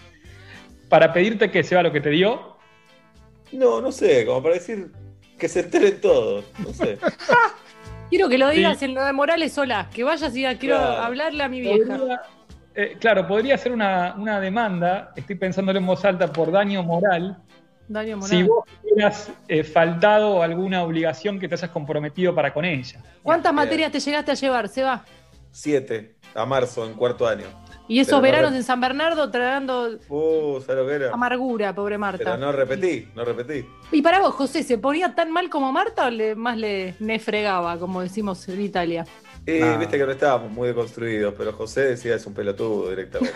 Para pedirte que sea lo que te dio. No sé, como para decir que se enteren todos, no sé. Quiero que lo digas Sí. en lo de Morales sola, que vayas y quiero Claro. hablarle a mi vieja. Claro, podría ser una demanda, estoy pensándolo en voz alta, por daño moral. Daño moral. Si vos hubieras faltado alguna obligación que te hayas comprometido para con ella. ¿Cuántas Bien. materias te llegaste a llevar, Seba? 7 a marzo, en 4º año. Y esos Pero no veranos en San Bernardo tragando ¿sabes lo que era? amargura, pobre Marta. Pero no repetí. Y para vos, José, ¿se ponía tan mal como Marta o más le fregaba, como decimos en Italia? Viste que no estábamos muy deconstruidos, pero José decía es un pelotudo directamente.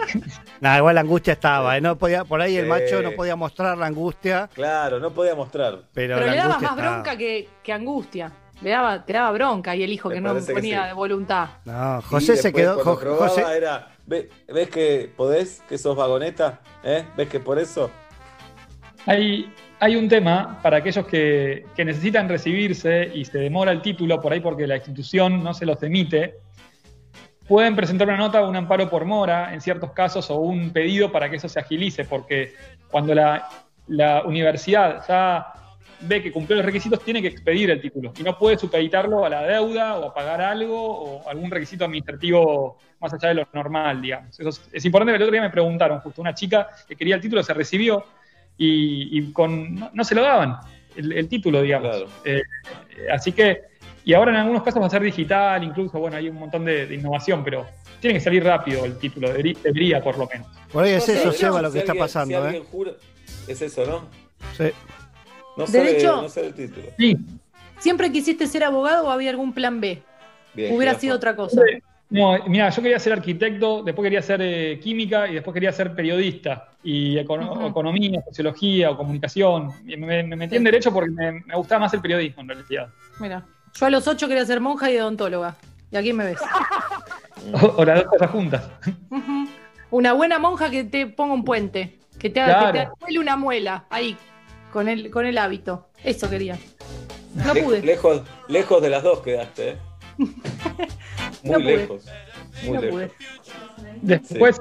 Igual la angustia estaba, no podía, por ahí el Sí. macho no podía mostrar la angustia. Claro, no podía mostrar. Pero le la dabas angustia más estaba. bronca que angustia. Te daba bronca y el hijo Me que no parece que ponía sí. de voluntad. No, Y José se después, quedó. cuando probaba, José, era, ¿ves que podés? ¿Que sos vagoneta? ¿Ves que por eso? Hay un tema para aquellos que necesitan recibirse y se demora el título por ahí porque la institución no se los emite. Pueden presentar una nota o un amparo por mora en ciertos casos o un pedido para que eso se agilice, porque cuando la universidad ya ve que cumplió los requisitos, tiene que expedir el título y no puede supeditarlo a la deuda o a pagar algo o algún requisito administrativo más allá de lo normal, digamos. Eso es importante. El otro día me preguntaron, justo una chica que quería el título se recibió y no se lo daban el título, digamos. Claro. Así que, y ahora en algunos casos va a ser digital, incluso, bueno, hay un montón de innovación, pero tiene que salir rápido el título, debería por lo menos. por ahí es eso, No, Seba, lo si que está alguien- pasando, si alguien jura, es eso, ¿no? Sí. No Derecho. sale el título. Sí. ¿Siempre quisiste ser abogado o había algún plan B? Bien, Hubiera jirafa. sido otra cosa. No, mira, yo quería ser arquitecto, después quería ser química y después quería ser periodista y economía, sociología o comunicación. Y me metí en derecho porque me gustaba más el periodismo en realidad. Mira, yo a los 8 quería ser monja y odontóloga. Y aquí me ves. O las dos cosas juntas. Ujú. Una buena monja que te ponga un puente, que te Claro. huele una muela ahí, con el hábito. Eso quería. No Le- pude. Lejos de las dos quedaste, ¿eh? Muy No pude. lejos. Muy No lejos. pude. Después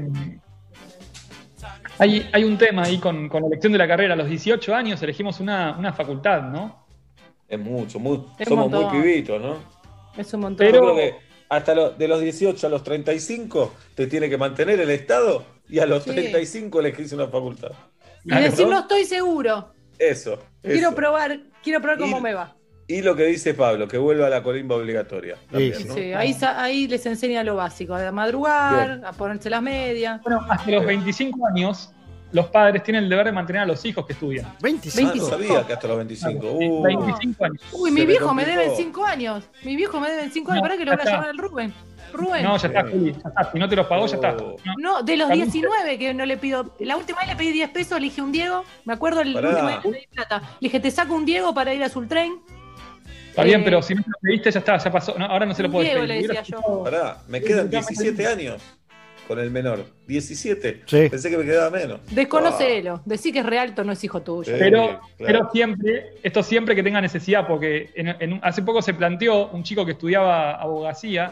hay un tema ahí con la elección de la carrera. A los 18 años elegimos una facultad, ¿no? Es mucho, Es somos un montón. muy pibitos, ¿no? Es un montón. Yo creo que hasta de los 18 a los 35 te tiene que mantener el Estado y a los Sí. 35 elegís una facultad. Y decir, no estoy seguro. Eso. Quiero eso. probar cómo me va. Y lo que dice Pablo, que vuelva a la colimba obligatoria. También, ¿no? Sí, ahí les enseña lo básico, a madrugar, Bien. a ponerse las medias. Bueno, hasta los 25 años los padres tienen el deber de mantener a los hijos que estudian. 25. No sabía que hasta los 25. 25 años. Uy, mi viejo me debe 5 años. Mi viejo me debe 5 años. Pará que lo voy a llamar al Rubén. Rubén. No, ya está, Juli. Ya está. Si no te los pagó, ya está. No, de los 19 que no le pido. La última vez le pedí 10 pesos, le dije un Diego. Me acuerdo el último día que le di plata. Le dije, te saco un Diego para ir a Sultrain. Está bien, pero si no te lo pediste, ya está, ya pasó. No, ahora no se lo puedo Diego pedir. le decía yo. Pará, me quedan 17 años con el menor. 17. Sí. Pensé que me quedaba menos. Desconocelo. Decí que es real, no es hijo tuyo. Pero siempre que tenga necesidad, porque hace poco se planteó un chico que estudiaba abogacía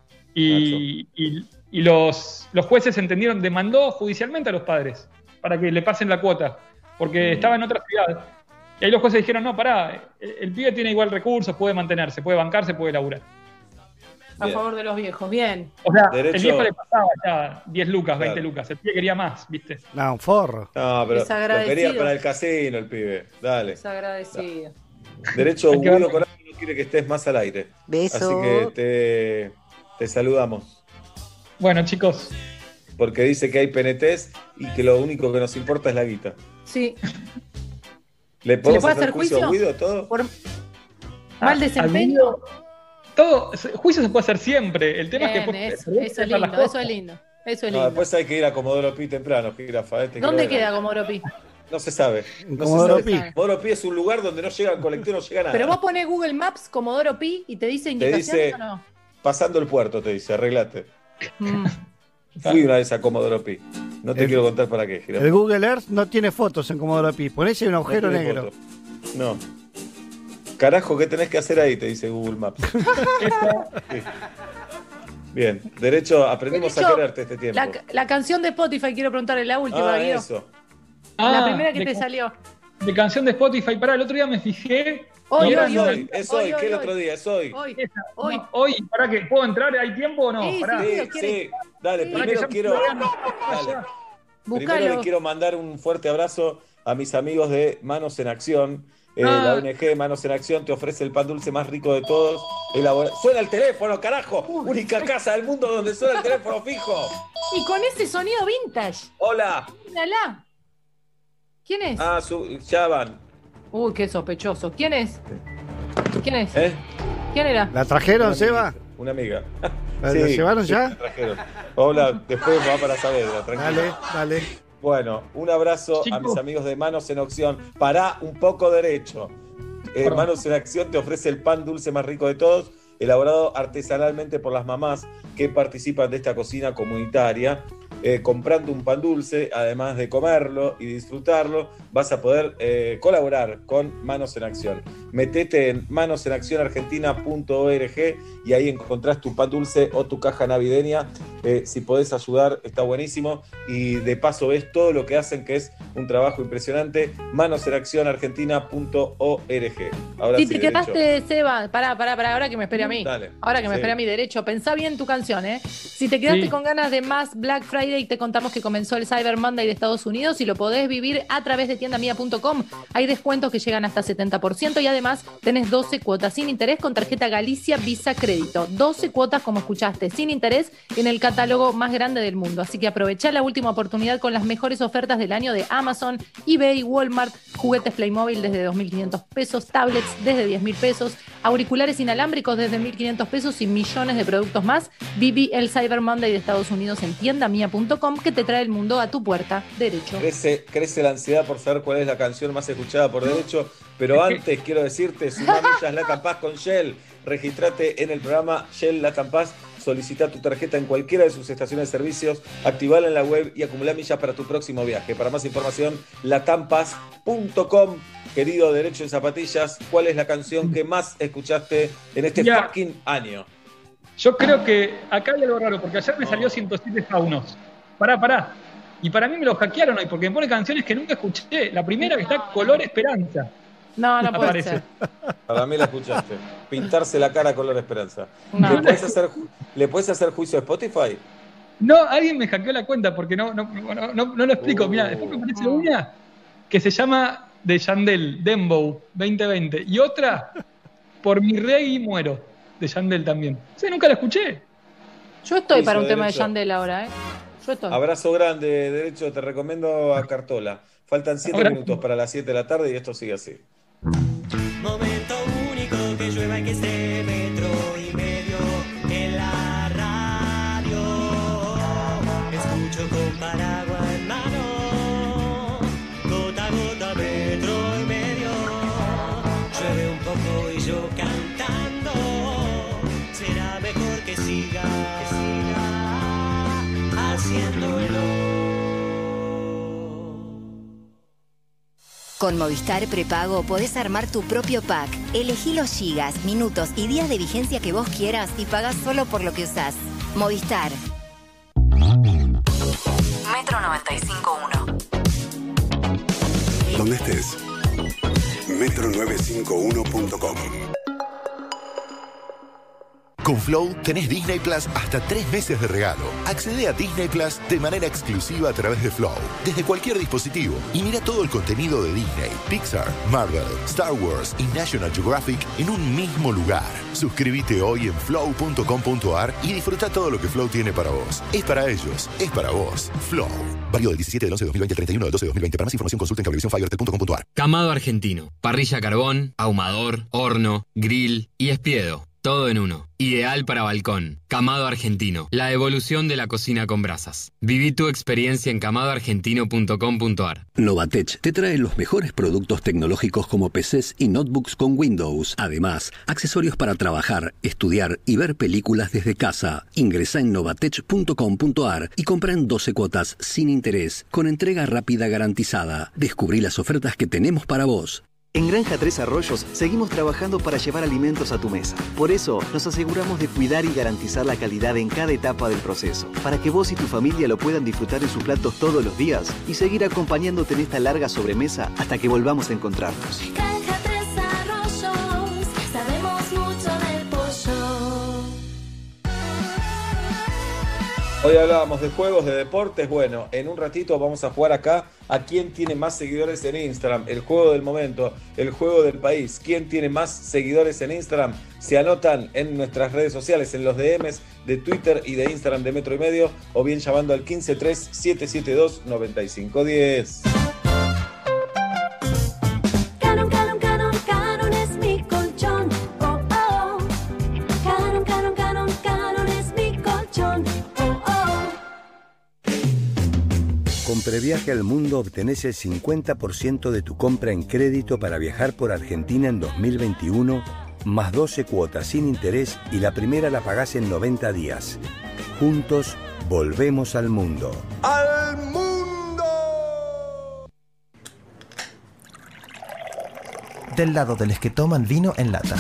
y los jueces entendieron, demandó judicialmente a los padres para que le pasen la cuota, porque estaba en otra ciudad. Y ahí los jueces dijeron, no, pará, el pibe tiene igual recursos, puede mantenerse, puede bancarse, puede laburar. A favor de los viejos, bien. O sea, el viejo le pasaba ya 10 lucas, 20 lucas. El pibe quería más, ¿viste? No, un forro. No, pero lo quería para el casino el pibe. Dale. Desagradecido. Derecho Guido Corazón no quiere que estés más al aire. Beso. Así que te saludamos. Bueno, chicos. Porque dice que hay PNTs y que lo único que nos importa es la guita. Sí. ¿Le podemos hacer juicio a Guido todo? Por mal desempeño. Todo, juicio se puede hacer siempre. El tema bien, es que eso es lindo, eso es lindo. Eso es lindo. No, después hay que ir a Comodoro Pi temprano, Jirafa. ¿Dónde queda Comodoro Pi? No se sabe. Comodoro Pi. Comodoro Pi es un lugar donde no llega el colectivo, no llega nada. Pero vos ponés Google Maps Comodoro Pi y te dice indicaciones o no. Pasando el puerto, te dice, arreglate. Fui una vez a Comodoro Pi. No te quiero contar para qué, Jirafa. El Google Earth no tiene fotos en Comodoro Pi. Ponés un agujero negro. No. Carajo, ¿qué tenés que hacer ahí? Te dice Google Maps. Sí. Bien, derecho, aprendimos a quererte este tiempo. La canción de Spotify, quiero preguntarle la última, Guido. Eso. La primera que te salió. De canción de Spotify. Pará, el otro día me fijé. Hoy, ¿qué el otro día? Es hoy. Hoy, ¿para qué? ¿Puedo entrar? ¿Hay tiempo o no? Sí. Dale, primero Primero le quiero mandar un fuerte abrazo a mis amigos de Manos en Acción. La ONG Manos en Acción te ofrece el pan dulce más rico de todos. ¡Suena el teléfono, carajo! Única casa del mundo donde suena el teléfono fijo. Y con ese sonido vintage. Hola. Mírala. ¿Quién es? Ya van. Uy, qué sospechoso. ¿Quién es? ¿Quién es? ¿Quién era? ¿La trajeron, Seba? Una amiga. ¿La llevaron ya? La trajeron. Hola, después va para Saavedra, tranquilo. Dale. Bueno, un abrazo a mis amigos de Manos en Acción. Pará un poco derecho. Manos en Acción te ofrece el pan dulce más rico de todos, elaborado artesanalmente por las mamás que participan de esta cocina comunitaria. Comprando un pan dulce, además de comerlo y disfrutarlo, vas a poder colaborar con Manos en Acción. Metete en manosenaccionargentina.org y ahí encontrás tu pan dulce o tu caja navideña. Si podés ayudar, está buenísimo. Y de paso ves todo lo que hacen, que es un trabajo impresionante. manosenaccionargentina.org. Ahora si sí, te quedaste, Seba, pará, ahora que me espere a mí. Dale. Ahora que me espere a mí, derecho. Pensá bien tu canción, ¿eh? Si te quedaste con ganas de más Black Friday, te contamos que comenzó el Cyber Monday de Estados Unidos y lo podés vivir a través de tiendamia.com. Hay descuentos que llegan hasta 70% y además tenés 12 cuotas sin interés con tarjeta Galicia Visa Crédito. 12 cuotas, como escuchaste, sin interés en el catálogo más grande del mundo. Así que aprovechá la última oportunidad con las mejores ofertas del año de Amazon, eBay, Walmart, juguetes Playmobil desde 2.500 pesos, tablets desde 10.000 pesos, auriculares inalámbricos desde 1.500 pesos y millones de productos más. Viví el Cyber Monday de Estados Unidos en tiendamia.com, que te trae el mundo a tu puerta, derecho. Crece la ansiedad por saber cuál es la canción más escuchada por derecho, pero antes quiero decirte, sumá millas Latam Pass con Shell. Registrate en el programa Shell Latam Pass, solicita tu tarjeta en cualquiera de sus estaciones de servicios, activala en la web y acumula millas para tu próximo viaje. Para más información, latampass.com. Querido Derecho en Zapatillas, ¿cuál es la canción que más escuchaste en este fucking año? Yo creo que acá hay algo raro, porque ayer me salió 107 faunos. Pará. Y para mí me lo hackearon hoy, porque me pone canciones que nunca escuché. La primera que está Color Esperanza. No puede ser. Para mí la escuchaste. Pintarse la cara color esperanza. No. ¿Le puedes hacer juicio a Spotify? No, alguien me hackeó la cuenta porque no lo explico. Mirá, después me aparece una que se llama de Yandel, Dembow 2020. Y otra, Por mi rey muero, de Yandel también. Nunca la escuché. Yo estoy para un tema de Yandel ahora, ¿eh? Abrazo grande, Derecho, te recomiendo a Cartola. Faltan 7 minutos para las 7 de la tarde y esto sigue así. Momento único, que llueva y que esté metro y medio en la radio. Escucho con paraguas en mano, gota a gota, metro y medio. Llueve un poco y yo cantando, será mejor que siga haciéndolo. Con Movistar Prepago podés armar tu propio pack. Elegí los gigas, minutos y días de vigencia que vos quieras y pagás solo por lo que usás. Movistar. Metro 95.1. Donde estés. Metro951.com. Con Flow tenés Disney Plus hasta 3 meses de regalo. Accede a Disney Plus de manera exclusiva a través de Flow, desde cualquier dispositivo, y mira todo el contenido de Disney, Pixar, Marvel, Star Wars y National Geographic en un mismo lugar. Suscríbete hoy en flow.com.ar y disfruta todo lo que Flow tiene para vos. Es para ellos, es para vos. Flow. Válido del 17 del 11 de 2020 al 31 del 12 de 2020. Para más información consulta en cablevisiónfibertel.com.ar. Camado Argentino. Parrilla carbón, ahumador, horno, grill y espiedo. Todo en uno. Ideal para balcón. Camado Argentino. La evolución de la cocina con brasas. Viví tu experiencia en camadoargentino.com.ar. Novatech te trae los mejores productos tecnológicos como PCs y notebooks con Windows. Además, accesorios para trabajar, estudiar y ver películas desde casa. Ingresa en novatech.com.ar y compra en 12 cuotas sin interés, con entrega rápida garantizada. Descubrí las ofertas que tenemos para vos. En Granja Tres Arroyos seguimos trabajando para llevar alimentos a tu mesa. Por eso nos aseguramos de cuidar y garantizar la calidad en cada etapa del proceso, para que vos y tu familia lo puedan disfrutar en sus platos todos los días y seguir acompañándote en esta larga sobremesa hasta que volvamos a encontrarnos. Granja Tres Arroyos, sabemos mucho del pollo. Hoy hablábamos de juegos, de deportes. Bueno, en un ratito vamos a jugar acá a quién tiene más seguidores en Instagram. El juego del momento, el juego del país. ¿Quién tiene más seguidores en Instagram? Se anotan en nuestras redes sociales, en los DMs de Twitter y de Instagram de Metro y Medio, o bien llamando al 153-772-9510. Canon, Canon, Canon, Canon es mi colchón. Oh, oh. Canon, Canon, Canon, Canon es mi colchón. Oh, oh. Con Previaje al Mundo obtenés el 50% de tu compra en crédito para viajar por Argentina en 2021, más 12 cuotas sin interés y la primera la pagás en 90 días. Juntos, volvemos al mundo. ¡Al mundo! Del lado de los que toman vino en lata.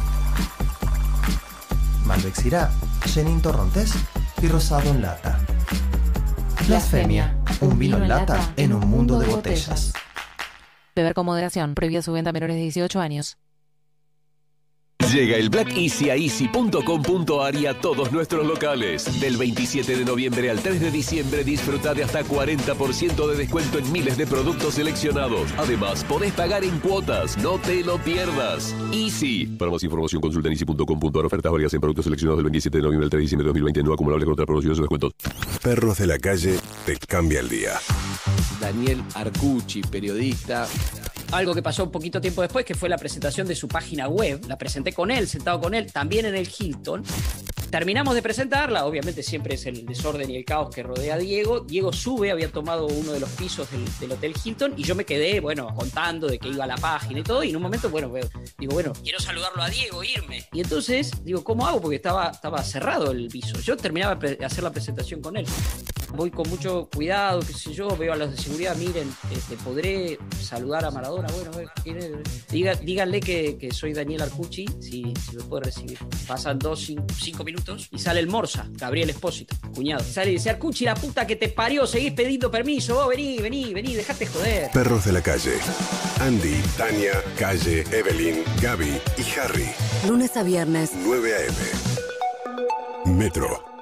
Malbec Syrah, Chenin Torrontés y Rosado en lata. Blasfemia, un vino en lata en un mundo de botellas. Beber con moderación. Prohibida su venta a menores de 18 años. Llega el Black Easy a easy.com.ar y a todos nuestros locales. Del 27 de noviembre al 3 de diciembre disfruta de hasta 40% de descuento en miles de productos seleccionados. Además, podés pagar en cuotas. No te lo pierdas. Easy. Para más información consulta en easy.com.ar. Ofertas varias en productos seleccionados del 27 de noviembre al 3 de diciembre de 2020. No acumulables contra promociones o descuentos. Perros de la calle te cambia el día. Daniel Arcucci, periodista. Algo que pasó un poquito tiempo después, que fue la presentación de su página web. La presenté con él, sentado con él, también en el Hilton. Terminamos de presentarla, obviamente siempre es el desorden y el caos que rodea a Diego. Diego sube, había tomado uno de los pisos del Hotel Hilton y yo me quedé, bueno, contando de que iba a la página y todo. Y en un momento, bueno, digo, bueno, quiero saludarlo a Diego, irme. Y entonces, digo, ¿cómo hago? Porque estaba cerrado el piso. Yo terminaba de hacer la presentación con él. Voy con mucho cuidado, qué sé yo, veo a los de seguridad, miren, podré saludar a Maradona. Bueno, díganle que soy Daniel Arcucci, si me puede recibir. Pasan 5 minutos y sale el Morsa, Gabriel Espósito, cuñado. Sale y dice: Arcucci, la puta que te parió, seguís pidiendo permiso, vos vení, dejate joder. Perros de la calle. Andy, Tania, Calle, Evelyn, Gaby y Harry. Lunes a viernes, 9 a.m. Metro.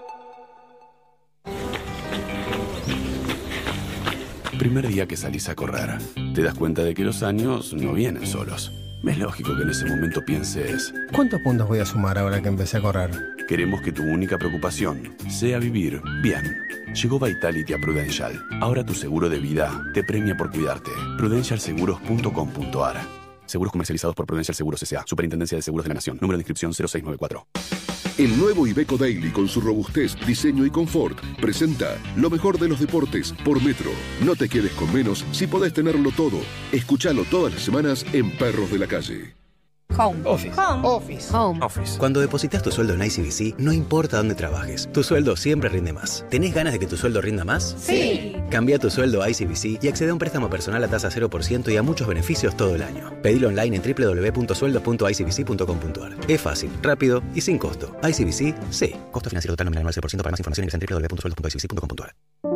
Primer día que salís a correr, te das cuenta de que los años no vienen solos. Es lógico que en ese momento pienses: ¿cuántos puntos voy a sumar ahora que empecé a correr? Queremos que tu única preocupación sea vivir bien. Llegó Vitality a Prudential. Ahora tu seguro de vida te premia por cuidarte. Prudentialseguros.com.ar. Seguros comercializados por Prudential Seguros S.A. Superintendencia de Seguros de la Nación. Número de inscripción 0694. El nuevo Iveco Daily con su robustez, diseño y confort presenta lo mejor de los deportes por Metro. No te quedes con menos si podés tenerlo todo. Escuchalo todas las semanas en Perros de la Calle. Home. Office. Home. Office. Home. Office. Cuando depositas tu sueldo en ICBC, no importa dónde trabajes, tu sueldo siempre rinde más. ¿Tenés ganas de que tu sueldo rinda más? Sí. Cambia tu sueldo a ICBC y accede a un préstamo personal a tasa 0% y a muchos beneficios todo el año. Pedilo online en www.sueldos.icbc.com.ar. Es fácil, rápido y sin costo. ICBC, sí. Costo financiero total nominal 9%. Para más información ingresa en www.sueldos.icbc.com.ar.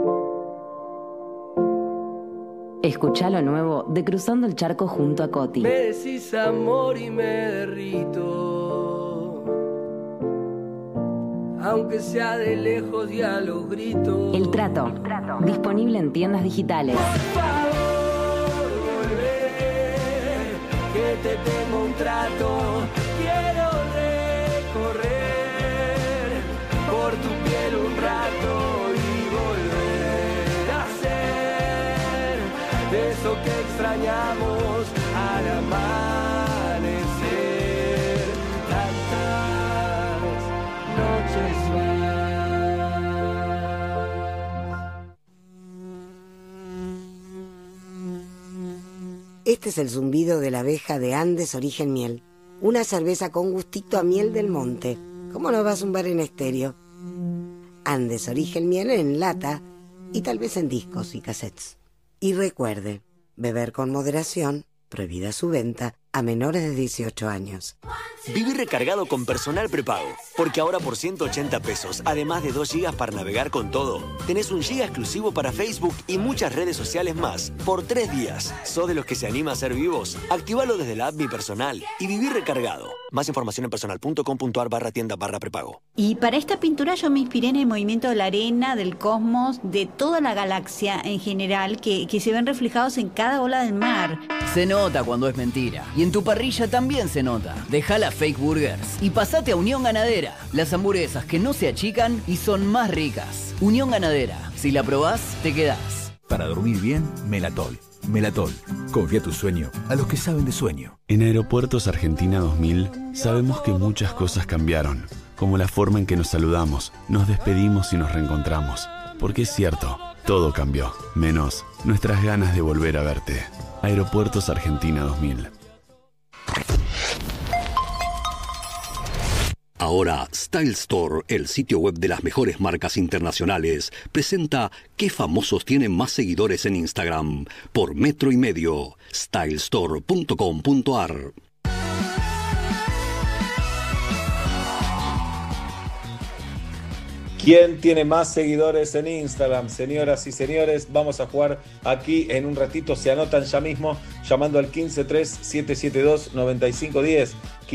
Escuchá lo nuevo de Cruzando el Charco junto a Coti. Me decís amor y me derrito, aunque sea de lejos y a los gritos. El Trato. Disponible en tiendas digitales. Por favor, volvé, que te tengo un trato. Quiero recorrer por tu piel un rato y volver a ser eso que extrañamos al amanecer. Tantas noches Este es el zumbido de la abeja de Andes Origen Miel. Una cerveza con gustito a miel del monte. ¿Cómo no va a zumbar en estéreo? Andes Origen Miel en lata y tal vez en discos y cassettes. Y recuerde, beber con moderación, prohibida su venta a menores de 18 años. Viví recargado con Personal Prepago, porque ahora por 180 pesos, además de 2 gigas para navegar con todo, tenés 1 giga exclusivo para Facebook y muchas redes sociales más, por 3 días. ¿Sos de los que se anima a ser vivos? Activalo desde la app Mi Personal y viví recargado. Más información en personal.com.ar/tienda/prepago. Y para esta pintura yo me inspiré en el movimiento de la arena, del cosmos, de toda la galaxia en general, que se ven reflejados en cada ola del mar. Se nota cuando es mentira. Y en tu parrilla también se nota. Deja las fake burgers y pasate a Unión Ganadera. Las hamburguesas que no se achican y son más ricas. Unión Ganadera. Si la probás, te quedás. Para dormir bien, Melatol. Melatol. Confía tu sueño a los que saben de sueño. En Aeropuertos Argentina 2000 sabemos que muchas cosas cambiaron, como la forma en que nos saludamos, nos despedimos y nos reencontramos. Porque es cierto, todo cambió, menos nuestras ganas de volver a verte. Aeropuertos Argentina 2000. Ahora, Style Store, el sitio web de las mejores marcas internacionales, presenta qué famosos tienen más seguidores en Instagram por Metro y Medio. stylestore.com.ar. ¿Quién tiene más seguidores en Instagram? Señoras y señores, vamos a jugar aquí en un ratito. Se anotan ya mismo llamando al 153-772-9510.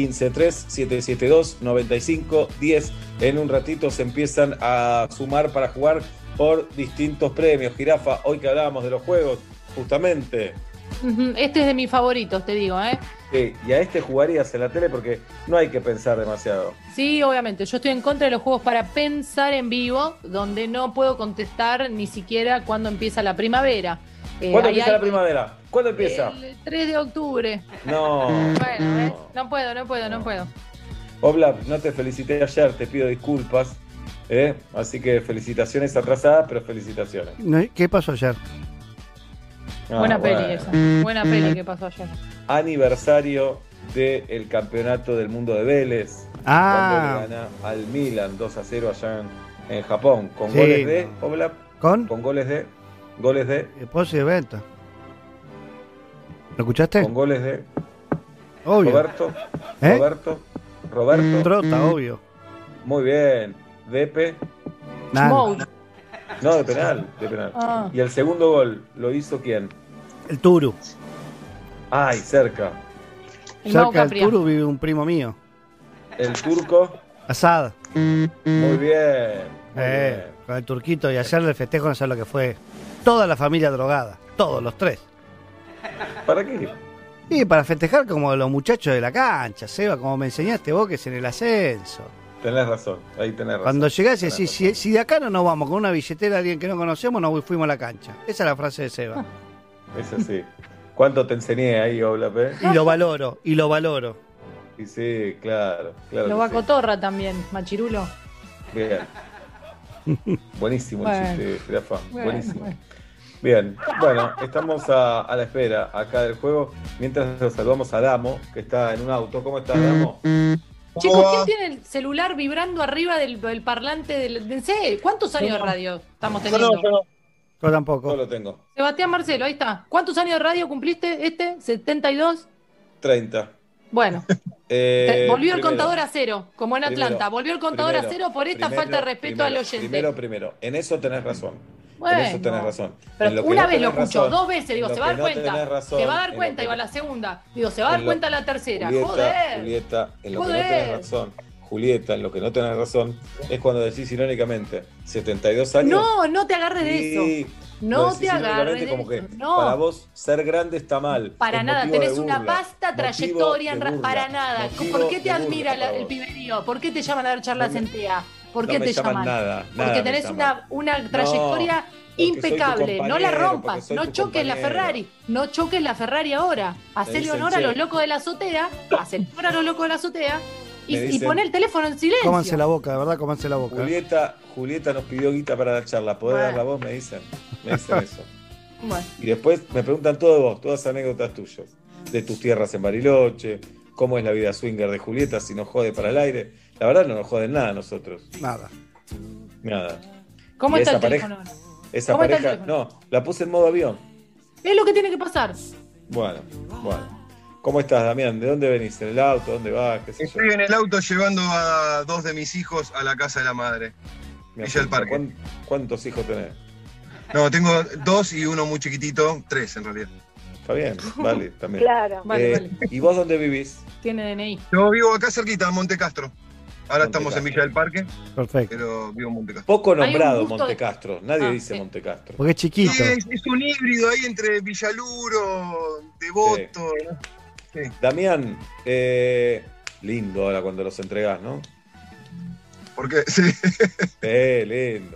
153-772-9510. En un ratito se empiezan a sumar para jugar por distintos premios. Jirafa, hoy que hablábamos de los juegos, justamente. Este es de mis favoritos, te digo, ¿eh? Sí, y a este jugarías en la tele porque no hay que pensar demasiado. Sí, obviamente. Yo estoy en contra de los juegos para pensar en vivo, donde no puedo contestar ni siquiera cuándo empieza la primavera. ¿Cuándo empieza la primavera? ¿Cuándo empieza? El 3 de octubre. No. Bueno, no puedo. Oblap, no te felicité ayer, te pido disculpas. Así que felicitaciones atrasadas, pero felicitaciones. ¿Qué pasó ayer? Buena peli esa. Buena peli que pasó ayer. Aniversario del campeonato del mundo de Vélez. Cuando le gana al Milan 2-0 allá en Japón. Con goles de Oblap. Con goles de Pozo y Venta. ¿Lo escuchaste? Con goles de obvio. Roberto. Trota, obvio. Muy bien. Depe. No, de penal. Ah. Y el segundo gol lo hizo ¿quién? El Turu. Ay, cerca. Cerca del Turu vive un primo mío. El turco. Asad. Muy bien. Con el turquito y ayer el festejo no sé lo que fue. Toda la familia drogada. Todos los 3. ¿Para qué? Y para festejar como los muchachos de la cancha, Seba, como me enseñaste vos, que es en el ascenso. Tenés razón, ahí tenés razón. Cuando llegás y decís, si de acá no nos vamos con una billetera de alguien que no conocemos, nos fuimos a la cancha. Esa es la frase de Seba. Es así. ¿Cuánto te enseñé ahí, Oblap? Y lo valoro. Y sí, claro. Lo va Cotorra también, Machirulo. Bien. Buenísimo el chiste, Jirafa. Buenísimo. Bueno. Bien, bueno, estamos a la espera acá del juego. Mientras lo saludamos a Damo, que está en un auto. ¿Cómo estás, Damo? Chicos, ¿quién tiene el celular vibrando arriba del parlante del C? ¿Cuántos años de radio estamos teniendo? Yo tampoco. Yo lo tengo. Sebastián Marcelo, ahí está. ¿Cuántos años de radio cumpliste este? ¿72? 30. Bueno. Volvió el contador a cero, como en Primero, Atlanta. Volvió el contador a cero por esta falta de respeto al oyente. Primero. En eso tenés razón. Bueno, en eso tenés razón. pero una vez lo escucho, razón, 2 veces, digo, se va a dar cuenta. Se va a dar cuenta, digo, a la segunda. Digo, se va a dar cuenta a la tercera. Julieta, en lo que no tenés razón. Julieta, en lo que no tenés razón, es cuando decís irónicamente, 72 años. No te agarres de eso. No te agarres de como que no. Para vos, ser grande está mal. Para nada, tenés una vasta trayectoria para nada. ¿Por qué te admira el piberío? ¿Por qué te llaman a dar charlas en TEA? ¿Por qué te llaman? Nada, porque tenés una trayectoria impecable. No la rompas, no choques la Ferrari. No choques la Ferrari ahora. Hacele honor a los locos de la azotea. Y poné el teléfono en silencio. Cómanse la boca, de verdad, cómanse la boca. Julieta nos pidió guita para la charla. ¿Podés dar la voz? Me dicen eso. Bueno. Y después me preguntan todo de vos, todas anécdotas tuyas. De tus tierras en Bariloche, cómo es la vida swinger de Julieta, si nos jode para el aire. La verdad no nos joden nada a nosotros. Nada. ¿Cómo está el teléfono? Esa pareja, no, la puse en modo avión. Es lo que tiene que pasar. Bueno. ¿Cómo estás, Damián? ¿De dónde venís? ¿En el auto? ¿Dónde vas? ¿Qué sé Estoy en el auto llevando a 2 de mis hijos a la casa de la madre. Villa del Parque. ¿Cuántos hijos tenés? No, tengo 2 y uno muy chiquitito, 3 en realidad. Está bien, vale, también. Claro, vale. ¿Y vos dónde vivís? Tiene DNI. Yo vivo acá cerquita, en Monte Castro. Ahora estamos en Villa del Parque. Perfecto. Pero vivo en Monte Castro. Poco nombrado Monte Castro. Nadie dice Monte Castro. Porque es chiquito. Sí, es un híbrido ahí entre Villaluro, Devoto. Sí. ¿no? Sí. Damián, lindo ahora cuando los entregás, ¿no? ¿Por qué? Sí. Lindo.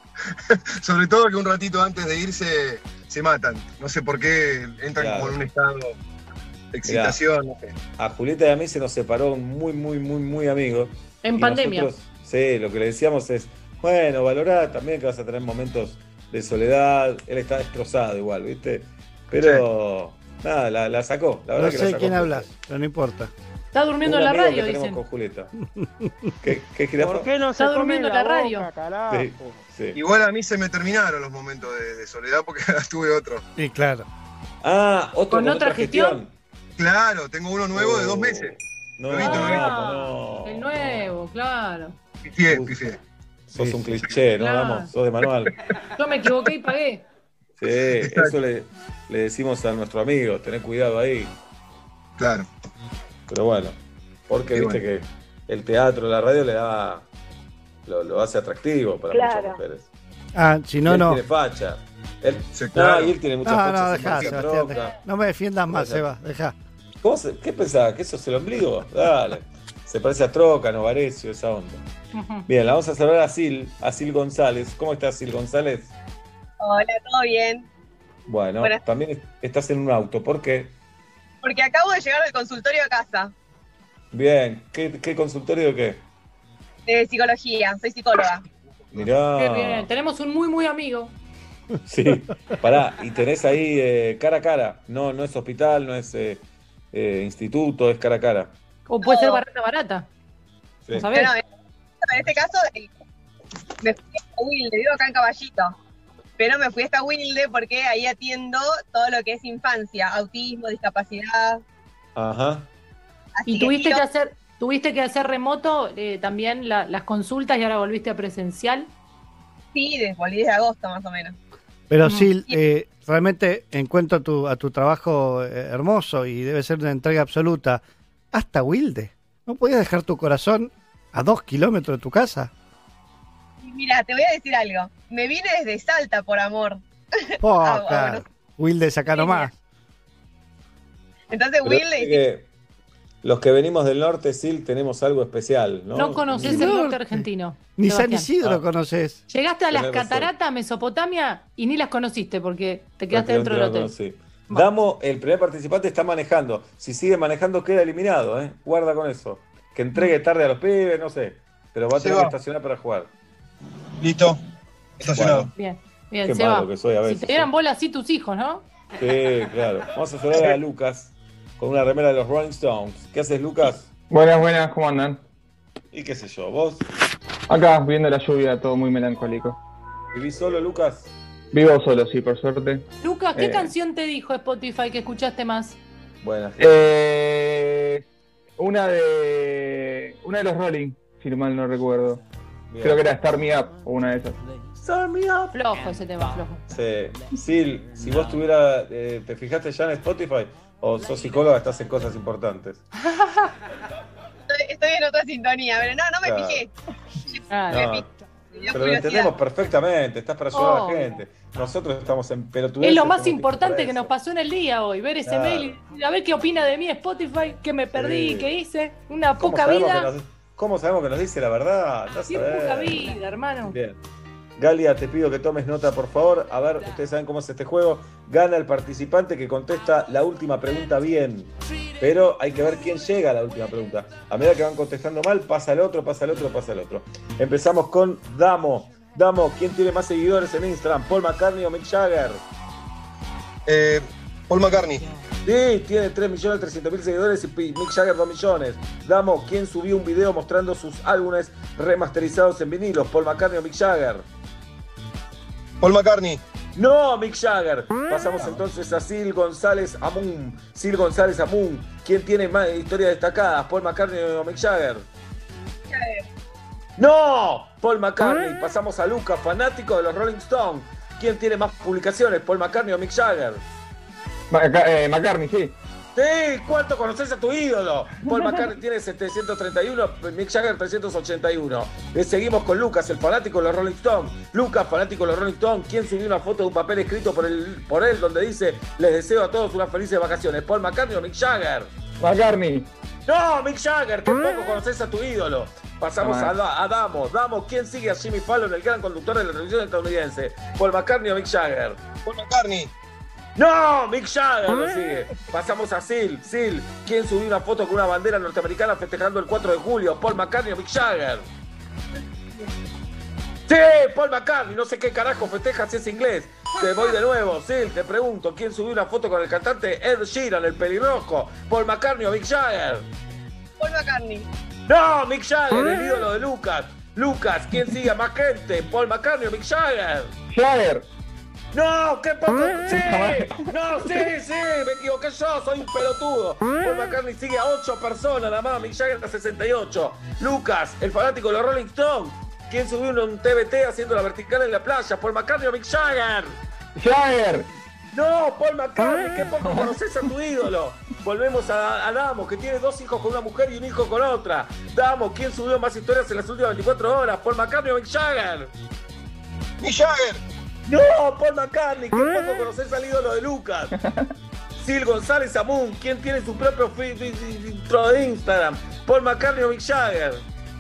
Sobre todo que un ratito antes de irse se matan. No sé por qué, entran como en un estado de excitación. No sé. A Julieta y a mí se nos separó un muy amigo. En pandemia. Nosotros, sí, lo que le decíamos es, bueno, valorá también que vas a tener momentos de soledad. Él está destrozado igual, ¿viste? Pero... Nada, la sacó. La verdad no sé de quién hablas, pero no importa. Está durmiendo en la radio, dicen. Con Julieta. ¿Qué Jirafa? ¿Por qué no está durmiendo en la radio? Sí. Igual a mí se me terminaron los momentos de soledad porque tuve otro. Sí, claro. ¿Otro con otra gestión? Claro, tengo uno nuevo de 2 meses. No. El nuevo, claro. Pifié. Sos un cliché, ¿no? Vamos, sos de manual. Yo me equivoqué y pagué. Sí, eso le decimos a nuestro amigo, tener cuidado ahí. Claro. Pero bueno, porque viste que el teatro, la radio le da, lo hace atractivo para muchas mujeres. Si no, no. Él tiene facha. Él tiene mucha facha. No, dejá, Sebastián. No me defiendas más, Seba, dejá. ¿Qué pensabas? ¿Que eso es el ombligo? Dale. Se parece a Trócano, Varecio, esa onda. Bien, la vamos a saludar a Sil González. ¿Cómo estás, Sil González? Hola, ¿todo bien? Bueno, también estás en un auto. ¿Por qué? Porque acabo de llegar del consultorio a casa. Bien. ¿Qué consultorio de qué? De psicología. Soy psicóloga. Mirá. Qué bien. Tenemos un muy amigo. Sí. Pará. Y tenés ahí cara a cara. No es hospital, no es instituto, es cara a cara. O puede ser barata. Sí. Bueno, en este caso me fui a Wilde. Vivo acá en Caballito. Pero me fui hasta Wilde porque ahí atiendo todo lo que es infancia, autismo, discapacidad. Ajá. ¿Y tuviste que hacer remoto también las consultas y ahora volviste a presencial? Sí, volví desde agosto más o menos. Pero Sil, realmente encuentro a tu trabajo hermoso y debe ser una entrega absoluta. Hasta Wilde. ¿No podías dejar tu corazón a 2 kilómetros de tu casa? Mira, te voy a decir algo. Me vine desde Salta por amor. Wilde saca nomás. Entonces Wilde... Los que venimos del norte, Sil, tenemos algo especial, ¿no? No conoces el norte argentino. Ni San Sebastián. Isidro conoces. Llegaste a las Tenés razón. cataratas, Mesopotamia, y ni las conociste porque te quedaste dentro del hotel. Sí. Damo, el primer participante está manejando. Si sigue manejando, queda eliminado, ¿eh? Guarda con eso. Que entregue tarde a los pibes, no sé. Pero va a tener que estacionar para jugar. Listo. Estacionado. Bien, bien, Qué Seba. malo que soy a veces. Si te dieran bola así tus hijos, ¿no? Sí, claro. Vamos a saludar a Lucas con una remera de los Rolling Stones. ¿Qué haces, Lucas? Buenas, ¿cómo andan? Y qué sé yo, ¿vos? Acá, viendo la lluvia, todo muy melancólico. ¿Vivís solo, Lucas? Vivo solo, sí, por suerte. Lucas, ¿qué canción te dijo Spotify que escuchaste más? Buenas. Una de los Rolling, si mal no recuerdo. Bien. Creo que era Start Me Up, o una de esas. Start Me Up. Flojo ese tema, flojo. Sí. Sil, si vos tuvieras, ¿te fijaste ya en Spotify? ¿O sos psicóloga, estás en cosas importantes? Estoy en otra sintonía, pero no me Claro. fijé. No, pero lo entendemos perfectamente, estás para ayudar a la gente. Nosotros estamos en pelotudeces. Es lo más como importante tipo que nos pasó en el día hoy, ver ese Claro. mail y a ver qué opina de mí Spotify, qué me perdí, Sí. qué hice, una ¿Cómo poca sabemos vida. ¿Cómo sabemos que nos dice la verdad? No Qué sabés. poca vida, hermano. Bien. Galia, te pido que tomes nota, por favor. A ver, ustedes saben cómo es este juego. Gana el participante que contesta la última pregunta bien. Pero hay que ver quién llega a la última pregunta. A medida que van contestando mal, pasa el otro, pasa el otro, pasa el otro. Empezamos con Damo. Damo, ¿quién tiene más seguidores en Instagram? ¿Paul McCartney o Mick Jagger? Paul McCartney. Sí, tiene 3.300.000 seguidores y Mick Jagger 2 millones. Damo, ¿quién subió un video mostrando sus álbumes remasterizados en vinilos? ¿Paul McCartney o Mick Jagger? Paul McCartney. No, Mick Jagger. Pasamos entonces a Sil González Amun. Sil González Amun. ¿Quién tiene más historias destacadas? ¿Paul McCartney o Mick Jagger? ¡No! Paul McCartney. Pasamos a Lucas, fanático de los Rolling Stones. ¿Quién tiene más publicaciones? ¿Paul McCartney o Mick Jagger? McCartney, sí. Sí, ¿cuánto conoces a tu ídolo? Paul McCartney tiene 731, Mick Jagger 381. Seguimos con Lucas, el fanático de los Rolling Stones. Lucas, fanático de los Rolling Stones. ¿Quién subió una foto de un papel escrito por él donde dice: les deseo a todos unas felices vacaciones? ¿Paul McCartney o Mick Jagger? McCartney. No, Mick Jagger, tampoco conoces a tu ídolo. Pasamos a Damo. Damo, ¿quién sigue a Jimmy Fallon, el gran conductor de la televisión estadounidense? ¿Paul McCartney o Mick Jagger? Paul McCartney. ¡No! Mick Jagger lo sigue. Pasamos a Sil. Sil, ¿quién subió una foto con una bandera norteamericana festejando el 4 de julio? ¿Paul McCartney o Mick Jagger? Sí, Paul McCartney. No sé qué carajo festeja si es inglés. Te voy de nuevo, Sil, te pregunto, ¿quién subió una foto con el cantante Ed Sheeran, el pelirrojo? ¿Paul McCartney o Mick Jagger? Paul McCartney. ¡No! Mick Jagger, el ídolo de Lucas. Lucas, ¿quién sigue a más gente? ¿Paul McCartney o Mick Jagger? Jagger. ¡No! ¿Qué poco? ¡Sí! ¡No, sí! Me equivoqué yo, soy un pelotudo. Paul McCartney sigue a 8 personas, nada más. Mick Jagger a 68. Lucas, el fanático de los Rolling Stones. ¿Quién subió un TBT haciendo la vertical en la playa? ¿Paul McCartney o Mick Jagger? Jagger. No, Paul McCartney, que poco conoces a tu ídolo. Volvemos a Damo, que tiene 2 hijos con una mujer y un hijo con otra. Damo, ¿quién subió más historias en las últimas 24 horas? ¿Paul McCartney o Mick Jagger? Mick Jagger. No, Paul McCartney, que poco conoces al ídolo de Lucas. Sil González Amun, ¿quién tiene su propio filtro de Instagram? ¿Paul McCartney o Mick Jagger?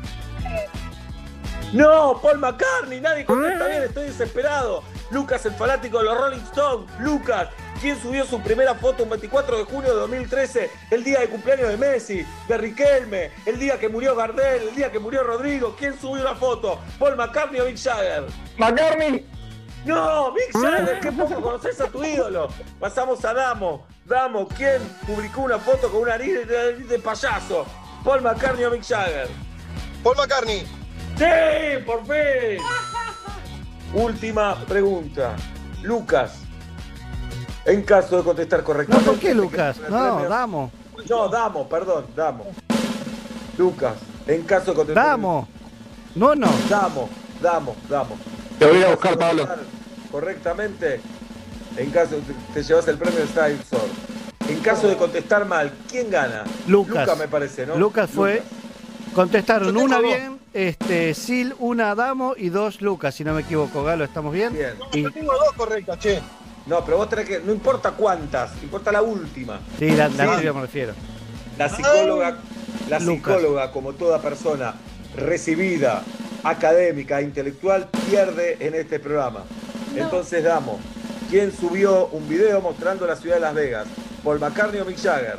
No, Paul McCartney, nadie contesta bien, estoy desesperado. Lucas, el fanático de los Rolling Stones. Lucas, ¿quién subió su primera foto un 24 de junio de 2013? El día de cumpleaños de Messi, de Riquelme, el día que murió Gardel, el día que murió Rodrigo. ¿Quién subió una foto? ¿Paul McCartney o Mick Jagger? McCartney. No, Mick Jagger, qué poco conoces a tu ídolo. Pasamos a Damo. Damo, ¿quién publicó una foto con una nariz de payaso? ¿Paul McCartney o Mick Jagger? Paul McCartney. ¡Sí, por fin! Última pregunta. Lucas, en caso de contestar correctamente... No, ¿por qué Lucas? No, Damo. No, Damo, perdón, Damo. Lucas, en caso de contestar... Damo. No. Damo. Te voy a ir a buscar, Pablo. Correctamente, en caso te llevas el premio Style Sword. En caso de contestar mal, ¿quién gana? Lucas me parece, ¿no? Lucas fue... Contestaron una 2. bien, Sil, una Damo y 2 Lucas, si no me equivoco. Galo, ¿estamos bien? Bien. Yo tengo 2 correctas, che. No, pero vos tenés que... No importa cuántas, importa la última. Sí, la anterior me refiero. La psicóloga, como toda persona recibida, académica, intelectual, pierde en este programa. No. Entonces damos. ¿Quién subió un video mostrando la ciudad de Las Vegas? ¿Paul McCartney o Mick Jagger?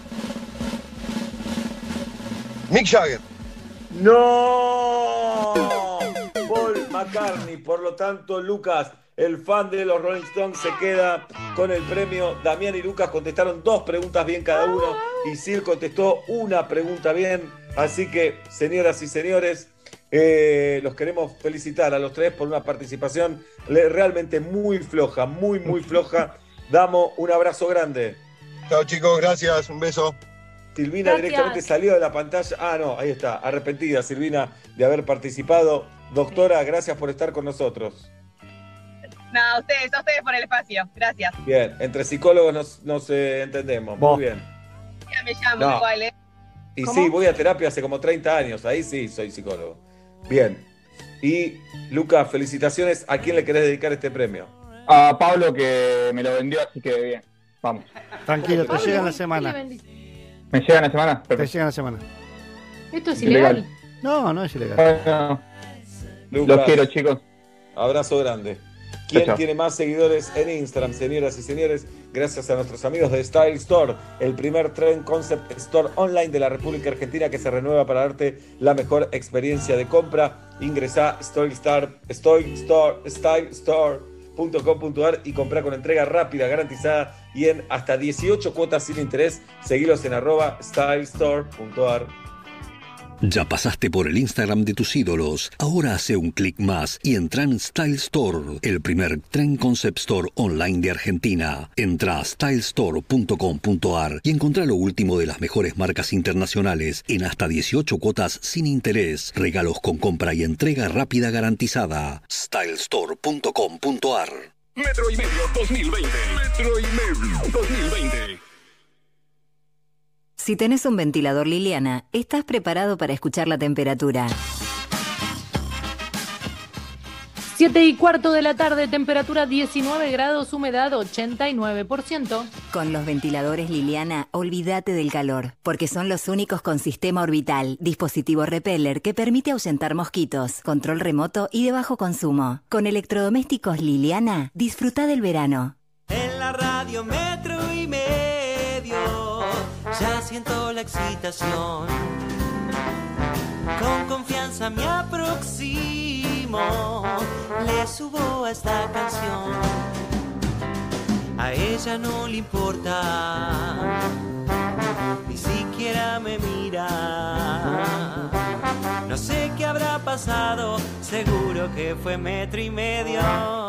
Mick Jagger. ¡No! Paul McCartney. Por lo tanto, Lucas, el fan de los Rolling Stones, se queda con el premio. Damián y Lucas contestaron 2 preguntas bien cada uno y Sil contestó 1 pregunta bien. Así que, señoras y señores, los queremos felicitar a los 3 por una participación realmente muy floja, muy floja. Damos un abrazo grande. Chao, chicos, gracias, un beso. Silvina directamente salió de la pantalla. Ah, no, ahí está, arrepentida Silvina de haber participado. Doctora, gracias por estar con nosotros. No, a ustedes por el espacio, gracias. Bien, entre psicólogos nos entendemos, muy bien. Ya me llamo igual, ¿eh? Y ¿cómo? Sí, voy a terapia hace como 30 años, ahí sí soy psicólogo. Bien, y Luca, felicitaciones. ¿A quién le querés dedicar este premio? A Pablo, que me lo vendió, así que bien, vamos. Tranquilo, te llega en la semana. ¿Me llega en la semana? Perfecto. Te llega en la semana. ¿Esto es ilegal? No es ilegal. Bueno, Lucas, los quiero, chicos. Abrazo grande. ¿Quién chao. Tiene más seguidores en Instagram, señoras y señores? Gracias a nuestros amigos de Style Store, el primer Trend Concept Store online de la República Argentina que se renueva para darte la mejor experiencia de compra. Ingresá a stylestore.com.ar y comprá con entrega rápida, garantizada y en hasta 18 cuotas sin interés. Seguilos en @stylestore.ar. Ya pasaste por el Instagram de tus ídolos. Ahora hace un clic más y entra en Style Store, el primer Trend Concept Store online de Argentina. Entra a stylestore.com.ar y encontrá lo último de las mejores marcas internacionales en hasta 18 cuotas sin interés. Regalos con compra y entrega rápida garantizada. stylestore.com.ar. Metro y Medio 2020. Metro y Medio 2020. Si tenés un ventilador Liliana, estás preparado para escuchar la temperatura. 7:15 de la tarde, temperatura 19 grados, humedad 89%. Con los ventiladores Liliana, olvídate del calor, porque son los únicos con sistema orbital, dispositivo repeller que permite ahuyentar mosquitos, control remoto y de bajo consumo. Con electrodomésticos Liliana, disfruta del verano. En la radio Metro y Medio, ya siento la excitación. Con confianza me aproximo, le subo a esta canción. A ella no le importa, ni siquiera me mira. No sé qué habrá pasado, seguro que fue Metro y Medio.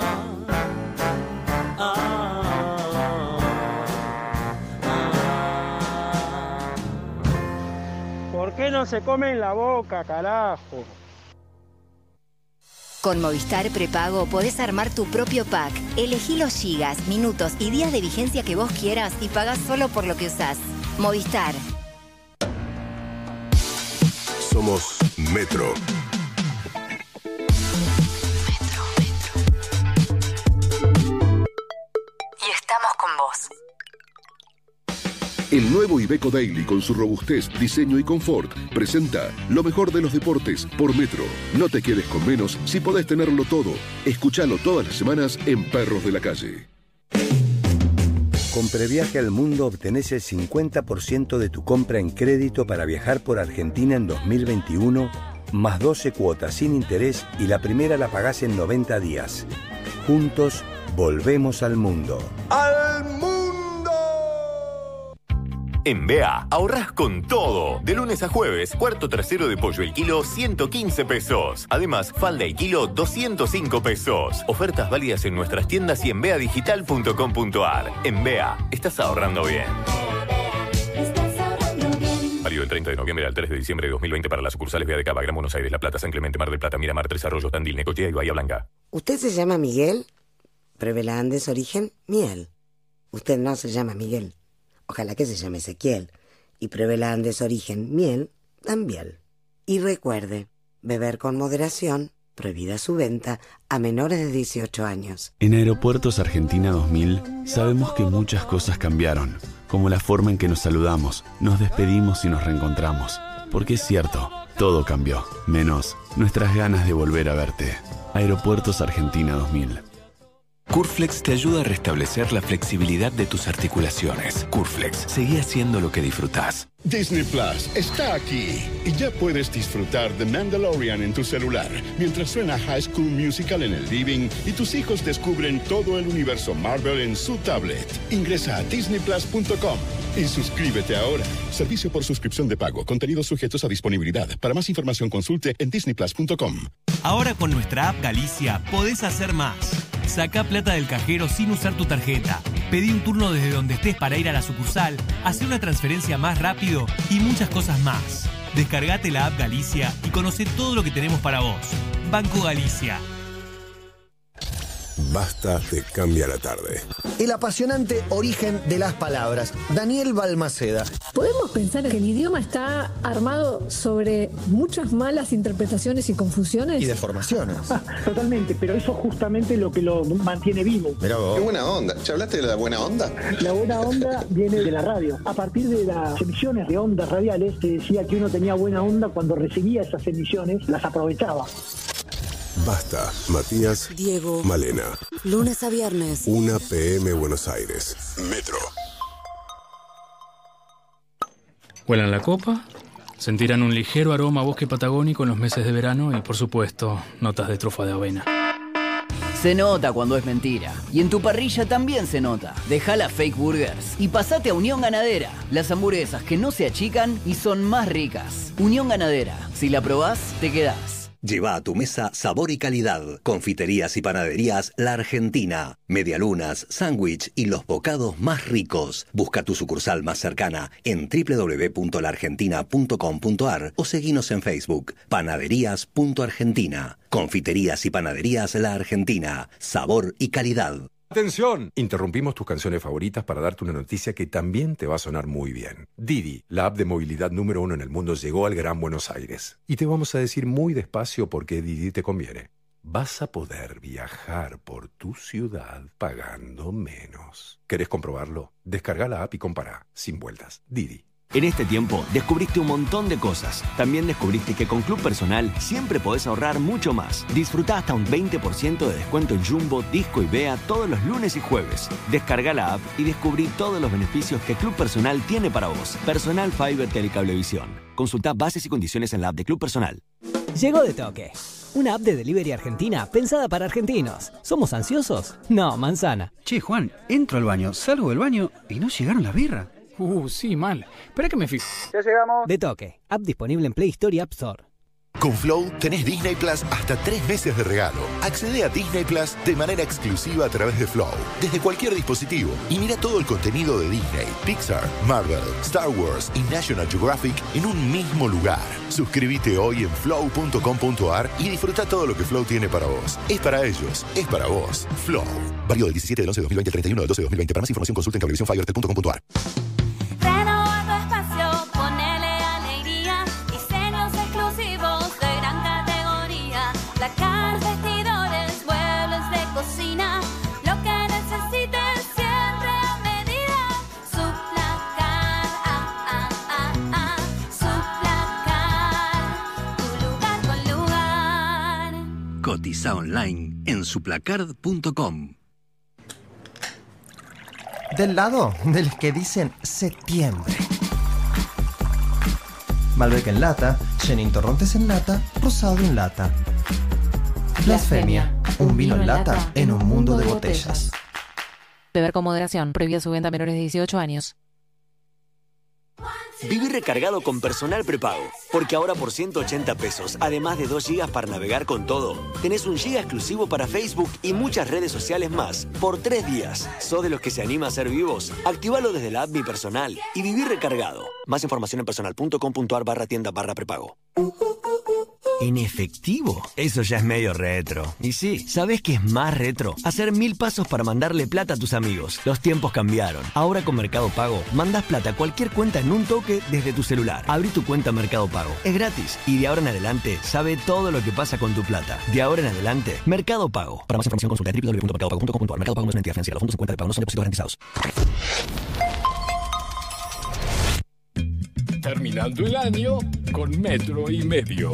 ¿Por qué no se come en la boca, carajo? Con Movistar Prepago podés armar tu propio pack. Elegí los gigas, minutos y días de vigencia que vos quieras y pagás solo por lo que usás. Movistar. Somos Metro. Y estamos con vos. El nuevo Iveco Daily, con su robustez, diseño y confort, presenta lo mejor de los deportes por Metro. No te quedes con menos si podés tenerlo todo. Escúchalo todas las semanas en Perros de la Calle. Con Previaje al Mundo obtenés el 50% de tu compra en crédito para viajar por Argentina en 2021, más 12 cuotas sin interés y la primera la pagás en 90 días. Juntos, volvemos al mundo. ¡Al mundo! En BEA, ahorrás con todo. De lunes a jueves, cuarto trasero de pollo el kilo, 115 pesos. Además, falda el kilo, 205 pesos. Ofertas válidas en nuestras tiendas y en beadigital.com.ar. En BEA, estás ahorrando bien. Válido del 30 de noviembre al 3 de diciembre de 2020 para las sucursales BEA de Cava, Gran Buenos Aires, La Plata, San Clemente, Mar del Plata, Miramar, Tres Arroyos, Tandil, Necochea y Bahía Blanca. ¿Usted se llama Miguel? Pruebe la Andes Origen Miel. Usted no se llama Miguel. Ojalá que se llame Ezequiel. Y pruebe la Andes Origen Miel también. Y recuerde, beber con moderación, prohibida su venta a menores de 18 años. En Aeropuertos Argentina 2000 sabemos que muchas cosas cambiaron, como la forma en que nos saludamos, nos despedimos y nos reencontramos. Porque es cierto, todo cambió, menos nuestras ganas de volver a verte. Aeropuertos Argentina 2000. Curflex te ayuda a restablecer la flexibilidad de tus articulaciones. Curflex, seguí haciendo lo que disfrutás. Disney Plus está aquí y ya puedes disfrutar de Mandalorian en tu celular mientras suena High School Musical en el living y tus hijos descubren todo el universo Marvel en su tablet. Ingresa a disneyplus.com y suscríbete ahora. Servicio por suscripción de pago. Contenidos sujetos a disponibilidad. Para más información consulte en disneyplus.com. Ahora con nuestra app Galicia podés hacer más. Saca plata del cajero sin usar tu tarjeta. Pedí un turno desde donde estés para ir a la sucursal, hacer una transferencia más rápido y muchas cosas más. Descargate la app Galicia y conoce todo lo que tenemos para vos. Banco Galicia. Basta te cambia la tarde. El apasionante origen de las palabras. Daniel Balmaceda. ¿Podemos pensar que el idioma está armado sobre muchas malas interpretaciones y confusiones? Y deformaciones. Totalmente, pero eso es justamente lo que lo mantiene vivo. Mirá vos. Qué buena onda. ¿Ya hablaste de la buena onda? La buena onda viene de la radio. A partir de las emisiones de ondas radiales, se decía que uno tenía buena onda cuando recibía esas emisiones, las aprovechaba. Basta, Matías, Diego, Malena. Lunes a viernes. 1 p.m. Buenos Aires. Metro. Huelan la copa, sentirán un ligero aroma a bosque patagónico en los meses de verano y, por supuesto, notas de trufa de avena. Se nota cuando es mentira. Y en tu parrilla también se nota. Deja las fake burgers y pasate a Unión Ganadera. Las hamburguesas que no se achican y son más ricas. Unión Ganadera. Si la probás, te quedás. Lleva a tu mesa sabor y calidad. Confiterías y panaderías La Argentina. Medialunas, sándwich y los bocados más ricos. Busca tu sucursal más cercana en www.laargentina.com.ar o seguinos en Facebook. Panaderías.argentina. Confiterías y panaderías La Argentina. Sabor y calidad. ¡Atención! Interrumpimos tus canciones favoritas para darte una noticia que también te va a sonar muy bien. Didi, la app de movilidad número 1 en el mundo, llegó al Gran Buenos Aires. Y te vamos a decir muy despacio por qué Didi te conviene. Vas a poder viajar por tu ciudad pagando menos. ¿Querés comprobarlo? Descarga la app y compara, sin vueltas. Didi. En este tiempo descubriste un montón de cosas. También descubriste que con Club Personal siempre podés ahorrar mucho más. Disfrutá hasta un 20% de descuento en Jumbo, Disco y Bea todos los lunes y jueves. Descarga la app y descubrí todos los beneficios que Club Personal tiene para vos. Personal Fiber Telecablevisión. Consultá bases y condiciones en la app de Club Personal. Llegó De Toque, una app de delivery argentina pensada para argentinos. ¿Somos ansiosos? No, manzana. Che, Juan, entro al baño, salgo del baño y no llegaron las birras. Sí, mal. Espera que me fijo. Ya llegamos. De Toque, app disponible en Play Store y App Store. Con Flow tenés Disney Plus hasta 3 meses de regalo. Accede a Disney Plus de manera exclusiva a través de Flow, desde cualquier dispositivo. Y mira todo el contenido de Disney, Pixar, Marvel, Star Wars y National Geographic en un mismo lugar. Suscríbete hoy en flow.com.ar y disfruta todo lo que Flow tiene para vos. Es para ellos, es para vos. Flow. Válido del 17 del 11 de 2020 al 31 del 12 de 2020. Para más información consulta en cablevisiónfibertel.com.ar. Cotiza online en suplacard.com. Del lado de los que dicen septiembre. Malbec en lata, Chenin Torrontés en lata, Rosado en lata. Blasfemia, un vino en lata en un mundo de botellas. Beber con moderación, prohibida su venta a menores de 18 años. Viví recargado con Personal Prepago, porque ahora por 180 pesos, además de 2 gigas para navegar con todo, tenés un giga exclusivo para Facebook y muchas redes sociales más, por 3 días. ¿Sos de los que se anima a ser vivos? Activalo desde la app Mi Personal y viví recargado. Más información en personal.com.ar/tienda/prepago. ¿En efectivo? Eso ya es medio retro. Y sí, ¿sabés qué es más retro? Hacer 1000 pasos para mandarle plata a tus amigos. Los tiempos cambiaron. Ahora con Mercado Pago, mandás plata a cualquier cuenta en un toque desde tu celular. Abrí tu cuenta Mercado Pago. Es gratis. Y de ahora en adelante, sabe todo lo que pasa con tu plata. De ahora en adelante, Mercado Pago. Para más información consulta www.mercadopago.com.ar. Mercado Pago no es una entidad financiera. Los fondos en cuenta de pago no son depósitos garantizados. terminando el año con Metro y Medio.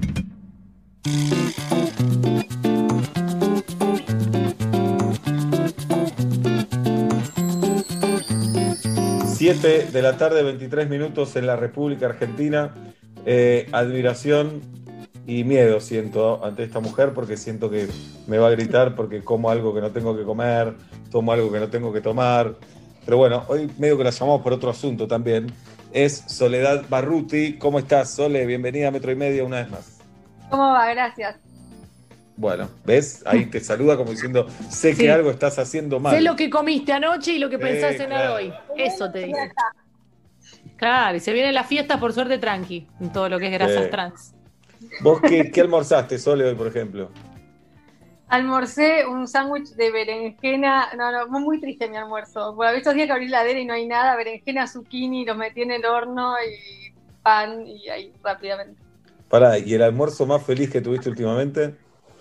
Siete de la tarde, 23 minutos en la República Argentina. Admiración y miedo siento ante esta mujer, porque siento que me va a gritar porque como algo que no tengo que comer, tomo algo que no tengo que tomar. Pero bueno, hoy medio que la llamamos por otro asunto también. Es Soledad Barruti. ¿Cómo estás, Sole? Bienvenida a Metro y Medio una vez más. ¿Cómo va? Gracias. Bueno, ¿ves? Ahí te saluda como diciendo, sé que algo estás haciendo mal. Sé lo que comiste anoche y lo que pensás cenar hoy. Eso te dice. Claro, y se vienen las fiestas, por suerte, tranqui, en todo lo que es grasas trans. ¿Vos qué almorzaste, Sole, hoy, por ejemplo? Almorcé un sándwich de berenjena. No, muy triste mi almuerzo. Bueno, estos días que abrí la heladera y no hay nada, berenjena, zucchini, lo metí en el horno y pan y ahí rápidamente. Pará, ¿y el almuerzo más feliz que tuviste últimamente?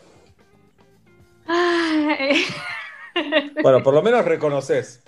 Bueno, por lo menos reconoces.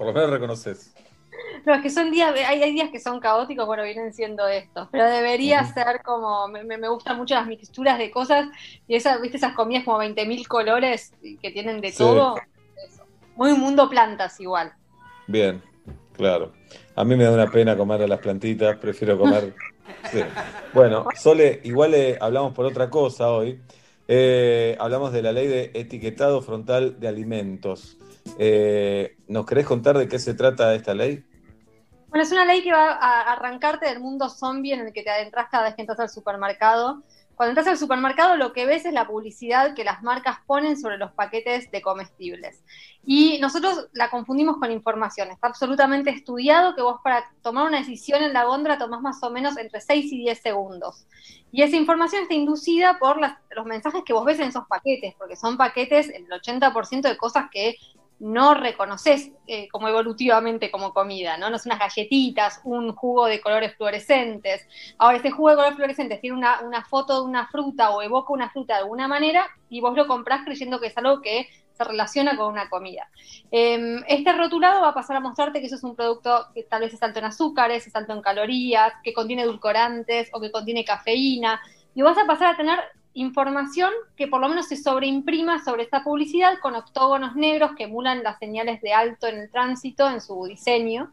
No, es que son días, hay días que son caóticos, bueno, vienen siendo estos, pero debería ser como, me gustan mucho las mixturas de cosas, y ¿viste esas comidas como 20.000 colores que tienen de todo? Eso. Muy mundo plantas igual. Bien, claro. A mí me da una pena comer a las plantitas, prefiero comer... Sí. Bueno, Sole, igual hablamos por otra cosa hoy. Hablamos de la ley de etiquetado frontal de alimentos. ¿Nos querés contar de qué se trata esta ley? Bueno, es una ley que va a arrancarte del mundo zombie en el que te adentras cada vez que entras al supermercado. Cuando entras al supermercado lo que ves es la publicidad que las marcas ponen sobre los paquetes de comestibles. Y nosotros la confundimos con información. Está absolutamente estudiado que vos para tomar una decisión en la góndola tomás más o menos entre 6 y 10 segundos. Y esa información está inducida por los mensajes que vos ves en esos paquetes, porque son paquetes, el 80% de cosas que no reconoces como evolutivamente como comida, ¿no? No son unas galletitas, un jugo de colores fluorescentes. Ahora, este jugo de colores fluorescentes tiene una foto de una fruta o evoca una fruta de alguna manera y vos lo comprás creyendo que es algo que se relaciona con una comida. Este rotulado va a pasar a mostrarte que eso es un producto que tal vez es alto en azúcares, es alto en calorías, que contiene edulcorantes o que contiene cafeína, y vas a pasar a tener información que por lo menos se sobreimprima sobre esta publicidad con octógonos negros que emulan las señales de alto en el tránsito en su diseño,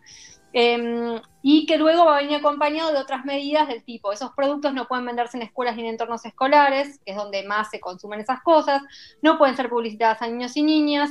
y que luego va a venir acompañado de otras medidas del tipo, esos productos no pueden venderse en escuelas ni en entornos escolares, que es donde más se consumen esas cosas, no pueden ser publicitadas a niños y niñas,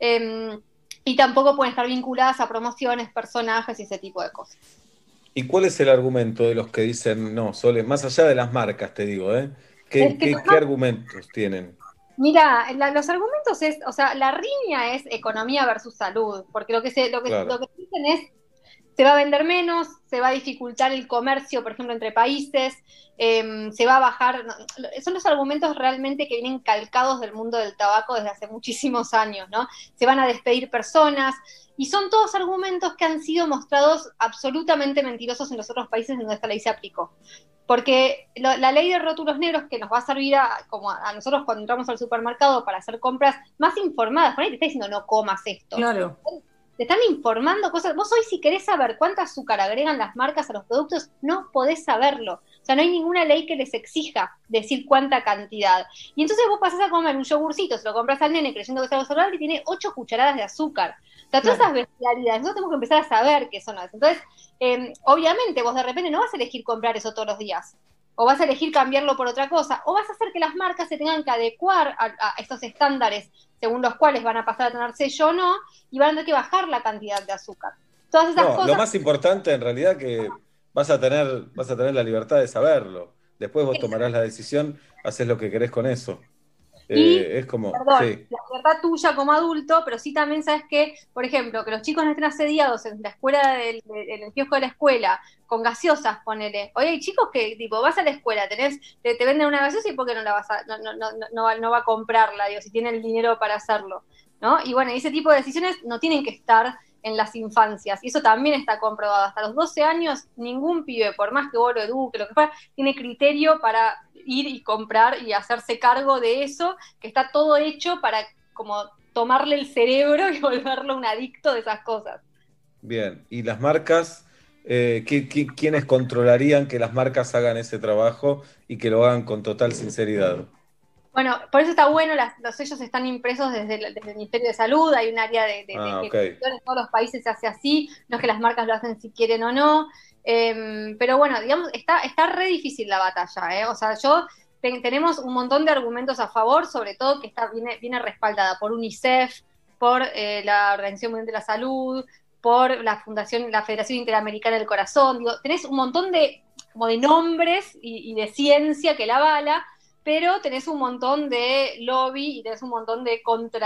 y tampoco pueden estar vinculadas a promociones, personajes y ese tipo de cosas. ¿Y cuál es el argumento de los que dicen no, Sole? Más allá de las marcas, te digo, ¿Qué argumentos tienen? Mira, los argumentos es, o sea, la riña es economía versus salud, porque lo que dicen es, se va a vender menos, se va a dificultar el comercio, por ejemplo, entre países, se va a bajar, son los argumentos realmente que vienen calcados del mundo del tabaco desde hace muchísimos años, ¿no? Se van a despedir personas, y son todos argumentos que han sido mostrados absolutamente mentirosos en los otros países donde esta ley se aplicó. Porque la ley de rótulos negros que nos va a servir como a nosotros cuando entramos al supermercado para hacer compras más informadas, por ahí te está diciendo no comas esto. Claro. Te están informando cosas. Vos hoy si querés saber cuánta azúcar agregan las marcas a los productos, no podés saberlo. O sea, no hay ninguna ley que les exija decir cuánta cantidad. Y entonces vos pasás a comer un yogurcito, se lo compras al nene creyendo que es algo saludable y tiene 8 cucharadas de azúcar. O sea, todas esas bestialidades, nosotros tenemos que empezar a saber qué son las. Entonces, obviamente vos de repente no vas a elegir comprar eso todos los días. O vas a elegir cambiarlo por otra cosa. O vas a hacer que las marcas se tengan que adecuar a estos estándares según los cuales van a pasar a tener sello o no, y van a tener que bajar la cantidad de azúcar. Todas esas cosas. Lo más importante en realidad que vas a tener la libertad de saberlo. Después vos tomarás la decisión, haces lo que querés con eso. Es como... Perdón, sí. La libertad tuya como adulto, pero sí también sabes que, por ejemplo, que los chicos no estén asediados en la escuela, en el kiosco de la escuela, con gaseosas, ponele. Oye, hay chicos que, tipo, vas a la escuela, te venden una gaseosa y ¿por qué no la vas a, no va a comprarla, digo, si tiene el dinero para hacerlo, ¿no? Y bueno, ese tipo de decisiones no tienen que estar en las infancias, y eso también está comprobado. Hasta los 12 años, ningún pibe, por más que vos lo eduque, lo que fuera, tiene criterio para ir y comprar y hacerse cargo de eso, que está todo hecho para como tomarle el cerebro y volverlo un adicto de esas cosas. Bien, y las marcas ¿quiénes controlarían que las marcas hagan ese trabajo y que lo hagan con total sinceridad? Bueno, por eso está bueno, los sellos están impresos desde el Ministerio de Salud, hay un área de gestión, en todos los países se hace así, no es que las marcas lo hacen si quieren o no, pero bueno, digamos, está re difícil la batalla, o sea, tenemos un montón de argumentos a favor, sobre todo que viene respaldada por UNICEF, por la Organización Mundial de la Salud, por la Federación Interamericana del Corazón, digo, tenés un montón de nombres y de ciencia que la avala, pero tenés un montón de lobby y tenés un montón de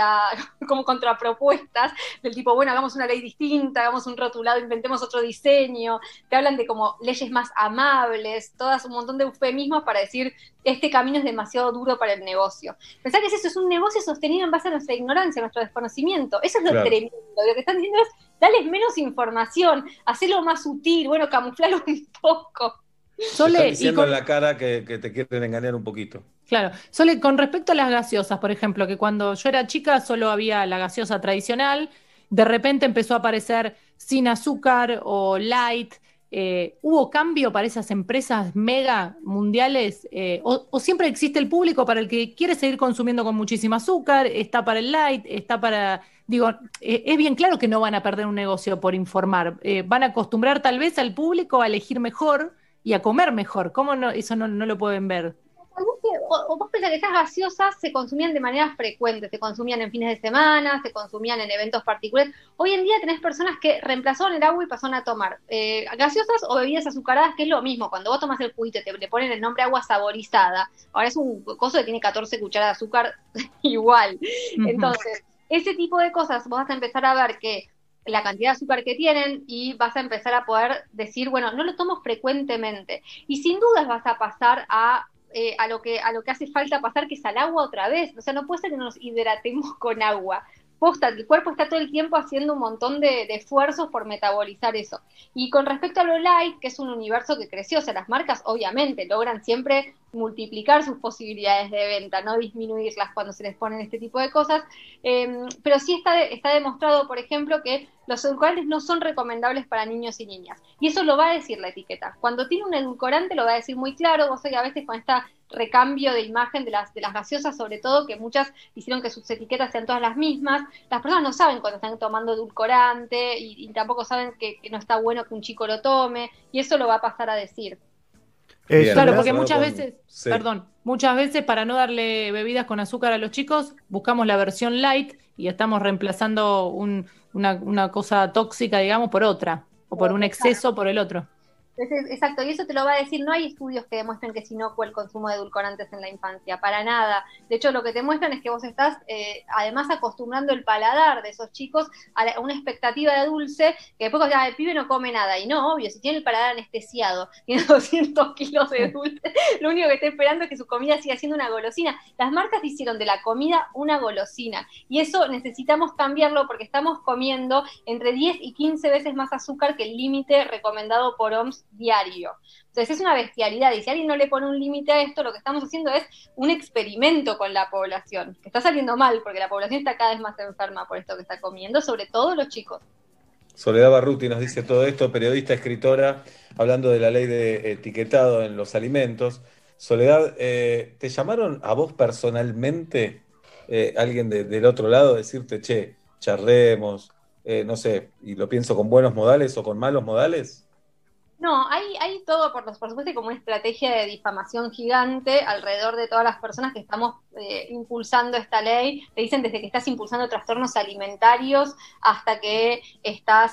contrapropuestas del tipo, bueno, hagamos una ley distinta, hagamos un rotulado, inventemos otro diseño, te hablan de como leyes más amables, todas un montón de eufemismos para decir, este camino es demasiado duro para el negocio. Pensá que eso es un negocio sostenido en base a nuestra ignorancia, a nuestro desconocimiento, eso es lo tremendo, lo que están diciendo es, dales menos información, hacelo más sutil, bueno, camuflalo un poco. Sole, te están diciendo en la cara que te quieren engañar un poquito. Claro. Sole, con respecto a las gaseosas, por ejemplo, que cuando yo era chica solo había la gaseosa tradicional, de repente empezó a aparecer sin azúcar o light. ¿Hubo cambio para esas empresas mega mundiales? ¿O siempre existe el público para el que quiere seguir consumiendo con muchísimo azúcar? ¿Está para el light? ¿Está para...? Digo, es bien claro que no van a perder un negocio por informar. Van a acostumbrar tal vez al público a elegir mejor y a comer mejor. ¿Cómo no, eso no lo pueden ver? O vos pensás que esas gaseosas se consumían de manera frecuente, se consumían en fines de semana, se consumían en eventos particulares. Hoy en día tenés personas que reemplazaron el agua y pasaron a tomar gaseosas o bebidas azucaradas, que es lo mismo. Cuando vos tomás el juguito y le ponen el nombre agua saborizada, ahora es un coso que tiene 14 cucharadas de azúcar igual. Entonces, ese tipo de cosas vos vas a empezar a ver que la cantidad de azúcar que tienen y vas a empezar a poder decir, bueno, no lo tomo frecuentemente. Y sin dudas vas a pasar a lo que hace falta pasar, que es al agua otra vez. O sea, no puede ser que nos hidratemos con agua. Posta, el cuerpo está todo el tiempo haciendo un montón de esfuerzos por metabolizar eso. Y con respecto a lo light, que es un universo que creció, o sea, las marcas obviamente logran siempre multiplicar sus posibilidades de venta, no disminuirlas cuando se les ponen este tipo de cosas, pero sí está demostrado, por ejemplo, que los edulcorantes no son recomendables para niños y niñas, y eso lo va a decir la etiqueta. Cuando tiene un edulcorante lo va a decir muy claro. Vos sabés que a veces con esta recambio de imagen de las gaseosas, sobre todo, que muchas hicieron que sus etiquetas sean todas las mismas, las personas no saben cuando están tomando edulcorante y tampoco saben que no está bueno que un chico lo tome, y eso lo va a pasar a decir. Claro, porque muchas veces, muchas veces para no darle bebidas con azúcar a los chicos, buscamos la versión light y estamos reemplazando una cosa tóxica, digamos, por otra, o por un exceso por el otro. Exacto, y eso te lo va a decir, no hay estudios que demuestren que es inocuo el consumo de edulcorantes en la infancia, para nada. De hecho, lo que te muestran es que vos estás además acostumbrando el paladar de esos chicos a una expectativa de dulce, que después el pibe no come nada, y no, obvio, si tiene el paladar anestesiado, tiene 200 kilos de dulce, lo único que está esperando es que su comida siga siendo una golosina. Las marcas hicieron de la comida una golosina, y eso necesitamos cambiarlo porque estamos comiendo entre 10 y 15 veces más azúcar que el límite recomendado por OMS diario. Entonces es una bestialidad, y si alguien no le pone un límite a esto, lo que estamos haciendo es un experimento con la población, que está saliendo mal, porque la población está cada vez más enferma por esto que está comiendo, sobre todo los chicos. Soledad Barruti nos dice todo esto, periodista, escritora, hablando de la ley de etiquetado en los alimentos. Soledad, ¿te llamaron a vos personalmente alguien del otro lado a decirte, che, charlemos, no sé, y lo pienso con buenos modales o con malos modales? No, hay todo, por supuesto, como una estrategia de difamación gigante alrededor de todas las personas que estamos impulsando esta ley. Te dicen desde que estás impulsando trastornos alimentarios hasta que estás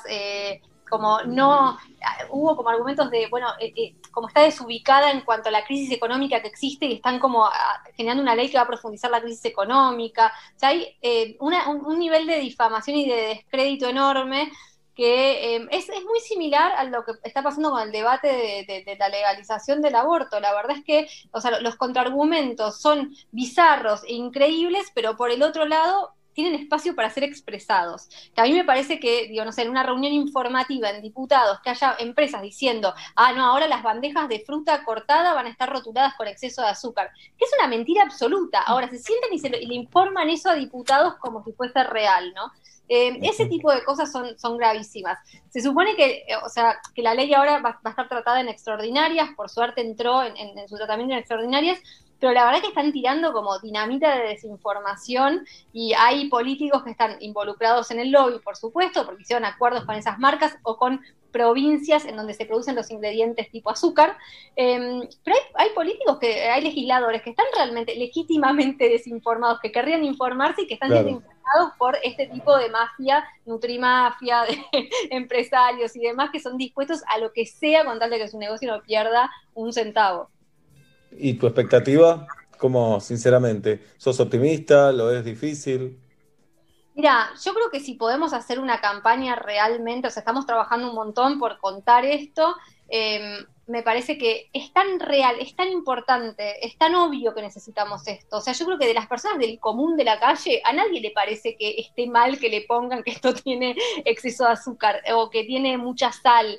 hubo como argumentos de, bueno, como está desubicada en cuanto a la crisis económica que existe, y están como generando una ley que va a profundizar la crisis económica. O sea, hay un nivel de difamación y de descrédito enorme que es muy similar a lo que está pasando con el debate de la legalización del aborto. La verdad es que, o sea, los contraargumentos son bizarros e increíbles, pero por el otro lado tienen espacio para ser expresados. Que a mí me parece que, digo, no sé, en una reunión informativa en diputados, que haya empresas diciendo, no, ahora las bandejas de fruta cortada van a estar rotuladas con exceso de azúcar, que es una mentira absoluta. Ahora se sienten y le informan eso a diputados como si fuese real, ¿no? Ese tipo de cosas son gravísimas. Se supone que, o sea, que la ley ahora va a estar tratada en extraordinarias, por suerte entró en su tratamiento en extraordinarias, pero la verdad que están tirando como dinamita de desinformación y hay políticos que están involucrados en el lobby, por supuesto, porque hicieron acuerdos con esas marcas o con provincias en donde se producen los ingredientes tipo azúcar, pero hay políticos, hay legisladores que están realmente, legítimamente desinformados, que querrían informarse y que están siendo influenciados por este tipo de mafia, nutrimafia, de empresarios y demás, que son dispuestos a lo que sea con tal de que su negocio no pierda un centavo. ¿Y tu expectativa? ¿Cómo, sinceramente? ¿Sos optimista? ¿Lo es difícil? Mira, yo creo que si podemos hacer una campaña realmente, o sea, estamos trabajando un montón por contar esto, me parece que es tan real, es tan importante, es tan obvio que necesitamos esto. O sea, yo creo que de las personas del común de la calle, a nadie le parece que esté mal que le pongan que esto tiene exceso de azúcar o que tiene mucha sal.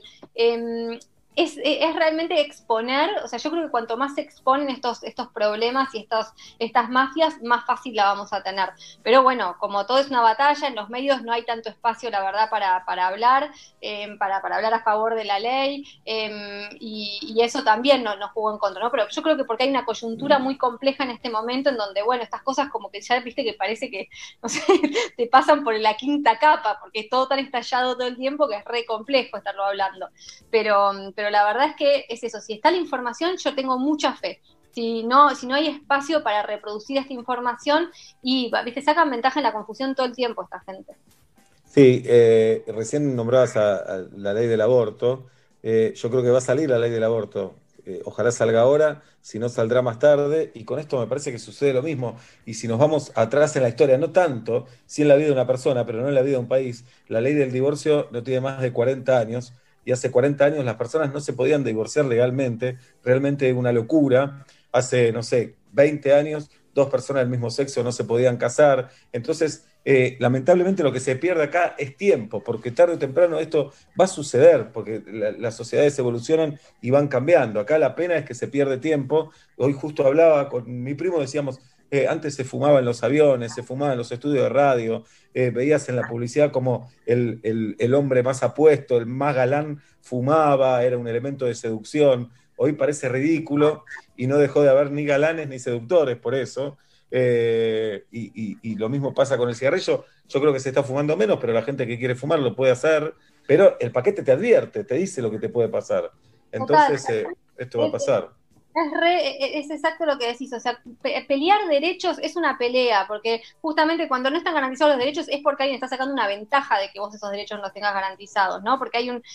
Es realmente exponer, o sea, yo creo que cuanto más se exponen estos problemas y estas mafias, más fácil la vamos a tener. Pero bueno, como todo es una batalla, en los medios no hay tanto espacio, la verdad, para hablar, para hablar a favor de la ley, y eso también nos jugó en contra, ¿no? Pero yo creo que porque hay una coyuntura muy compleja en este momento en donde, bueno, estas cosas como que ya, viste, que parece que, no sé, te pasan por la quinta capa, porque es todo tan estallado todo el tiempo que es re complejo estarlo hablando. Pero la verdad es que es eso, si está la información, yo tengo mucha fe. Si no hay espacio para reproducir esta información y, viste, sacan ventaja en la confusión todo el tiempo esta gente. Sí, recién nombrabas a la ley del aborto. Yo creo que va a salir la ley del aborto. Ojalá salga ahora, si no saldrá más tarde, y con esto me parece que sucede lo mismo. Y si nos vamos atrás en la historia, no tanto, sí en la vida de una persona, pero no en la vida de un país, la ley del divorcio no tiene más de 40 años, y hace 40 años las personas no se podían divorciar legalmente, realmente una locura. Hace, no sé, 20 años, 2 personas del mismo sexo no se podían casar. Entonces, lamentablemente lo que se pierde acá es tiempo, porque tarde o temprano esto va a suceder, porque las sociedades evolucionan y van cambiando. Acá la pena es que se pierde tiempo. Hoy justo hablaba con mi primo, decíamos, antes se fumaba en los aviones, se fumaba en los estudios de radio, veías en la publicidad como el hombre más apuesto, el más galán fumaba, era un elemento de seducción. Hoy parece ridículo y no dejó de haber ni galanes ni seductores por eso. Y lo mismo pasa con el cigarrillo. Yo creo que se está fumando menos, pero la gente que quiere fumar lo puede hacer. Pero el paquete te advierte, te dice lo que te puede pasar. Entonces, esto va a pasar. Es exacto lo que decís, o sea, pelear derechos es una pelea, porque justamente cuando no están garantizados los derechos es porque alguien está sacando una ventaja de que vos esos derechos no los tengas garantizados, ¿no? Porque hay un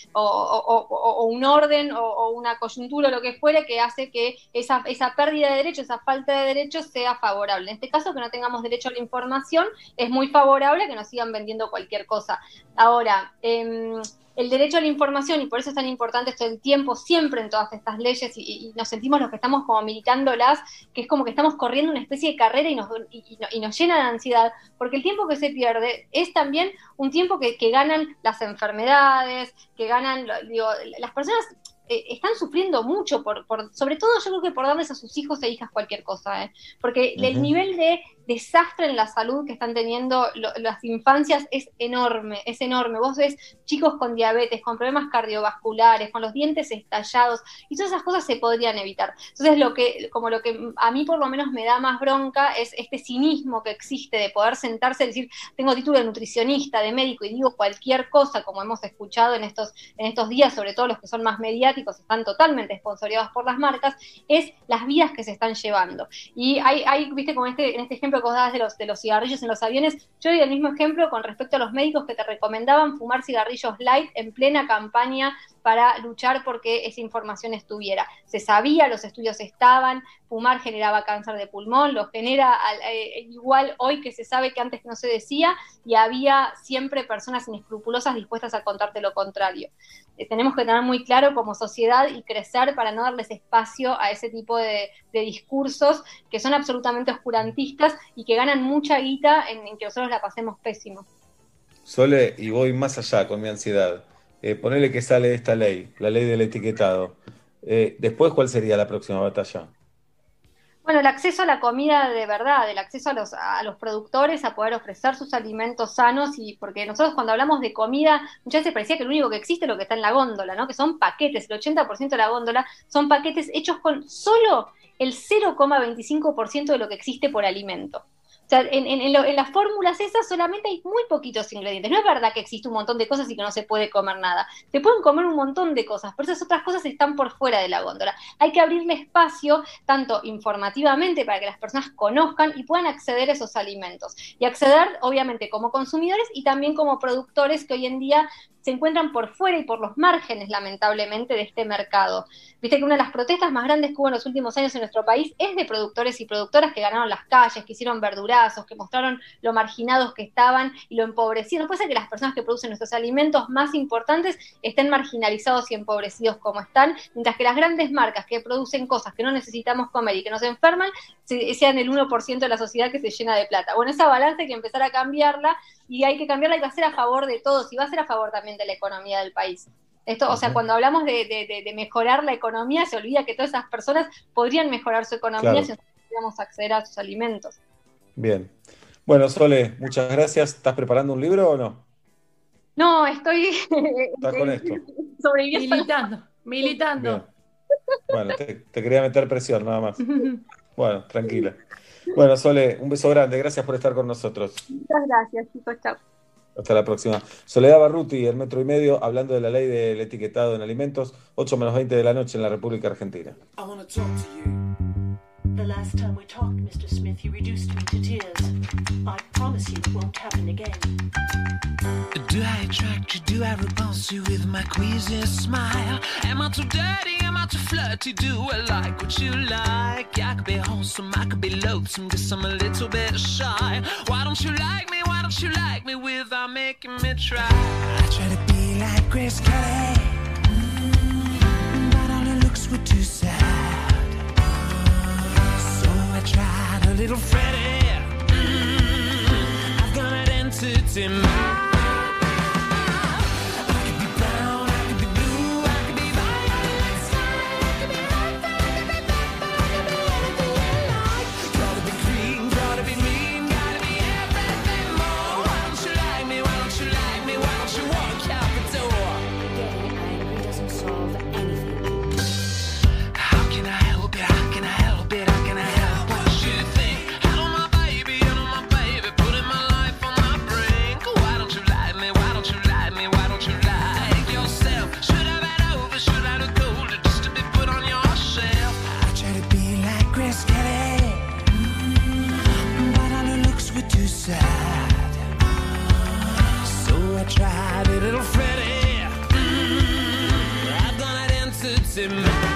orden o una coyuntura o lo que fuera que hace que esa pérdida de derechos, esa falta de derechos sea favorable. En este caso, que no tengamos derecho a la información, es muy favorable que nos sigan vendiendo cualquier cosa. Ahora, el derecho a la información, y por eso es tan importante esto del tiempo siempre en todas estas leyes, y nos sentimos los que estamos como militándolas, que es como que estamos corriendo una especie de carrera y nos llena de ansiedad, porque el tiempo que se pierde es también un tiempo que ganan las enfermedades, que ganan, digo, las personas están sufriendo mucho, sobre todo yo creo que por darles a sus hijos e hijas cualquier cosa, porque el nivel de desastre en la salud que están teniendo las infancias es enorme, es enorme. Vos ves chicos con diabetes, con problemas cardiovasculares, con los dientes estallados, y todas esas cosas se podrían evitar. Entonces lo que a mí por lo menos me da más bronca es este cinismo que existe de poder sentarse y decir, tengo título de nutricionista, de médico, y digo cualquier cosa, como hemos escuchado en estos días, sobre todo los que son más mediáticos, están totalmente sponsoriados por las marcas, es las vidas que se están llevando. Y hay viste, como en este ejemplo que vos dabas de los cigarrillos en los aviones, yo doy el mismo ejemplo con respecto a los médicos que te recomendaban fumar cigarrillos light en plena campaña para luchar porque esa información estuviera. Se sabía, los estudios estaban, fumar generaba cáncer de pulmón, lo genera igual hoy que se sabe que antes no se decía, y había siempre personas inescrupulosas dispuestas a contarte lo contrario. Tenemos que tener muy claro como sociedad y crecer para no darles espacio a ese tipo de discursos que son absolutamente oscurantistas y que ganan mucha guita en que nosotros la pasemos pésimo. Sole, y voy más allá con mi ansiedad. Ponele que sale esta ley, la ley del etiquetado. Después, ¿cuál sería la próxima batalla? Bueno, el acceso a la comida de verdad, el acceso a los productores a poder ofrecer sus alimentos sanos, y porque nosotros cuando hablamos de comida, muchas veces parecía que lo único que existe es lo que está en la góndola, ¿no? Que son paquetes, el 80% de la góndola son paquetes hechos con solo el 0,25% de lo que existe por alimento. O sea, en las fórmulas esas solamente hay muy poquitos ingredientes. No es verdad que existe un montón de cosas y que no se puede comer nada. Se pueden comer un montón de cosas, pero esas otras cosas están por fuera de la góndola. Hay que abrirle espacio, tanto informativamente, para que las personas conozcan y puedan acceder a esos alimentos. Y acceder, obviamente, como consumidores y también como productores que hoy en día se encuentran por fuera y por los márgenes, lamentablemente, de este mercado. Viste que una de las protestas más grandes que hubo en los últimos años en nuestro país es de productores y productoras que ganaron las calles, que hicieron verdurazos, que mostraron lo marginados que estaban y lo empobrecidos. No puede ser que las personas que producen nuestros alimentos más importantes estén marginalizados y empobrecidos como están, mientras que las grandes marcas que producen cosas que no necesitamos comer y que nos enferman, sean el 1% de la sociedad que se llena de plata. Bueno, esa balanza hay que empezar a cambiarla, y hay que cambiarla, y va a ser a favor de todos, y va a ser a favor también de la economía del país. Esto, o sea, cuando hablamos de mejorar la economía, se olvida que todas esas personas podrían mejorar su economía, claro, si nosotros pudiéramos acceder a sus alimentos. Bien. Bueno, Sole, muchas gracias. ¿Estás preparando un libro o no? No, estoy ¿Estás con esto? Sobreviviendo. Militando. Bien. Bueno, te quería meter presión, nada más. Bueno, tranquila. Bueno, Sole, un beso grande. Gracias por estar con nosotros. Muchas gracias, chicos. Chao. Hasta la próxima. Soledad Barruti, el Metro y Medio, hablando de la ley del etiquetado en alimentos, 8:20 de la noche en la República Argentina. The last time we talked, Mr. Smith, you reduced me to tears. I promise you it won't happen again. Do I attract you? Do I repulse you with my queasy smile? Am I too dirty? Am I too flirty? Do I like what you like? I could be wholesome, I could be loathsome, guess I'm a little bit shy. Why don't you like me? Why don't you like me without making me try? I try to be like Grace Kelly, but all her looks were too sad. I tried a little Freddie. I've got an entity mind. I could be brown, I could be blue, I could be violet sky, I could be red, I could be purple, I could be anything you like. Gotta be green, gotta be mean, gotta be everything more. Why don't you like me? Why don't you like me? Why don't you walk out the door? Getting angry doesn't solve anything. How can I help it? How can I help it? How can I help it? Tried a little Freddie. I've done it entity mind.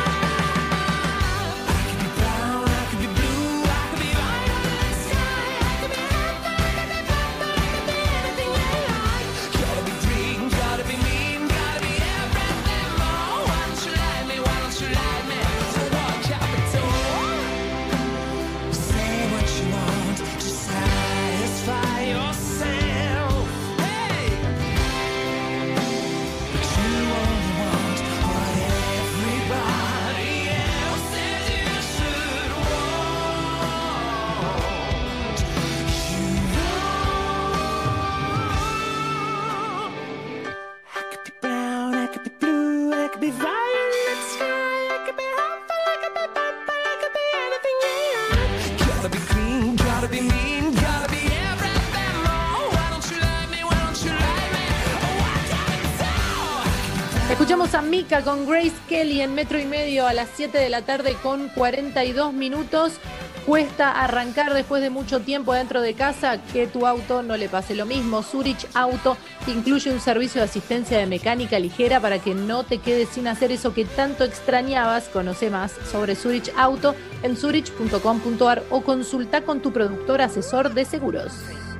Escuchamos a Mika con Grace Kelly en Metro y Medio a las 7 de la tarde con 42 minutos. Cuesta arrancar después de mucho tiempo dentro de casa, que tu auto no le pase lo mismo. Zurich Auto incluye un servicio de asistencia de mecánica ligera para que no te quedes sin hacer eso que tanto extrañabas. Conoce más sobre Zurich Auto en zurich.com.ar o consulta con tu productor asesor de seguros.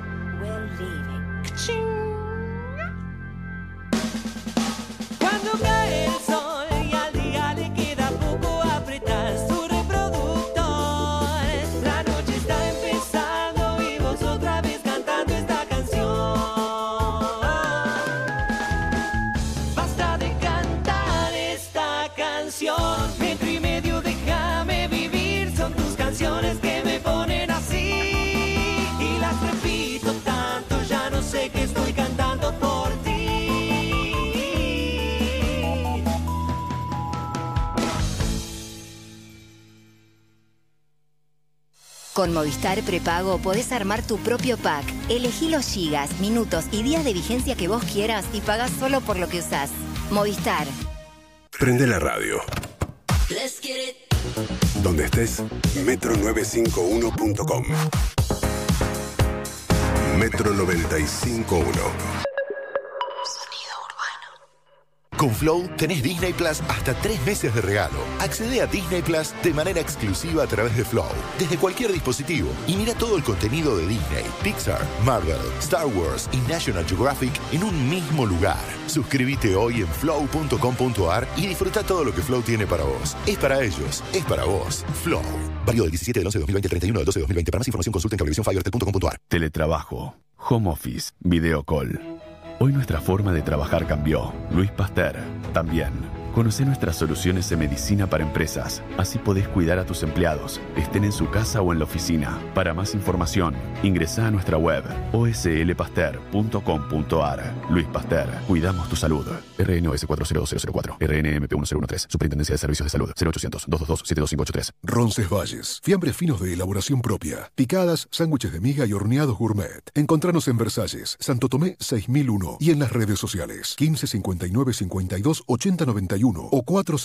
Cuando cae el sol y al día le queda poco apretar su reproductor, la noche está empezando y vos otra vez cantando esta canción. Basta de cantar esta canción, Metro y Medio, déjame vivir, son tus canciones. Con Movistar Prepago podés armar tu propio pack. Elegí los gigas, minutos y días de vigencia que vos quieras y pagás solo por lo que usás. Movistar. Prende la radio. Donde estés, metro951.com. Metro 951. Con Flow tenés Disney Plus hasta 3 meses de regalo. Accede a Disney Plus de manera exclusiva a través de Flow, desde cualquier dispositivo, y mira todo el contenido de Disney, Pixar, Marvel, Star Wars y National Geographic en un mismo lugar. Suscríbete hoy en flow.com.ar y disfruta todo lo que Flow tiene para vos. Es para ellos, es para vos. Flow. Válido del 17 del 11 de 2020 al 31 del 12 de 2020. Para más información consulta en cablevisiónfibertel.com.ar. Teletrabajo, home office, video call. Hoy nuestra forma de trabajar cambió. Luis Pasteur, también. Conoce nuestras soluciones de medicina para empresas. Así podés cuidar a tus empleados, estén en su casa o en la oficina. Para más información, ingresá a nuestra web oslpasteur.com.ar. Luis Pasteur, cuidamos tu salud. RNOS 40004, RNMP 1013, Superintendencia de Servicios de Salud, 0800-222-72583. Roncesvalles, fiambres finos de elaboración propia, picadas, sándwiches de miga y horneados gourmet. Encontranos en Versalles, Santo Tomé 6001 y en las redes sociales 15 59 52 80 91 o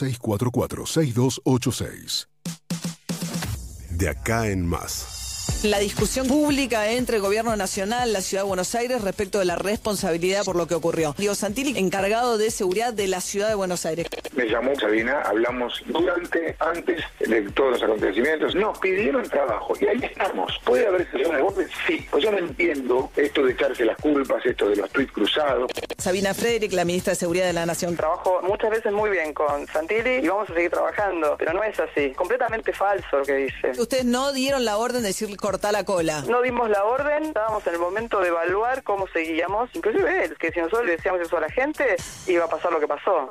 4644-6286. De acá en más. La discusión pública entre el Gobierno Nacional, la Ciudad de Buenos Aires, respecto de la responsabilidad por lo que ocurrió. Diego Santilli, encargado de seguridad de la Ciudad de Buenos Aires. Me llamó Sabina, hablamos antes de todos los acontecimientos. Nos pidieron trabajo y ahí estamos. ¿Puede haber sesiones de golpe? Sí. Pues yo no entiendo esto de echarse las culpas, esto de los tuits cruzados. Sabina Frederick, la ministra de Seguridad de la Nación. Trabajo muchas veces muy bien con Santilli y vamos a seguir trabajando, pero no es así. Completamente falso lo que dice. Ustedes no dieron la orden de decir cortar la cola. No dimos la orden, estábamos en el momento de evaluar cómo seguíamos. Inclusive que si nosotros le decíamos eso a la gente, iba a pasar lo que pasó.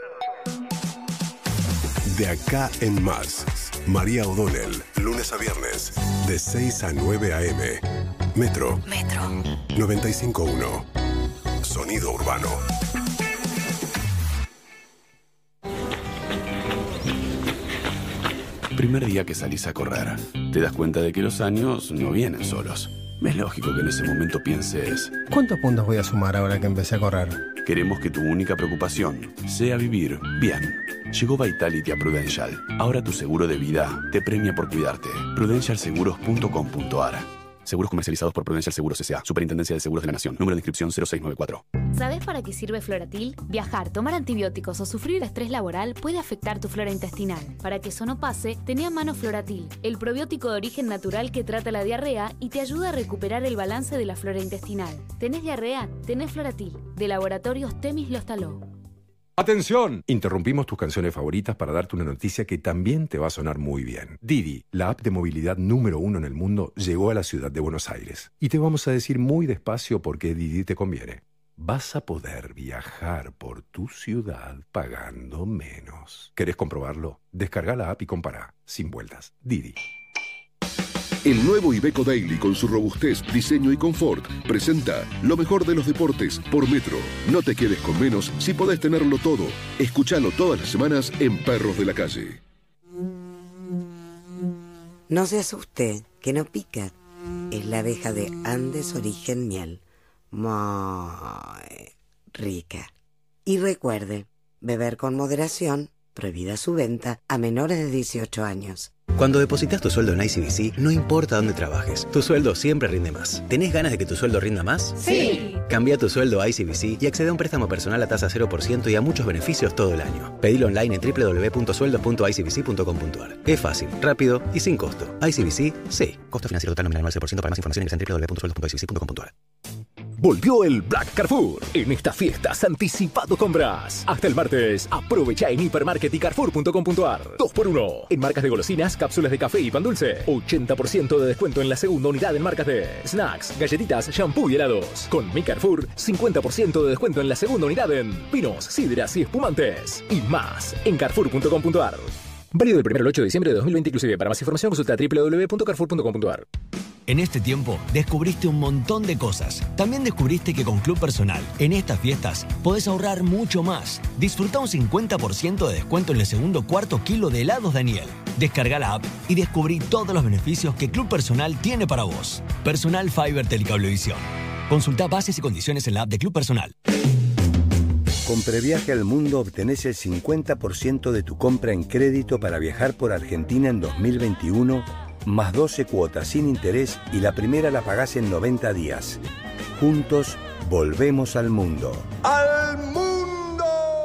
De acá en más. María O'Donnell, lunes a viernes, de 6 a 9 a.m. Metro 95.1. Sonido urbano. Primer día que salís a correr, te das cuenta de que los años no vienen solos. Es lógico que en ese momento pienses, ¿cuántos puntos voy a sumar ahora que empecé a correr? queremos que tu única preocupación sea vivir bien. Llegó Vitality a Prudential. Ahora tu seguro de vida te premia por cuidarte. Prudentialseguros.com.ar. Seguros comercializados por Prudential Seguros S.A. Superintendencia de Seguros de la Nación. Número de inscripción 0694. ¿Sabés para qué sirve Floratil? Viajar, tomar antibióticos o sufrir estrés laboral puede afectar tu flora intestinal. Para que eso no pase, tené a mano Floratil, el probiótico de origen natural que trata la diarrea y te ayuda a recuperar el balance de la flora intestinal. ¿Tenés diarrea? Tenés Floratil, de Laboratorios Temis Lostaló. ¡Atención! Interrumpimos tus canciones favoritas para darte una noticia que también te va a sonar muy bien. Didi, la app de movilidad número 1 en el mundo, llegó a la ciudad de Buenos Aires. Y te vamos a decir muy despacio por qué Didi te conviene. Vas a poder viajar por tu ciudad pagando menos. ¿Querés comprobarlo? Descarga la app y compara. Sin vueltas. Didi. El nuevo Iveco Daily, con su robustez, diseño y confort, presenta lo mejor de los deportes por Metro. No te quedes con menos si podés tenerlo todo. Escúchalo todas las semanas en Perros de la Calle. No se asuste, que no pica. Es la abeja de Andes Origen Miel. Muy rica. Y recuerde, beber con moderación, prohibida su venta a menores de 18 años. Cuando depositas tu sueldo en ICBC, no importa dónde trabajes, tu sueldo siempre rinde más. ¿Tenés ganas de que tu sueldo rinda más? ¡Sí! Cambia tu sueldo a ICBC y accede a un préstamo personal a tasa 0% y a muchos beneficios todo el año. Pedilo online en www.sueldos.icbc.com.ar. Es fácil, rápido y sin costo. ICBC, sí. Costo financiero total nominal 9%. Para más información ingresa en www.sueldos.icbc.com.ar. Volvió el Black Carrefour. En estas fiestas anticipado compras. Hasta el martes, aprovecha en Hipermarket y Carrefour.com.ar. 2x1. En marcas de golosinas, cápsulas de café y pan dulce. 80% de descuento en la segunda unidad en marcas de snacks, galletitas, shampoo y helados. Con Mi Carrefour, 50% de descuento en la segunda unidad en vinos, sidras y espumantes. Y más en Carrefour.com.ar. Válido del 1 al 8 de diciembre de 2020 inclusive. Para más información consulta www.carrefour.com.ar. En este tiempo, descubriste un montón de cosas. También descubriste que con Club Personal, en estas fiestas, podés ahorrar mucho más. Disfruta un 50% de descuento en el segundo cuarto kilo de helados Daniel. Descarga la app y descubrí todos los beneficios que Club Personal tiene para vos. Personal Fiber Telecablevisión. Consulta bases y condiciones en la app de Club Personal. Con Previaje al Mundo obtenés el 50% de tu compra en crédito para viajar por Argentina en 2021, más 12 cuotas sin interés y la primera la pagás en 90 días. Juntos, volvemos al mundo. ¡Al mundo!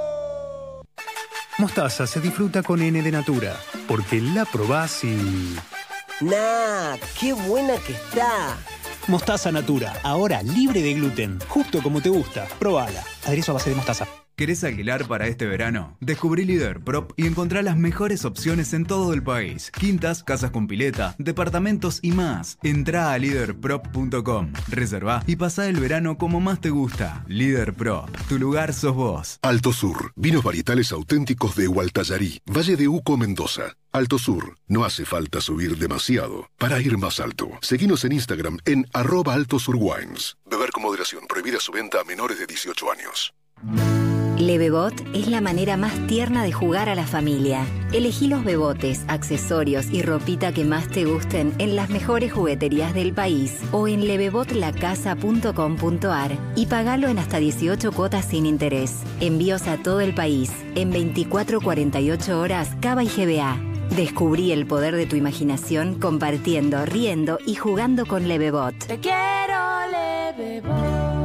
Mostaza se disfruta con N de Natura, porque la probás y... ¡Nah! ¡Qué buena que está! Mostaza Natura, ahora libre de gluten, justo como te gusta. Probala. Aderezo a base de mostaza. ¿Querés alquilar para este verano? Descubrí Líder Prop y encontrá las mejores opciones en todo el país. Quintas, casas con pileta, departamentos y más. Entrá a leaderprop.com, reservá y pasá el verano como más te gusta. Líder Prop, tu lugar sos vos. Alto Sur, vinos varietales auténticos de Hualtallarí, Valle de Uco, Mendoza. Alto Sur, no hace falta subir demasiado para ir más alto. Seguinos en Instagram en @altosurwines. Beber con moderación, prohibida su venta a menores de 18 años. Lebebot es la manera más tierna de jugar a la familia. Elegí los bebotes, accesorios y ropita que más te gusten en las mejores jugueterías del país o en lebebotlacasa.com.ar y pagalo en hasta 18 cuotas sin interés. Envíos a todo el país en 24-48 horas Cava y GBA. Descubrí el poder de tu imaginación compartiendo, riendo y jugando con Lebebot. Te quiero, Lebebot.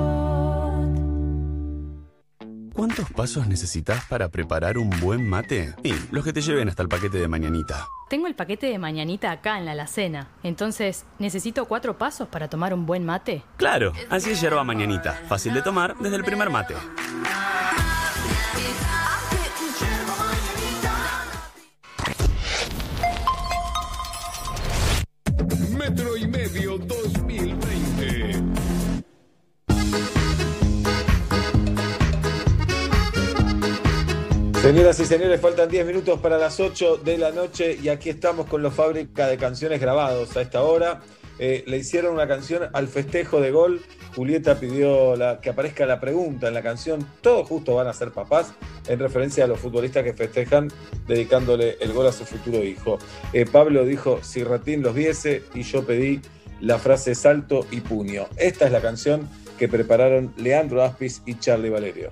¿Cuántos pasos necesitas para preparar un buen mate? Y los que te lleven hasta el paquete de mañanita. Tengo el paquete de mañanita acá en la alacena. Entonces, ¿necesito 4 pasos para tomar un buen mate? Claro, así es yerba mañanita. Fácil de tomar desde el primer mate. Metro y Medio 2020. Señoras y señores, faltan 10 minutos para las 8 de la noche y aquí estamos con los Fábrica de Canciones grabados a esta hora. Le hicieron una canción al festejo de gol. Julieta pidió que aparezca la pregunta en la canción. Todos justo van a ser papás, en referencia a los futbolistas que festejan dedicándole el gol a su futuro hijo. Pablo dijo, si Ratín los viese, y yo pedí la frase salto y puño. Esta es la canción que prepararon Leandro Aspis y Charlie Valerio.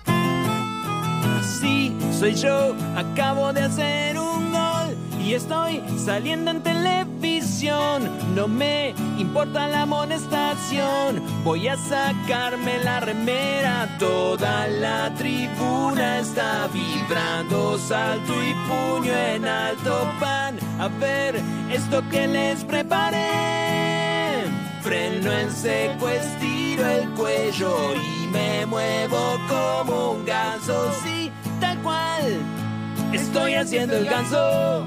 Sí, soy yo, acabo de hacer un gol y estoy saliendo en televisión. No me importa la amonestación, voy a sacarme la remera. Toda la tribuna está vibrando, salto y puño en alto van a ver esto que les preparé. Freno en seco, estiro el cuello y me muevo como un ganso. Sí, tal cual, estoy haciendo el ganso.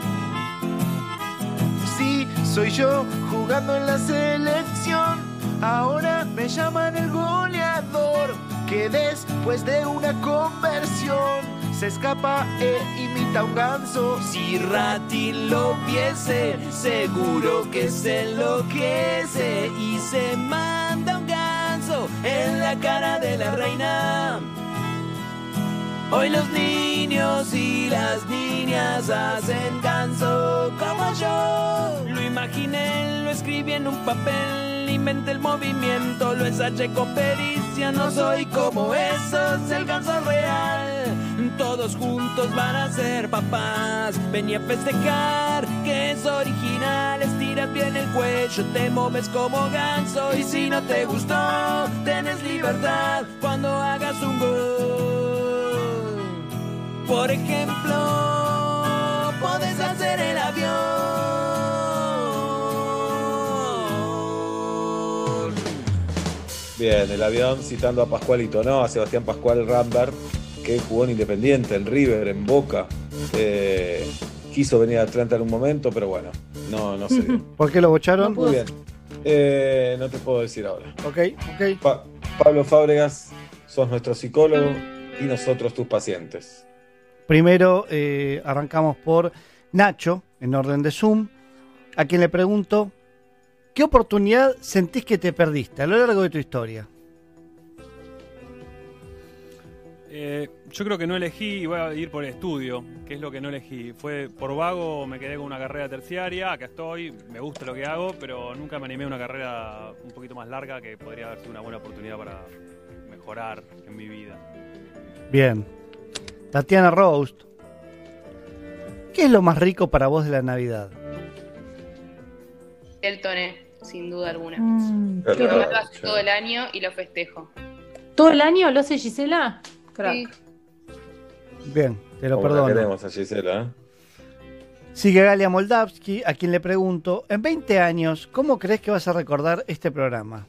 Sí, soy yo jugando en la selección. Ahora me llaman el goleador, que después de una conversión se escapa e imita un ganso. Si Ratín lo viese, seguro que se enloquece y se manda un ganso en la cara de la reina. Hoy los niños y las niñas hacen ganso como yo. Lo imaginé, lo escribí en un papel, inventé el movimiento, lo ensayé con pericia. No soy como esos, el ganso real. Todos juntos van a ser papás. Vení a festejar, que es original. Estiras bien el cuello, te moves como ganso. Y si no te gustó, tenés libertad cuando hagas un gol. Por ejemplo, podés hacer el avión. Bien, el avión citando a Pascualito, ¿no? A Sebastián Pascual Rambert, que jugó en Independiente, en River, en Boca. Quiso venir a Atlanta en un momento, pero bueno, no se dio. ¿Por qué lo bocharon? Muy bien. No te puedo decir ahora. Ok. Pablo Fábregas, sos nuestro psicólogo y nosotros tus pacientes. Primero arrancamos por Nacho, en orden de Zoom, a quien le pregunto ¿qué oportunidad sentís que te perdiste a lo largo de tu historia? Yo creo que no elegí, y voy a ir por estudio, que es lo que no elegí. Fue por vago, me quedé con una carrera terciaria, acá estoy, me gusta lo que hago, pero nunca me animé a una carrera un poquito más larga que podría haber sido una buena oportunidad para mejorar en mi vida. Bien. Tatiana Roast, ¿qué es lo más rico para vos de la Navidad? El toné, sin duda alguna. Qué Lo rico. hago todo el año y lo festejo. ¿Todo el año lo hace Gisela? Crack. Sí. Bien, te lo Como la perdono. queremos a Gisela, ¿eh? Sigue Galia Moldavsky, a quien le pregunto, en 20 años, ¿cómo crees que vas a recordar este programa?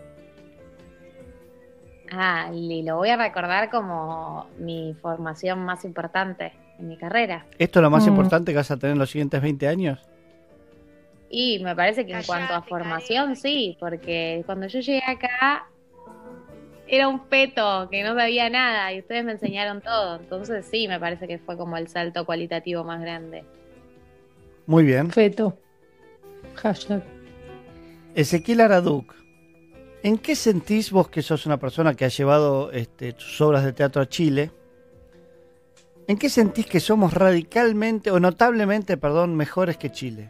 Y lo voy a recordar como mi formación más importante en mi carrera. ¿Esto es lo más importante que vas a tener en los siguientes 20 años? Y me parece que en cuanto a formación, sí, porque cuando yo llegué acá era un peto que no sabía nada y ustedes me enseñaron todo. Entonces sí, me parece que fue como el salto cualitativo más grande. Muy bien. Feto. Hashtag. Ezequiel Araduc, ¿en qué sentís vos que sos una persona que ha llevado tus obras de teatro a Chile? ¿En qué sentís que somos radicalmente o notablemente, mejores que Chile?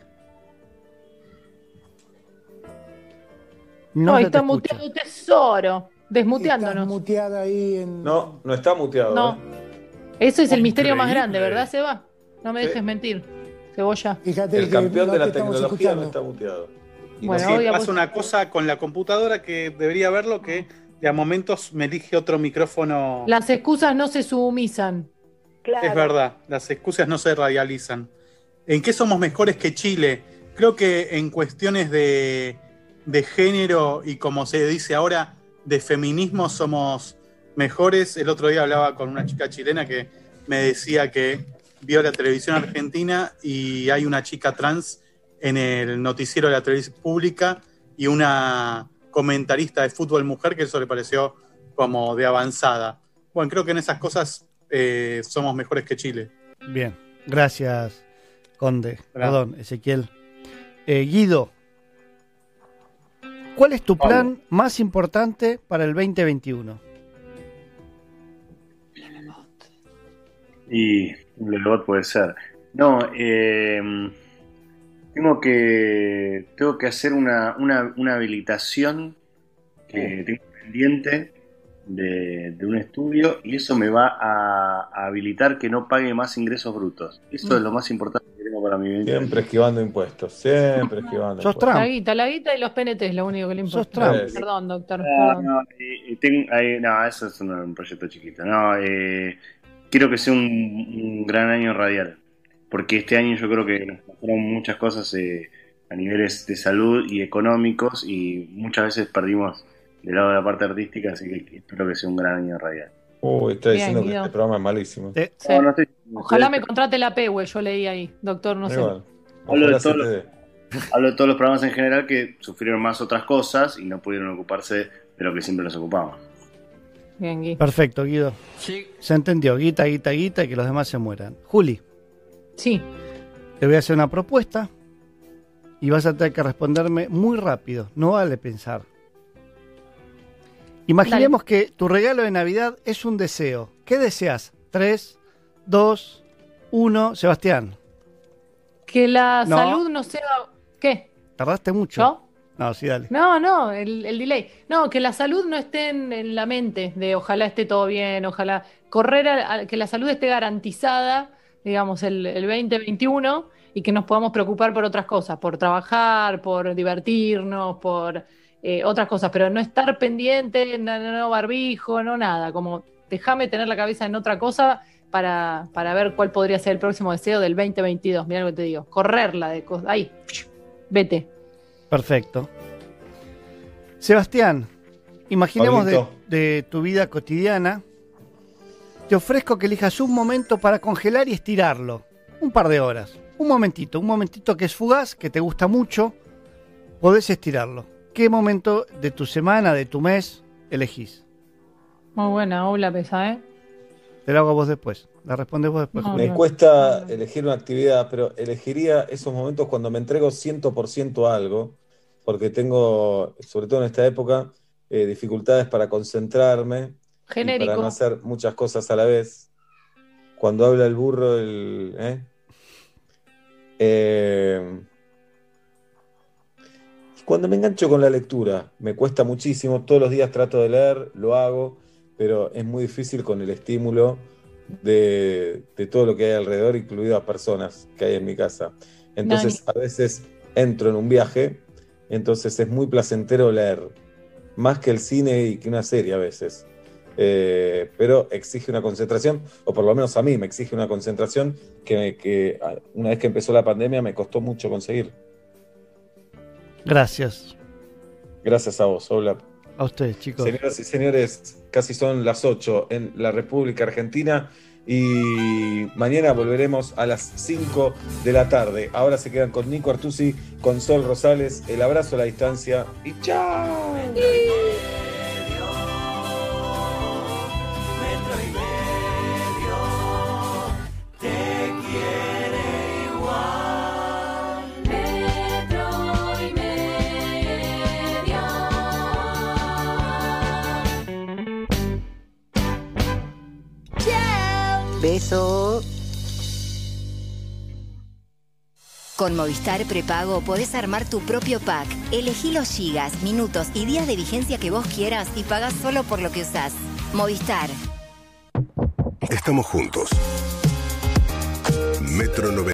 No, se está te escucha. muteado tesoro. Desmuteándonos. Estás muteada ahí en... No, no está muteado. No. Eso es el misterio más grande, Increíble. ¿verdad, Seba? No me dejes mentir. Cebolla. Fíjate El que campeón no de la te estamos tecnología no escuchando. está muteado. Y Bueno, sí, hoy pasa una cosa con la computadora que debería verlo, que de a momentos me elige otro micrófono. Las excusas no se sumisan. Es verdad, las excusas no se radializan. ¿En qué somos mejores que Chile? Creo que en cuestiones de género y como se dice ahora, de feminismo somos mejores. El otro día hablaba con una chica chilena que me decía que vio la televisión argentina y hay una chica trans en el noticiero de la televisión pública y una comentarista de fútbol mujer que eso le pareció como de avanzada. Bueno, creo que en esas cosas somos mejores que Chile. Bien, gracias, Conde. Perdón, Ezequiel. Guido, ¿cuál es tu plan más importante para el 2021? Y un Lelebot puede ser. No, tengo que hacer una habilitación que tengo pendiente de un estudio y eso me va a habilitar que no pague más ingresos brutos. Eso es lo más importante que tengo para mi vida. Siempre esquivando impuestos, siempre esquivando Sos impuestos. La guita y los PNT es lo único que le importa. Trump. Perdón, doctor. No, eso es un proyecto chiquito. No, quiero que sea un gran año radial, porque este año yo creo que nos pasaron muchas cosas a niveles de salud y económicos y muchas veces perdimos del lado de la parte artística, así que espero que sea un gran año radial. Uy, está Bien, diciendo que Guido. este programa es malísimo. Sí. No estoy- Ojalá me contrate la PEWE, yo leí ahí, doctor, no sé. Igual. Hablo de, Ojalá se todos te los, hablo de todos los programas en general que sufrieron más otras cosas y no pudieron ocuparse de lo que siempre nos ocupamos. Bien, Gui. Perfecto, Guido. Sí. Se entendió, guita, guita, guita y que los demás se mueran. Juli. Sí. Te voy a hacer una propuesta y vas a tener que responderme muy rápido. No vale pensar. Imaginemos que tu regalo de Navidad es un deseo. ¿Qué deseas? 3, 2, 1. Sebastián. Que la No. salud no sea... ¿Qué? ¿Tardaste mucho? ¿Yo? No, sí, dale. No, el delay. No, que la salud no esté en la mente de ojalá esté todo bien, ojalá correr que la salud esté garantizada, digamos, el 2021 y que nos podamos preocupar por otras cosas, por trabajar, por divertirnos, por otras cosas, pero no estar pendiente, no barbijo, no nada, como déjame tener la cabeza en otra cosa para ver cuál podría ser el próximo deseo del 2022. Mirá lo que te digo, correrla de cosas. Ahí, vete. Perfecto. Sebastián, imaginemos Pablito. de tu vida cotidiana. Te ofrezco que elijas un momento para congelar y estirarlo. Un par de horas. Un momentito que es fugaz, que te gusta mucho. Podés estirarlo. ¿Qué momento de tu semana, de tu mes, elegís? Muy buena, hola pesa, ¿eh? Te lo hago a vos después. La respondes vos después. No, Juli. Me cuesta elegir una actividad, pero elegiría esos momentos cuando me entrego 100% a algo porque tengo, sobre todo en esta época, dificultades para concentrarme y Genérico. para no hacer muchas cosas a la vez. Cuando habla el burro, cuando me engancho con la lectura, me cuesta muchísimo, todos los días trato de leer, lo hago, pero es muy difícil con el estímulo de todo lo que hay alrededor, incluidas personas que hay en mi casa. Entonces, a veces entro en un viaje, entonces es muy placentero leer, más que el cine y que una serie a veces. Pero exige una concentración, o por lo menos a mí me exige una concentración que una vez que empezó la pandemia me costó mucho conseguir. Gracias. Gracias a vos, Oblap. A ustedes, chicos. Señoras y señores, casi son las 8 en la República Argentina y mañana volveremos a las 5 de la tarde. Ahora se quedan con Nico Artusi, con Sol Rosales, el abrazo a la distancia y ¡chao! Beso. Con Movistar Prepago podés armar tu propio pack. Elegí los gigas, minutos y días de vigencia que vos quieras y pagás solo por lo que usás. Movistar. Estamos juntos. Metro 90.